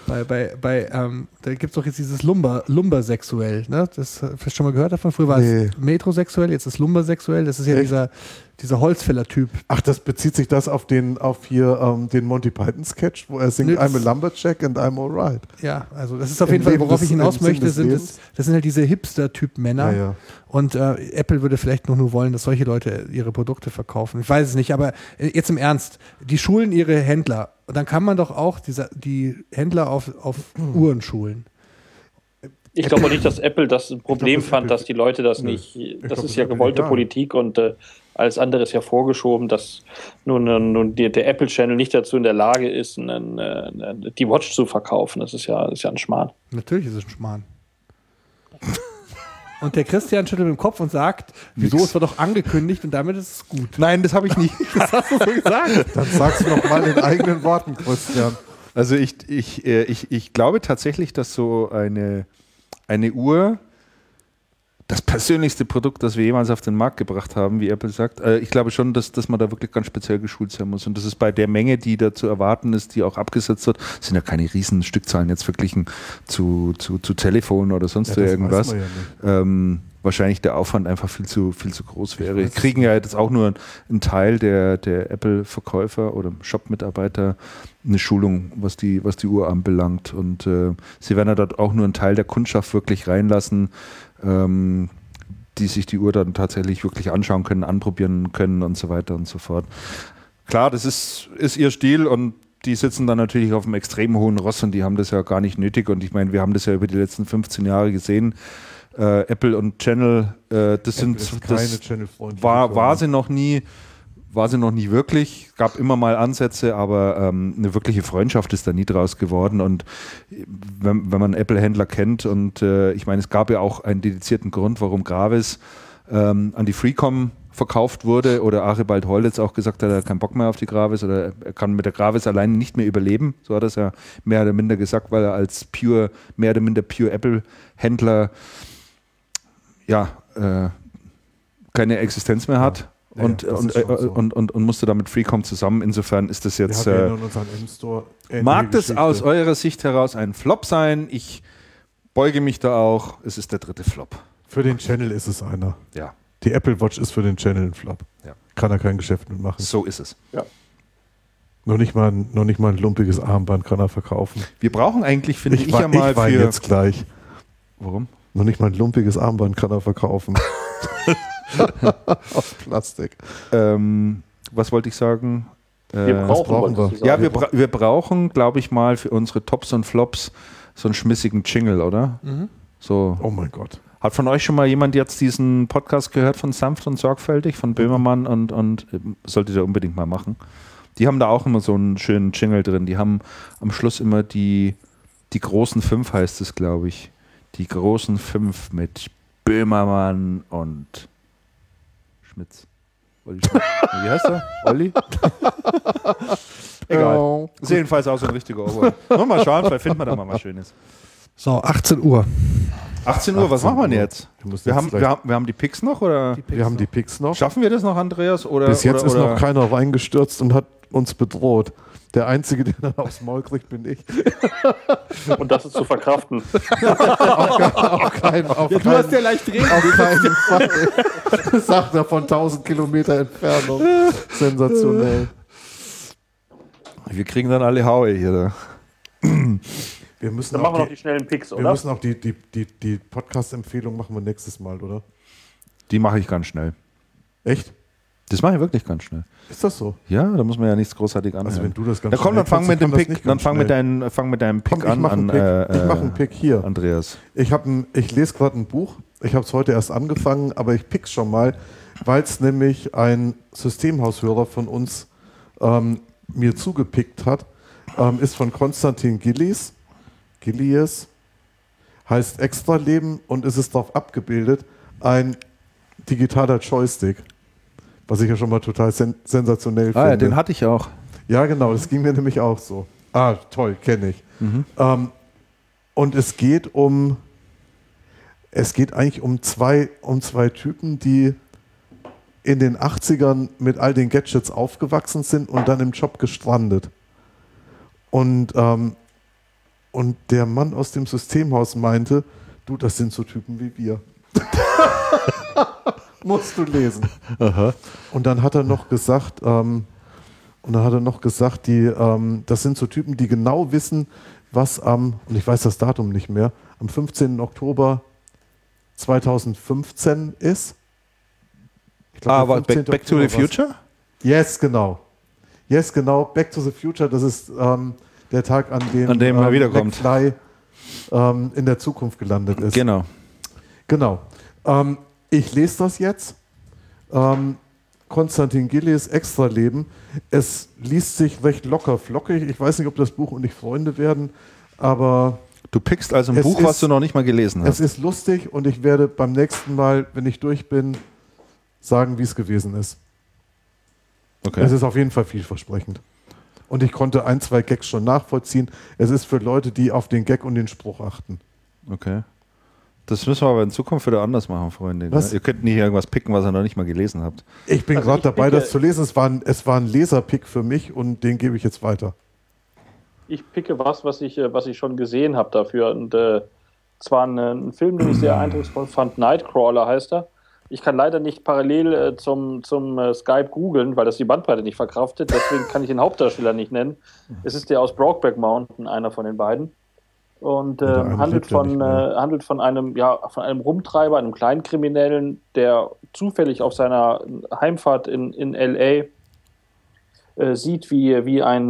Da gibt es doch jetzt dieses Lumbersexuell, ne? Das hast du schon mal gehört davon? Früher war es metrosexuell, jetzt ist Lumbersexuell. Das ist ja Echt? dieser Holzfäller-Typ. Ach, das bezieht sich das auf den Monty Python Sketch, wo er singt Nö, I'm a Lumberjack and I'm alright. Ja, also das ist auf Im jeden Fall, Leben worauf des- ich hinaus im Sinn möchte, des Lebens. das sind halt diese Hipster-Typ-Männer. Ja, ja. Und Apple würde vielleicht nur wollen, dass solche Leute ihre Produkte verkaufen. Ich weiß es nicht, aber jetzt im Ernst, die schulen ihre Händler. Und dann kann man doch auch die Händler auf Uhren schulen. Ich glaube auch nicht, dass Apple das ein Problem dass fand, Apple- dass die Leute das Nö. nicht. Ich Das glaub, ist das ja ist gewollte egal. Politik und alles andere ist ja vorgeschoben, dass nun der Apple Channel nicht dazu in der Lage ist, die Watch zu verkaufen. Das ist ja ein Schmarrn. Natürlich ist es ein Schmarrn. Und der Christian schüttelt mit dem Kopf und sagt, wieso, es war doch angekündigt und damit ist es gut. Nein, das habe ich nicht. Das hast du so gesagt. Dann sag's noch mal in eigenen Worten, Christian. Also ich glaube tatsächlich, dass so eine Uhr das persönlichste Produkt, das wir jemals auf den Markt gebracht haben, wie Apple sagt. Ich glaube schon, dass man da wirklich ganz speziell geschult sein muss. Und das ist bei der Menge, die da zu erwarten ist, die auch abgesetzt wird, sind ja keine riesen Stückzahlen jetzt verglichen zu Telefon oder sonst Ja, das irgendwas. weiß man ja nicht. Wahrscheinlich der Aufwand einfach viel zu groß wäre. Kriegen ja jetzt auch nur einen Teil der Apple-Verkäufer oder Shop-Mitarbeiter eine Schulung, was die Uhr anbelangt. Und sie werden ja dort auch nur einen Teil der Kundschaft wirklich reinlassen, die sich die Uhr dann tatsächlich wirklich anschauen können, anprobieren können und so weiter und so fort. Klar, das ist ihr Stil und die sitzen dann natürlich auf einem extrem hohen Ross und die haben das ja gar nicht nötig. Und ich meine, wir haben das ja über die letzten 15 Jahre gesehen. Apple und Channel, war sie noch nie wirklich. Gab immer mal Ansätze, aber eine wirkliche Freundschaft ist da nie draus geworden. Und wenn man Apple-Händler kennt und ich meine, es gab ja auch einen dedizierten Grund, warum Gravis an die Freecom verkauft wurde oder Archibald Hollitz auch gesagt hat, er hat keinen Bock mehr auf die Gravis oder er kann mit der Gravis alleine nicht mehr überleben. So hat er es ja mehr oder minder gesagt, weil er als mehr oder minder pure Apple-Händler keine Existenz mehr hat. und musste da mit Freecom zusammen. Insofern ist das jetzt. Wir haben in unserem M-Store mag das aus eurer Sicht heraus ein Flop sein? Ich beuge mich da auch. Es ist der 3. Flop. Für den Channel ist es einer. Ja. Die Apple Watch ist für den Channel ein Flop. Ja. Kann er kein Geschäft mitmachen. So ist es. Ja. Noch nicht mal ein lumpiges Armband kann er verkaufen. Wir brauchen eigentlich, finde ich, ich war jetzt gleich. Warum? Noch nicht mal ein lumpiges Armband kann er verkaufen. Aus Plastik. Was wollte ich sagen? Wir brauchen wir. Ja, wir brauchen, glaube ich mal, für unsere Tops und Flops so einen schmissigen Jingle, oder? Mhm. So. Oh mein Gott. Hat von euch schon mal jemand jetzt diesen Podcast gehört von Sanft und Sorgfältig, von Böhmermann und solltet ihr unbedingt mal machen. Die haben da auch immer so einen schönen Jingle drin. Die haben am Schluss immer die großen 5, heißt es, glaube ich. Die großen 5 mit Böhmermann und Schmitz. Olli Schmitz. Wie heißt er? Olli? Egal. Sieht jedenfalls aus wie ein richtiger Ober. Mal schauen, vielleicht finden wir da mal was Schönes. So, 18 Uhr. 18 Uhr, was machen wir denn jetzt? Wir haben die Picks noch? Oder? Wir haben die Picks noch. Schaffen wir das noch, Andreas? Oder, Bis jetzt ist oder? noch keiner reingestürzt und hat uns bedroht. Der Einzige, der dann aufs Maul kriegt, bin ich. Und das ist zu verkraften. Du hast ja leicht reden. Auf keinen Fall. Sagt er von 1000 Kilometer Entfernung. Sensationell. Wir kriegen dann alle Haue hier. Wir müssen Dann machen wir noch die schnellen Picks, oder? Wir müssen auch die Podcast-Empfehlung machen wir nächstes Mal, oder? Die mache ich ganz schnell. Echt? Das mache ich wirklich ganz schnell. Ist das so? Ja, da muss man ja nichts großartig anhören. Also wenn du das ganz komm, dann fang mit dem Pick. Dann fang mit deinem Pick an. Ich mache einen Pick hier. Andreas. Ich lese gerade ein Buch. Ich habe es heute erst angefangen, aber ich pick's schon mal, weil es nämlich ein Systemhaushörer von uns mir zugepickt hat. Ist von Konstantin Gillies, heißt Extraleben und es ist darauf abgebildet, ein digitaler Joystick, was ich ja schon mal total sensationell finde. Ja, den hatte ich auch. Ja, genau, das ging mir nämlich auch so. Ah, toll, kenne ich. Mhm. Und es geht eigentlich um zwei Typen, die in den 80ern mit all den Gadgets aufgewachsen sind und dann im Job gestrandet. Und der Mann aus dem Systemhaus meinte, du, das sind so Typen wie wir. Musst du lesen. Aha. Und dann hat er noch gesagt, das sind so Typen, die genau wissen, was und ich weiß das Datum nicht mehr, am 15. Oktober 2015 ist. Ich glaub, Back to the Future? Yes, genau. Back to the Future, das ist der Tag, an dem er wiederkommt. McFly in der Zukunft gelandet ist. Genau. Ich lese das jetzt. Konstantin Gillies Extraleben. Es liest sich recht locker flockig. Ich weiß nicht, ob das Buch und ich Freunde werden, aber du pickst also ein Buch, was du noch nicht mal gelesen hast. Es ist lustig und ich werde beim nächsten Mal, wenn ich durch bin, sagen, wie es gewesen ist. Okay. Es ist auf jeden Fall vielversprechend. Und ich konnte 1, 2 Gags schon nachvollziehen. Es ist für Leute, die auf den Gag und den Spruch achten. Okay. Das müssen wir aber in Zukunft wieder anders machen, Freunde. Was? Ihr könnt nicht irgendwas picken, was ihr noch nicht mal gelesen habt. Ich bin gerade dabei, das zu lesen. Es war ein Leserpick für mich und den gebe ich jetzt weiter. Ich picke was ich schon gesehen habe dafür. Und zwar ein Film, den ich sehr eindrucksvoll fand. Nightcrawler heißt er. Ich kann leider nicht parallel zum Skype googeln, weil das die Bandbreite nicht verkraftet. Deswegen kann ich den Hauptdarsteller nicht nennen. Es ist der aus Brokeback Mountain, einer von den beiden. Und handelt von einem Rumtreiber, einem Kleinkriminellen, der zufällig auf seiner Heimfahrt in L.A. Sieht, wie ein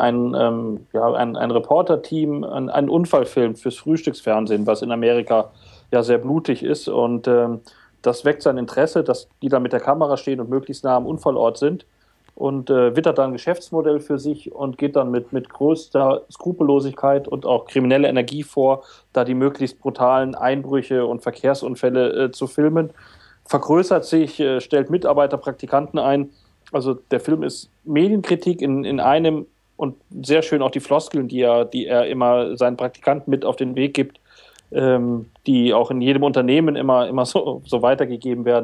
Reporter-Team einen Unfall filmt fürs Frühstücksfernsehen, was in Amerika ja sehr blutig ist. Und das weckt sein Interesse, dass die da mit der Kamera stehen und möglichst nah am Unfallort sind. Und wittert dann ein Geschäftsmodell für sich und geht dann mit größter Skrupellosigkeit und auch krimineller Energie vor, da die möglichst brutalen Einbrüche und Verkehrsunfälle zu filmen. Vergrößert sich, stellt Mitarbeiter, Praktikanten ein. Also der Film ist Medienkritik in einem und sehr schön auch die Floskeln, die er immer seinen Praktikanten mit auf den Weg gibt, die auch in jedem Unternehmen immer so weitergegeben werden.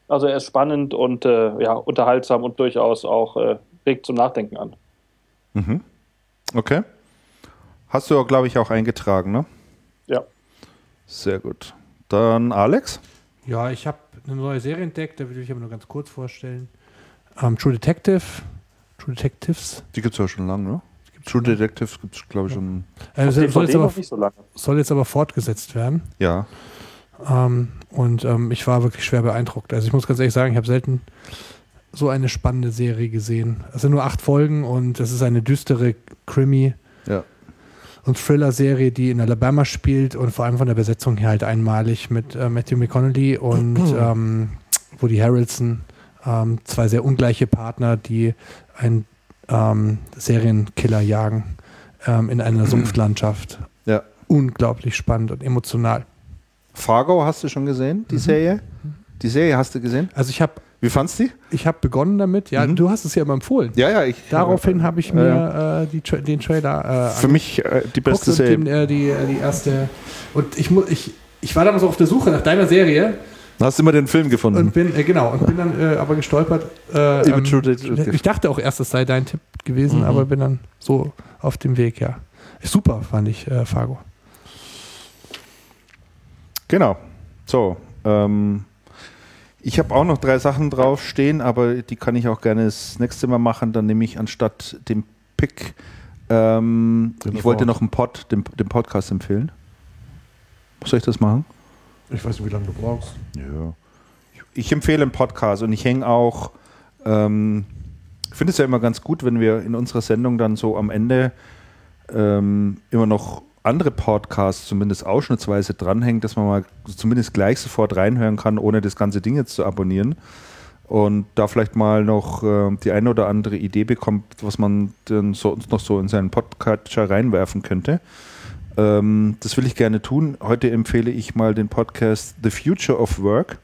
Also er ist spannend und unterhaltsam und durchaus auch regt zum Nachdenken an. Mhm. Okay. Hast du, glaube ich, auch eingetragen, ne? Ja. Sehr gut. Dann Alex? Ja, ich habe eine neue Serie entdeckt, da will ich aber nur ganz kurz vorstellen. True Detectives. Die gibt es ja schon lange, ne? True Detectives gibt es, glaube ich, schon. Soll jetzt aber fortgesetzt werden. Ja. Und ich war wirklich schwer beeindruckt. Also ich muss ganz ehrlich sagen, ich habe selten so eine spannende Serie gesehen. Es sind nur 8 Folgen und es ist eine düstere Krimi- und Thriller-Serie, die in Alabama spielt und vor allem von der Besetzung her halt einmalig mit Matthew McConaughey und Woody Harrelson. 2 sehr ungleiche Partner, die einen Serienkiller jagen in einer Sumpflandschaft. Ja. Unglaublich spannend und emotional. Fargo hast du schon gesehen, die Serie? Die Serie hast du gesehen? Also wie fandst du die? Ich habe begonnen damit. Ja, du hast es ja immer empfohlen. Ja. Daraufhin habe ich mir den Trailer für mich die beste Serie. Die erste. Und ich war damals auch auf der Suche nach deiner Serie. Du hast immer den Film gefunden. Und bin dann aber gestolpert. Ich dachte auch erst, es sei dein Tipp gewesen, aber bin dann so auf dem Weg, ja. Super, fand ich Fargo. Genau. So, ich habe auch noch 3 Sachen draufstehen, aber die kann ich auch gerne das nächste Mal machen. Dann nehme ich anstatt dem Pick, ich wollte noch den Podcast empfehlen. Soll ich das machen? Ich weiß nicht, wie lange du brauchst. Ja. Ich empfehle einen Podcast und ich hänge auch, ich finde es ja immer ganz gut, wenn wir in unserer Sendung dann so am Ende immer noch andere Podcasts zumindest ausschnittsweise dranhängen, dass man mal zumindest gleich sofort reinhören kann, ohne das ganze Ding jetzt zu abonnieren. Und da vielleicht mal noch die eine oder andere Idee bekommt, was man dann uns noch so in seinen Podcatcher reinwerfen könnte. Das will ich gerne tun. Heute empfehle ich mal den Podcast The Future of Work.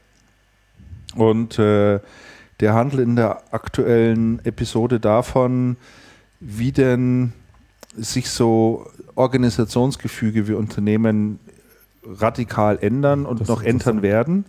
Und der handelt in der aktuellen Episode davon, wie denn sich so Organisationsgefüge wie Unternehmen radikal ändern und noch ändern werden.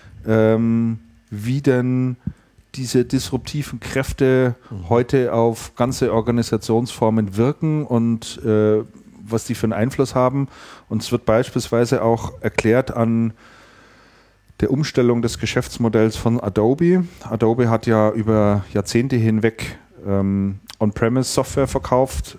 Wie denn diese disruptiven Kräfte heute auf ganze Organisationsformen wirken und was die für einen Einfluss haben. Und es wird beispielsweise auch erklärt an der Umstellung des Geschäftsmodells von Adobe. Adobe hat ja über Jahrzehnte hinweg On-Premise-Software verkauft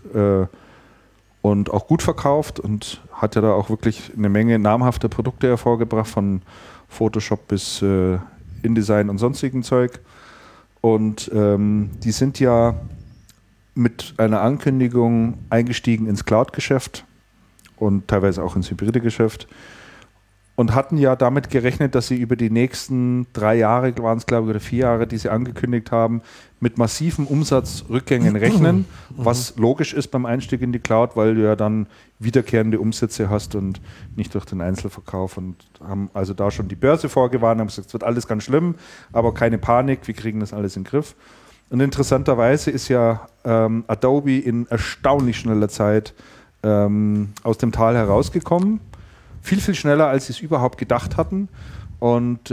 und auch gut verkauft und hat ja da auch wirklich eine Menge namhafter Produkte hervorgebracht, von Photoshop bis InDesign und sonstigen Zeug. Und die sind ja mit einer Ankündigung eingestiegen ins Cloud-Geschäft und teilweise auch ins hybride Geschäft und hatten ja damit gerechnet, dass sie über die nächsten 3 Jahre, waren es glaube ich, oder 4 Jahre, die sie angekündigt haben, mit massiven Umsatzrückgängen rechnen, was logisch ist beim Einstieg in die Cloud, weil du ja dann wiederkehrende Umsätze hast und nicht durch den Einzelverkauf, und haben also da schon die Börse vorgewarnt, haben gesagt, es wird alles ganz schlimm, aber keine Panik, wir kriegen das alles in den Griff. Und interessanterweise ist ja Adobe in erstaunlich schneller Zeit aus dem Tal herausgekommen. Viel, viel schneller, als sie es überhaupt gedacht hatten. Und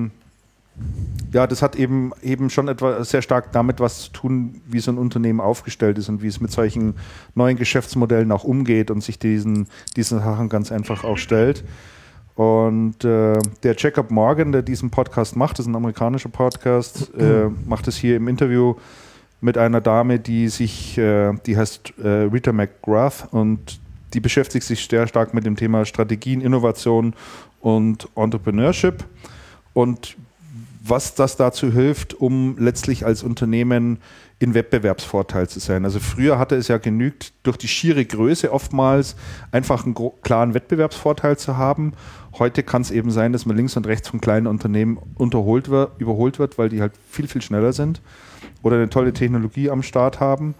das hat eben schon etwa sehr stark damit was zu tun, wie so ein Unternehmen aufgestellt ist und wie es mit solchen neuen Geschäftsmodellen auch umgeht und sich diesen Sachen ganz einfach auch stellt. Und der Jacob Morgan, der diesen Podcast macht, das ist ein amerikanischer Podcast, macht es hier im Interview mit einer Dame, die heißt Rita McGrath, und die beschäftigt sich sehr stark mit dem Thema Strategien, Innovation und Entrepreneurship und was das dazu hilft, um letztlich als Unternehmen in Wettbewerbsvorteil zu sein. Also früher hatte es ja genügt, durch die schiere Größe oftmals einfach einen klaren Wettbewerbsvorteil zu haben. Heute kann es eben sein, dass man links und rechts von kleinen Unternehmen überholt wird, weil die halt viel, viel schneller sind oder eine tolle Technologie am Start haben.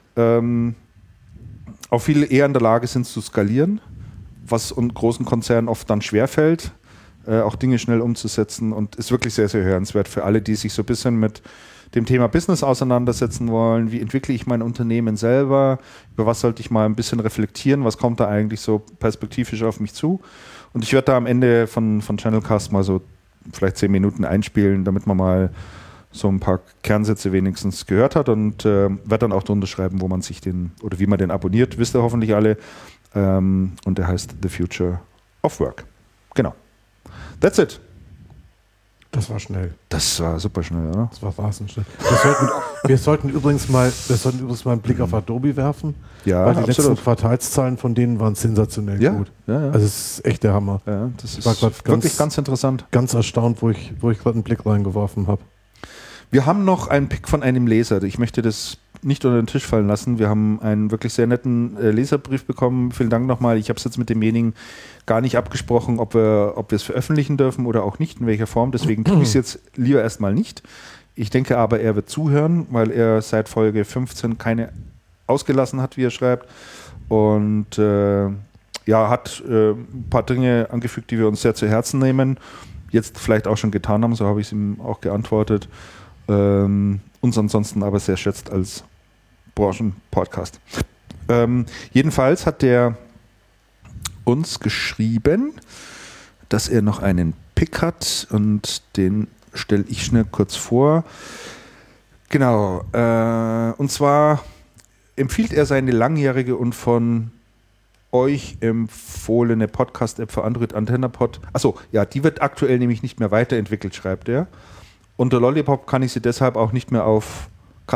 Auch viel eher in der Lage sind zu skalieren, was großen Konzernen oft dann schwerfällt, auch Dinge schnell umzusetzen, und ist wirklich sehr, sehr hörenswert für alle, die sich so ein bisschen mit dem Thema Business auseinandersetzen wollen. Wie entwickle ich mein Unternehmen selber? Über was sollte ich mal ein bisschen reflektieren? Was kommt da eigentlich so perspektivisch auf mich zu? Und ich werde da am Ende von Channelcast mal so vielleicht 10 Minuten einspielen, damit man mal so ein paar Kernsätze wenigstens gehört hat und werde dann auch drunter schreiben, wo man sich den oder wie man den abonniert, wisst ihr hoffentlich alle. Und der heißt The Future of Work. Genau. That's it. Das war schnell. Das war super schnell, oder? Das war rasend schnell. Wir sollten übrigens mal einen Blick auf Adobe werfen. Ja, weil die absolut. letzten Quartalszahlen von denen waren sensationell gut. Ja. Also es ist echt der Hammer. Ja, das ist wirklich ganz interessant. Ganz erstaunt, wo ich gerade einen Blick reingeworfen habe. Wir haben noch einen Pick von einem Leser. Ich möchte das nicht unter den Tisch fallen lassen. Wir haben einen wirklich sehr netten Leserbrief bekommen. Vielen Dank nochmal. Ich habe es jetzt mit demjenigen gar nicht abgesprochen, ob wir es veröffentlichen dürfen oder auch nicht, in welcher Form. Deswegen tue ich es jetzt lieber erstmal nicht. Ich denke aber, er wird zuhören, weil er seit Folge 15 keine ausgelassen hat, wie er schreibt. Und hat ein paar Dinge angefügt, die wir uns sehr zu Herzen nehmen. Jetzt vielleicht auch schon getan haben, so habe ich es ihm auch geantwortet. Uns ansonsten aber sehr schätzt als Branchen-Podcast. Jedenfalls hat der uns geschrieben, dass er noch einen Pick hat und den stelle ich schnell kurz vor. Genau, und zwar empfiehlt er seine langjährige und von euch empfohlene Podcast-App für Android, AntennaPod. Achso, ja, die wird aktuell nämlich nicht mehr weiterentwickelt, schreibt er. Unter Lollipop kann sie deshalb auch nicht mehr auf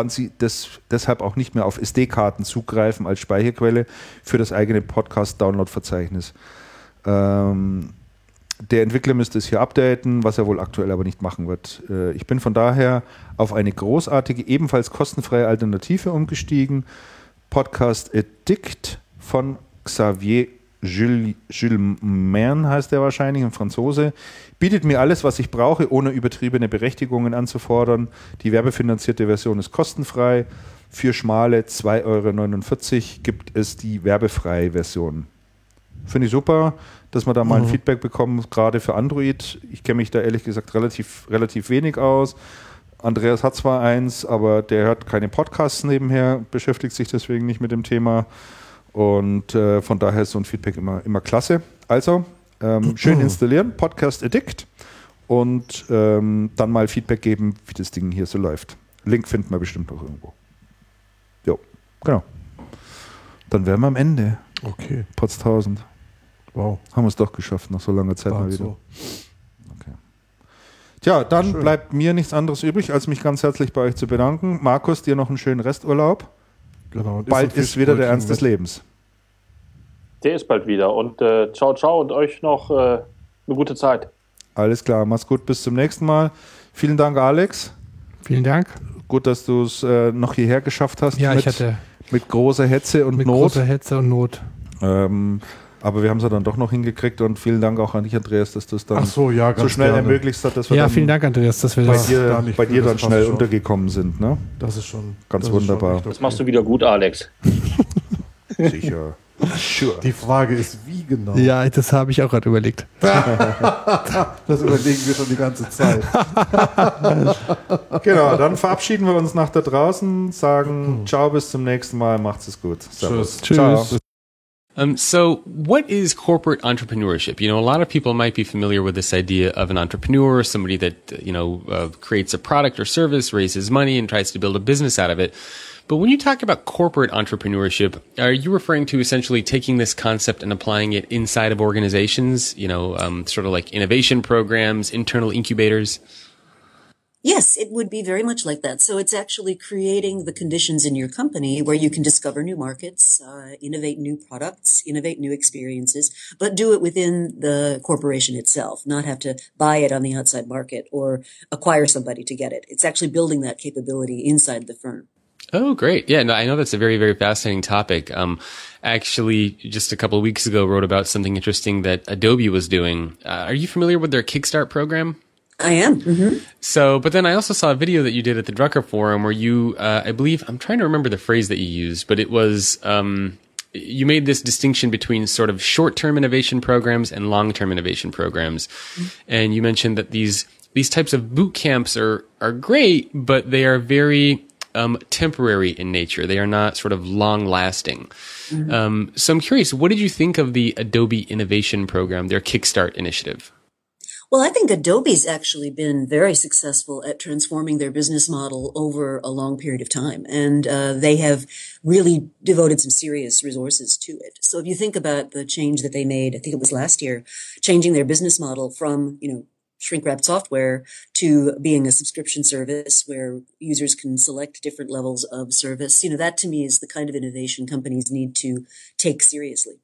SD-Karten zugreifen als Speicherquelle für das eigene Podcast-Download-Verzeichnis. Der Entwickler müsste es hier updaten, was er wohl aktuell aber nicht machen wird. Ich bin von daher auf eine großartige, ebenfalls kostenfreie Alternative umgestiegen. Podcast Addict von Xavier Gilmain heißt er wahrscheinlich, ein Franzose. Bietet mir alles, was ich brauche, ohne übertriebene Berechtigungen anzufordern. Die werbefinanzierte Version ist kostenfrei. Für schmale 2,49 € gibt es die werbefreie Version. Finde ich super, dass wir da mal ein Feedback bekommen, gerade für Android. Ich kenne mich da ehrlich gesagt relativ wenig aus. Andreas hat zwar eins, aber der hört keine Podcasts nebenher, beschäftigt sich deswegen nicht mit dem Thema. Und von daher ist so ein Feedback immer klasse. Also, schön installieren, Podcast Addict und dann mal Feedback geben, wie das Ding hier so läuft. Link finden wir bestimmt noch irgendwo. Jo, genau. Dann wären wir am Ende. Okay. Potz 1000. Wow. Haben wir es doch geschafft, nach so langer Zeit mal wieder. So. Okay. Tja, dann Schön. bleibt mir nichts anderes übrig, als mich ganz herzlich bei euch zu bedanken. Markus, dir noch einen schönen Resturlaub. Genau. Und Bald ist wieder der Ernst des Lebens. Der ist bald wieder. Und ciao und euch noch eine gute Zeit. Alles klar, mach's gut, bis zum nächsten Mal. Vielen Dank, Alex. Vielen Dank. Gut, dass du es noch hierher geschafft hast. Ja, ich hatte mit großer Hetze und mit Not. großer Hetze und Not. Aber wir haben es ja dann doch noch hingekriegt und vielen Dank auch an dich, Andreas, dass du es dann so ganz schnell gerne. ermöglicht hast, dass wir Ja, dann vielen Dank, Andreas, dass wir bei das. dir dann das schnell passt schon. untergekommen sind. Ne? Das ist schon Ganz das wunderbar. Ist schon Das machst du wieder gut, Alex. Sicher. Sure. Die Frage ist, wie genau? Ja, das habe ich auch gerade überlegt. Das überlegen wir schon die ganze Zeit. Genau, dann verabschieden wir uns nach da draußen, sagen ciao, bis zum nächsten Mal, macht's es gut. Servus. Tschüss. Ciao. So what is corporate entrepreneurship? You know, a lot of people might be familiar with this idea of an entrepreneur, somebody that, creates a product or service, raises money and tries to build a business out of it. But when you talk about corporate entrepreneurship, are you referring to essentially taking this concept and applying it inside of organizations, sort of like innovation programs, internal incubators? Yes, it would be very much like that. So it's actually creating the conditions in your company where you can discover new markets, innovate new products, innovate new experiences, but do it within the corporation itself, not have to buy it on the outside market or acquire somebody to get it. It's actually building that capability inside the firm. Oh, great. Yeah, no, I know that's a very, very fascinating topic. Actually, just a couple of weeks ago, wrote about something interesting that Adobe was doing. Are you familiar with their Kickstart program? I am. Mm-hmm. So, but then I also saw a video that you did at the Drucker Forum where you, I believe, I'm trying to remember the phrase that you used, but it was, you made this distinction between sort of short-term innovation programs and long-term innovation programs. Mm-hmm. And you mentioned that these types of boot camps are great, but they are very temporary in nature. They are not sort of long-lasting. Mm-hmm. So I'm curious, what did you think of the Adobe Innovation Program, their Kickstart initiative? Well, I think Adobe's actually been very successful at transforming their business model over a long period of time. And they have really devoted some serious resources to it. So if you think about the change that they made, I think it was last year, changing their business model from, shrink-wrapped software to being a subscription service where users can select different levels of service, that to me is the kind of innovation companies need to take seriously.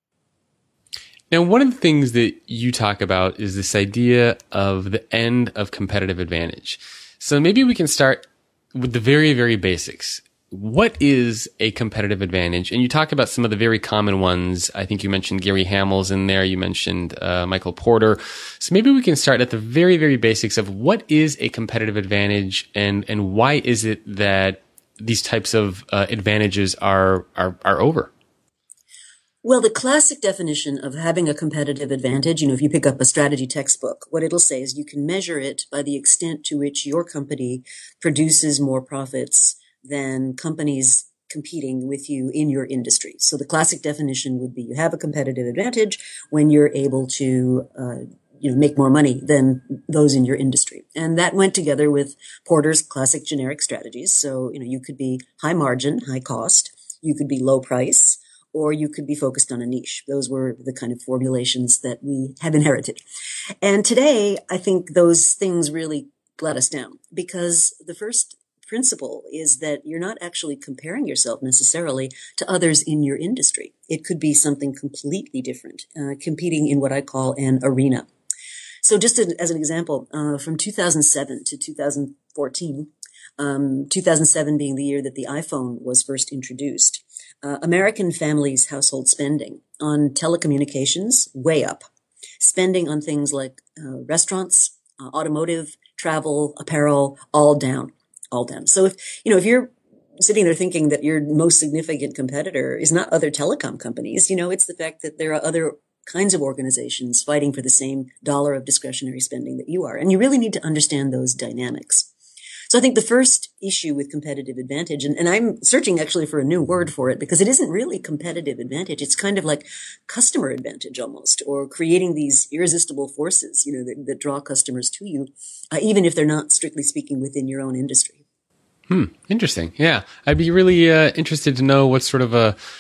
Now, one of the things that you talk about is this idea of the end of competitive advantage. So maybe we can start with the very, very basics. What is a competitive advantage? And you talk about some of the very common ones. I think you mentioned Gary Hamel's in there. You mentioned Michael Porter. So maybe we can start at the very, very basics of what is a competitive advantage and why is it that these types of advantages are over? Well, the classic definition of having a competitive advantage, if you pick up a strategy textbook, what it'll say is you can measure it by the extent to which your company produces more profits than companies competing with you in your industry. So the classic definition would be you have a competitive advantage when you're able to make more money than those in your industry. And that went together with Porter's classic generic strategies. So, you could be high margin, high cost, you could be low price, or you could be focused on a niche. Those were the kind of formulations that we have inherited. And today, I think those things really let us down because the first principle is that you're not actually comparing yourself necessarily to others in your industry. It could be something completely different, competing in what I call an arena. So just as an example, from 2007 to 2014, 2007 being the year that the iPhone was first introduced, American families' household spending on telecommunications, way up. Spending on things like restaurants, automotive, travel, apparel, all down. So if you're sitting there thinking that your most significant competitor is not other telecom companies, it's the fact that there are other kinds of organizations fighting for the same dollar of discretionary spending that you are. And you really need to understand those dynamics. So I think the first issue with competitive advantage, and I'm searching actually for a new word for it because it isn't really competitive advantage. It's kind of like customer advantage almost, or creating these irresistible forces, that draw customers to you, even if they're not strictly speaking within your own industry. Interesting. Yeah. I'd be really interested to know what sort of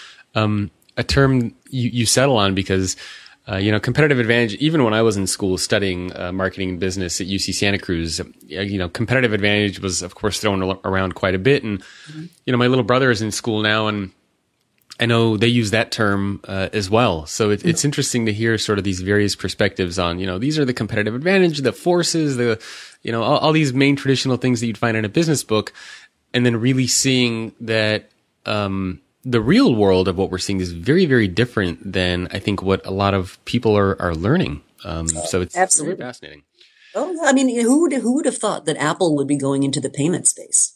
a term you settle on because competitive advantage, even when I was in school studying marketing and business at UC Santa Cruz, competitive advantage was, of course, thrown around quite a bit. And, my little brother is in school now, and I know they use that term as well. So it's interesting to hear sort of these various perspectives on, these are the competitive advantage, the forces, all these main traditional things that you'd find in a business book, and then really seeing that the real world of what we're seeing is very, very different than I think what a lot of people are learning. So it's absolutely very fascinating. Oh, I mean, who would have thought that Apple would be going into the payment space,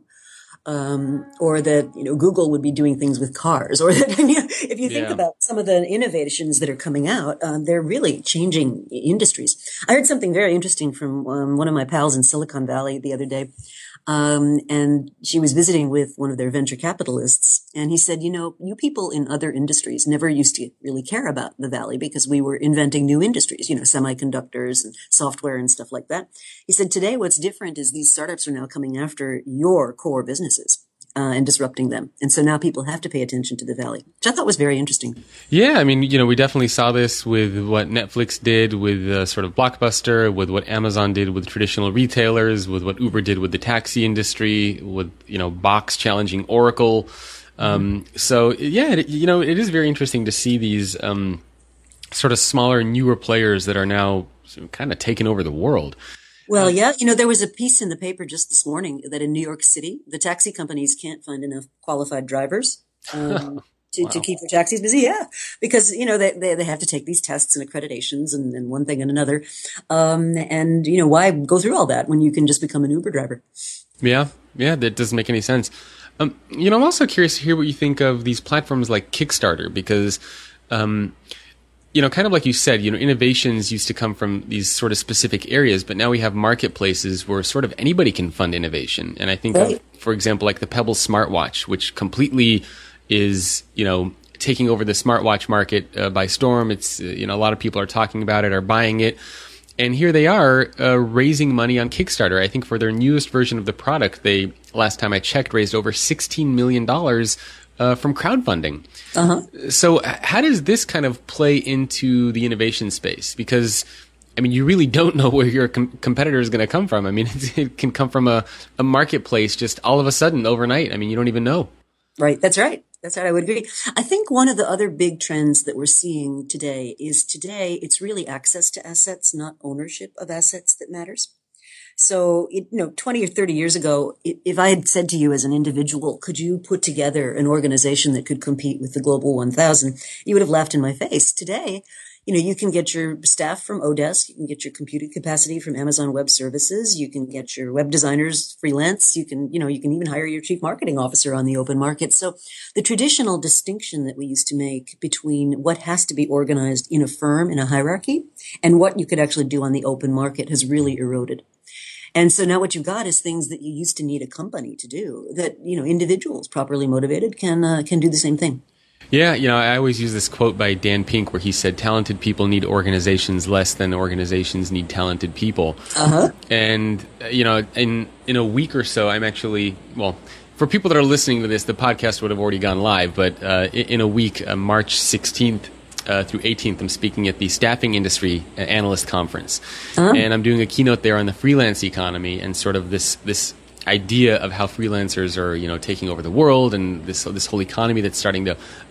or that, Google would be doing things with cars, or that, if you think about some of the innovations that are coming out, they're really changing industries. I heard something very interesting from one of my pals in Silicon Valley the other day. And she was visiting with one of their venture capitalists. And he said, you people in other industries never used to really care about the Valley because we were inventing new industries, semiconductors and software and stuff like that. He said, today what's different is these startups are now coming after your core businesses. And disrupting them. And so now people have to pay attention to the Valley, which I thought was very interesting. Yeah, I mean, we definitely saw this with what Netflix did with sort of Blockbuster, with what Amazon did with traditional retailers, with what Uber did with the taxi industry, with, Box challenging Oracle. So, yeah, it is very interesting to see these sort of smaller, newer players that are now kind of taking over the world. Well, yeah, there was a piece in the paper just this morning that in New York City, the taxi companies can't find enough qualified drivers to keep their taxis busy. Yeah, because, they have to take these tests and accreditations and one thing and another. And why go through all that when you can just become an Uber driver? Yeah, that doesn't make any sense. I'm also curious to hear what you think of these platforms like Kickstarter because, kind of like you said, innovations used to come from these sort of specific areas, but now we have marketplaces where sort of anybody can fund innovation. And I think, for example, like the Pebble smartwatch, which completely is, taking over the smartwatch market by storm. It's, a lot of people are talking about it, are buying it. And here they are raising money on Kickstarter. I think for their newest version of the product, they, last time I checked, raised over $16 million from crowdfunding. So how does this kind of play into the innovation space? Because, I mean, you really don't know where your competitor is going to come from. I mean, it can come from a marketplace just all of a sudden overnight. I mean, you don't even know. Right. That's right. That's right. I would agree. I think one of the other big trends that we're seeing today it's really access to assets, not ownership of assets that matters. So, 20 or 30 years ago, if I had said to you as an individual, could you put together an organization that could compete with the Global 1000? You would have laughed in my face. Today, you can get your staff from Odesk. You can get your computing capacity from Amazon Web Services. You can get your web designers freelance. You can even hire your chief marketing officer on the open market. So the traditional distinction that we used to make between what has to be organized in a firm, in a hierarchy, and what you could actually do on the open market has really eroded. And so now what you've got is things that you used to need a company to do that, individuals properly motivated can do the same thing. Yeah, I always use this quote by Dan Pink where he said, talented people need organizations less than organizations need talented people. And, in a week or so, I'm actually, for people that are listening to this, the podcast would have already gone live, but in a week, March 16th through 18th, I'm speaking at the Staffing Industry Analyst Conference. And I'm doing a keynote there on the freelance economy and sort of this idea of how freelancers are, taking over the world and this whole economy that's starting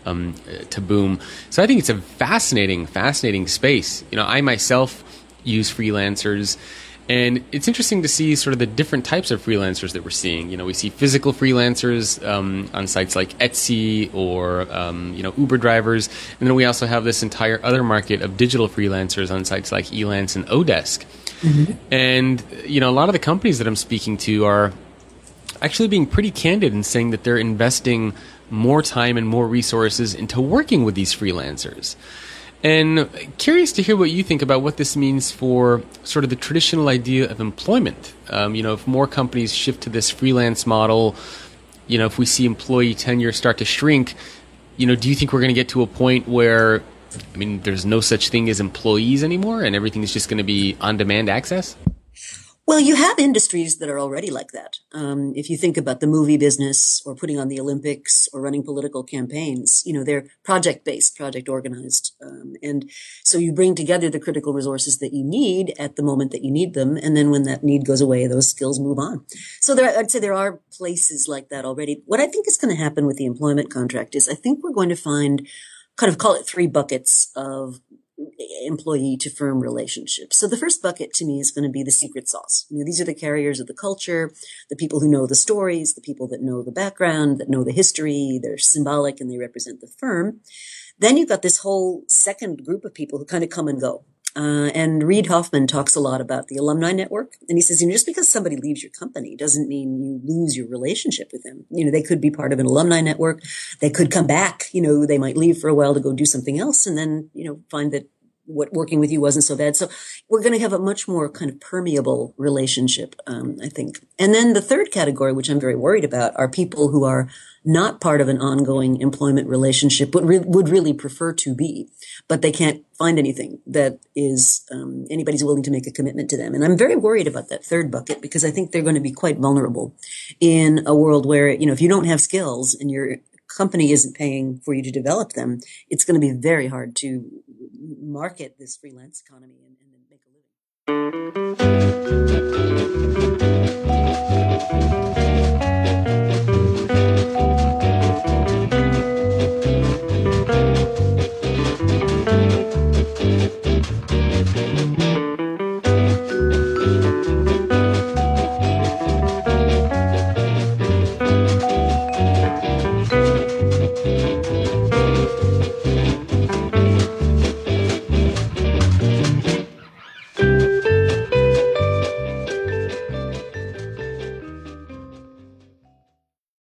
to boom. So I think it's a fascinating space. I myself use freelancers, and it's interesting to see sort of the different types of freelancers that we're seeing. We see physical freelancers on sites like Etsy or Uber drivers, and then we also have this entire other market of digital freelancers on sites like Elance and Odesk. And, a lot of the companies that I'm speaking to are actually being pretty candid in saying that they're investing more time and more resources into working with these freelancers. And curious to hear what you think about what this means for sort of the traditional idea of employment. If more companies shift to this freelance model, if we see employee tenure start to shrink, do you think we're going to get to a point where there's no such thing as employees anymore and everything is just going to be on-demand access? Well, you have industries that are already like that. If you think about the movie business or putting on the Olympics or running political campaigns, they're project-based, project-organized. And so you bring together the critical resources that you need at the moment that you need them. And then when that need goes away, those skills move on. So I'd say there are places like that already. What I think is going to happen with the employment contract is I think we're going to find call it 3 buckets of employee to firm relationships. So the first bucket to me is going to be the secret sauce. These are the carriers of the culture, the people who know the stories, the people that know the background, that know the history, they're symbolic and they represent the firm. Then you've got this whole second group of people who kind of come and go. And Reid Hoffman talks a lot about the alumni network. And he says, just because somebody leaves your company doesn't mean you lose your relationship with them. They could be part of an alumni network. They could come back. They might leave for a while to go do something else and then, find that what working with you wasn't so bad. So we're going to have a much more kind of permeable relationship, I think. And then the third category, which I'm very worried about, are people who are not part of an ongoing employment relationship, but would really prefer to be, but they can't find anything that is anybody's willing to make a commitment to them. And I'm very worried about that third bucket because I think they're going to be quite vulnerable in a world where, if you don't have skills and your company isn't paying for you to develop them, it's going to be very hard to market this freelance economy and make a living.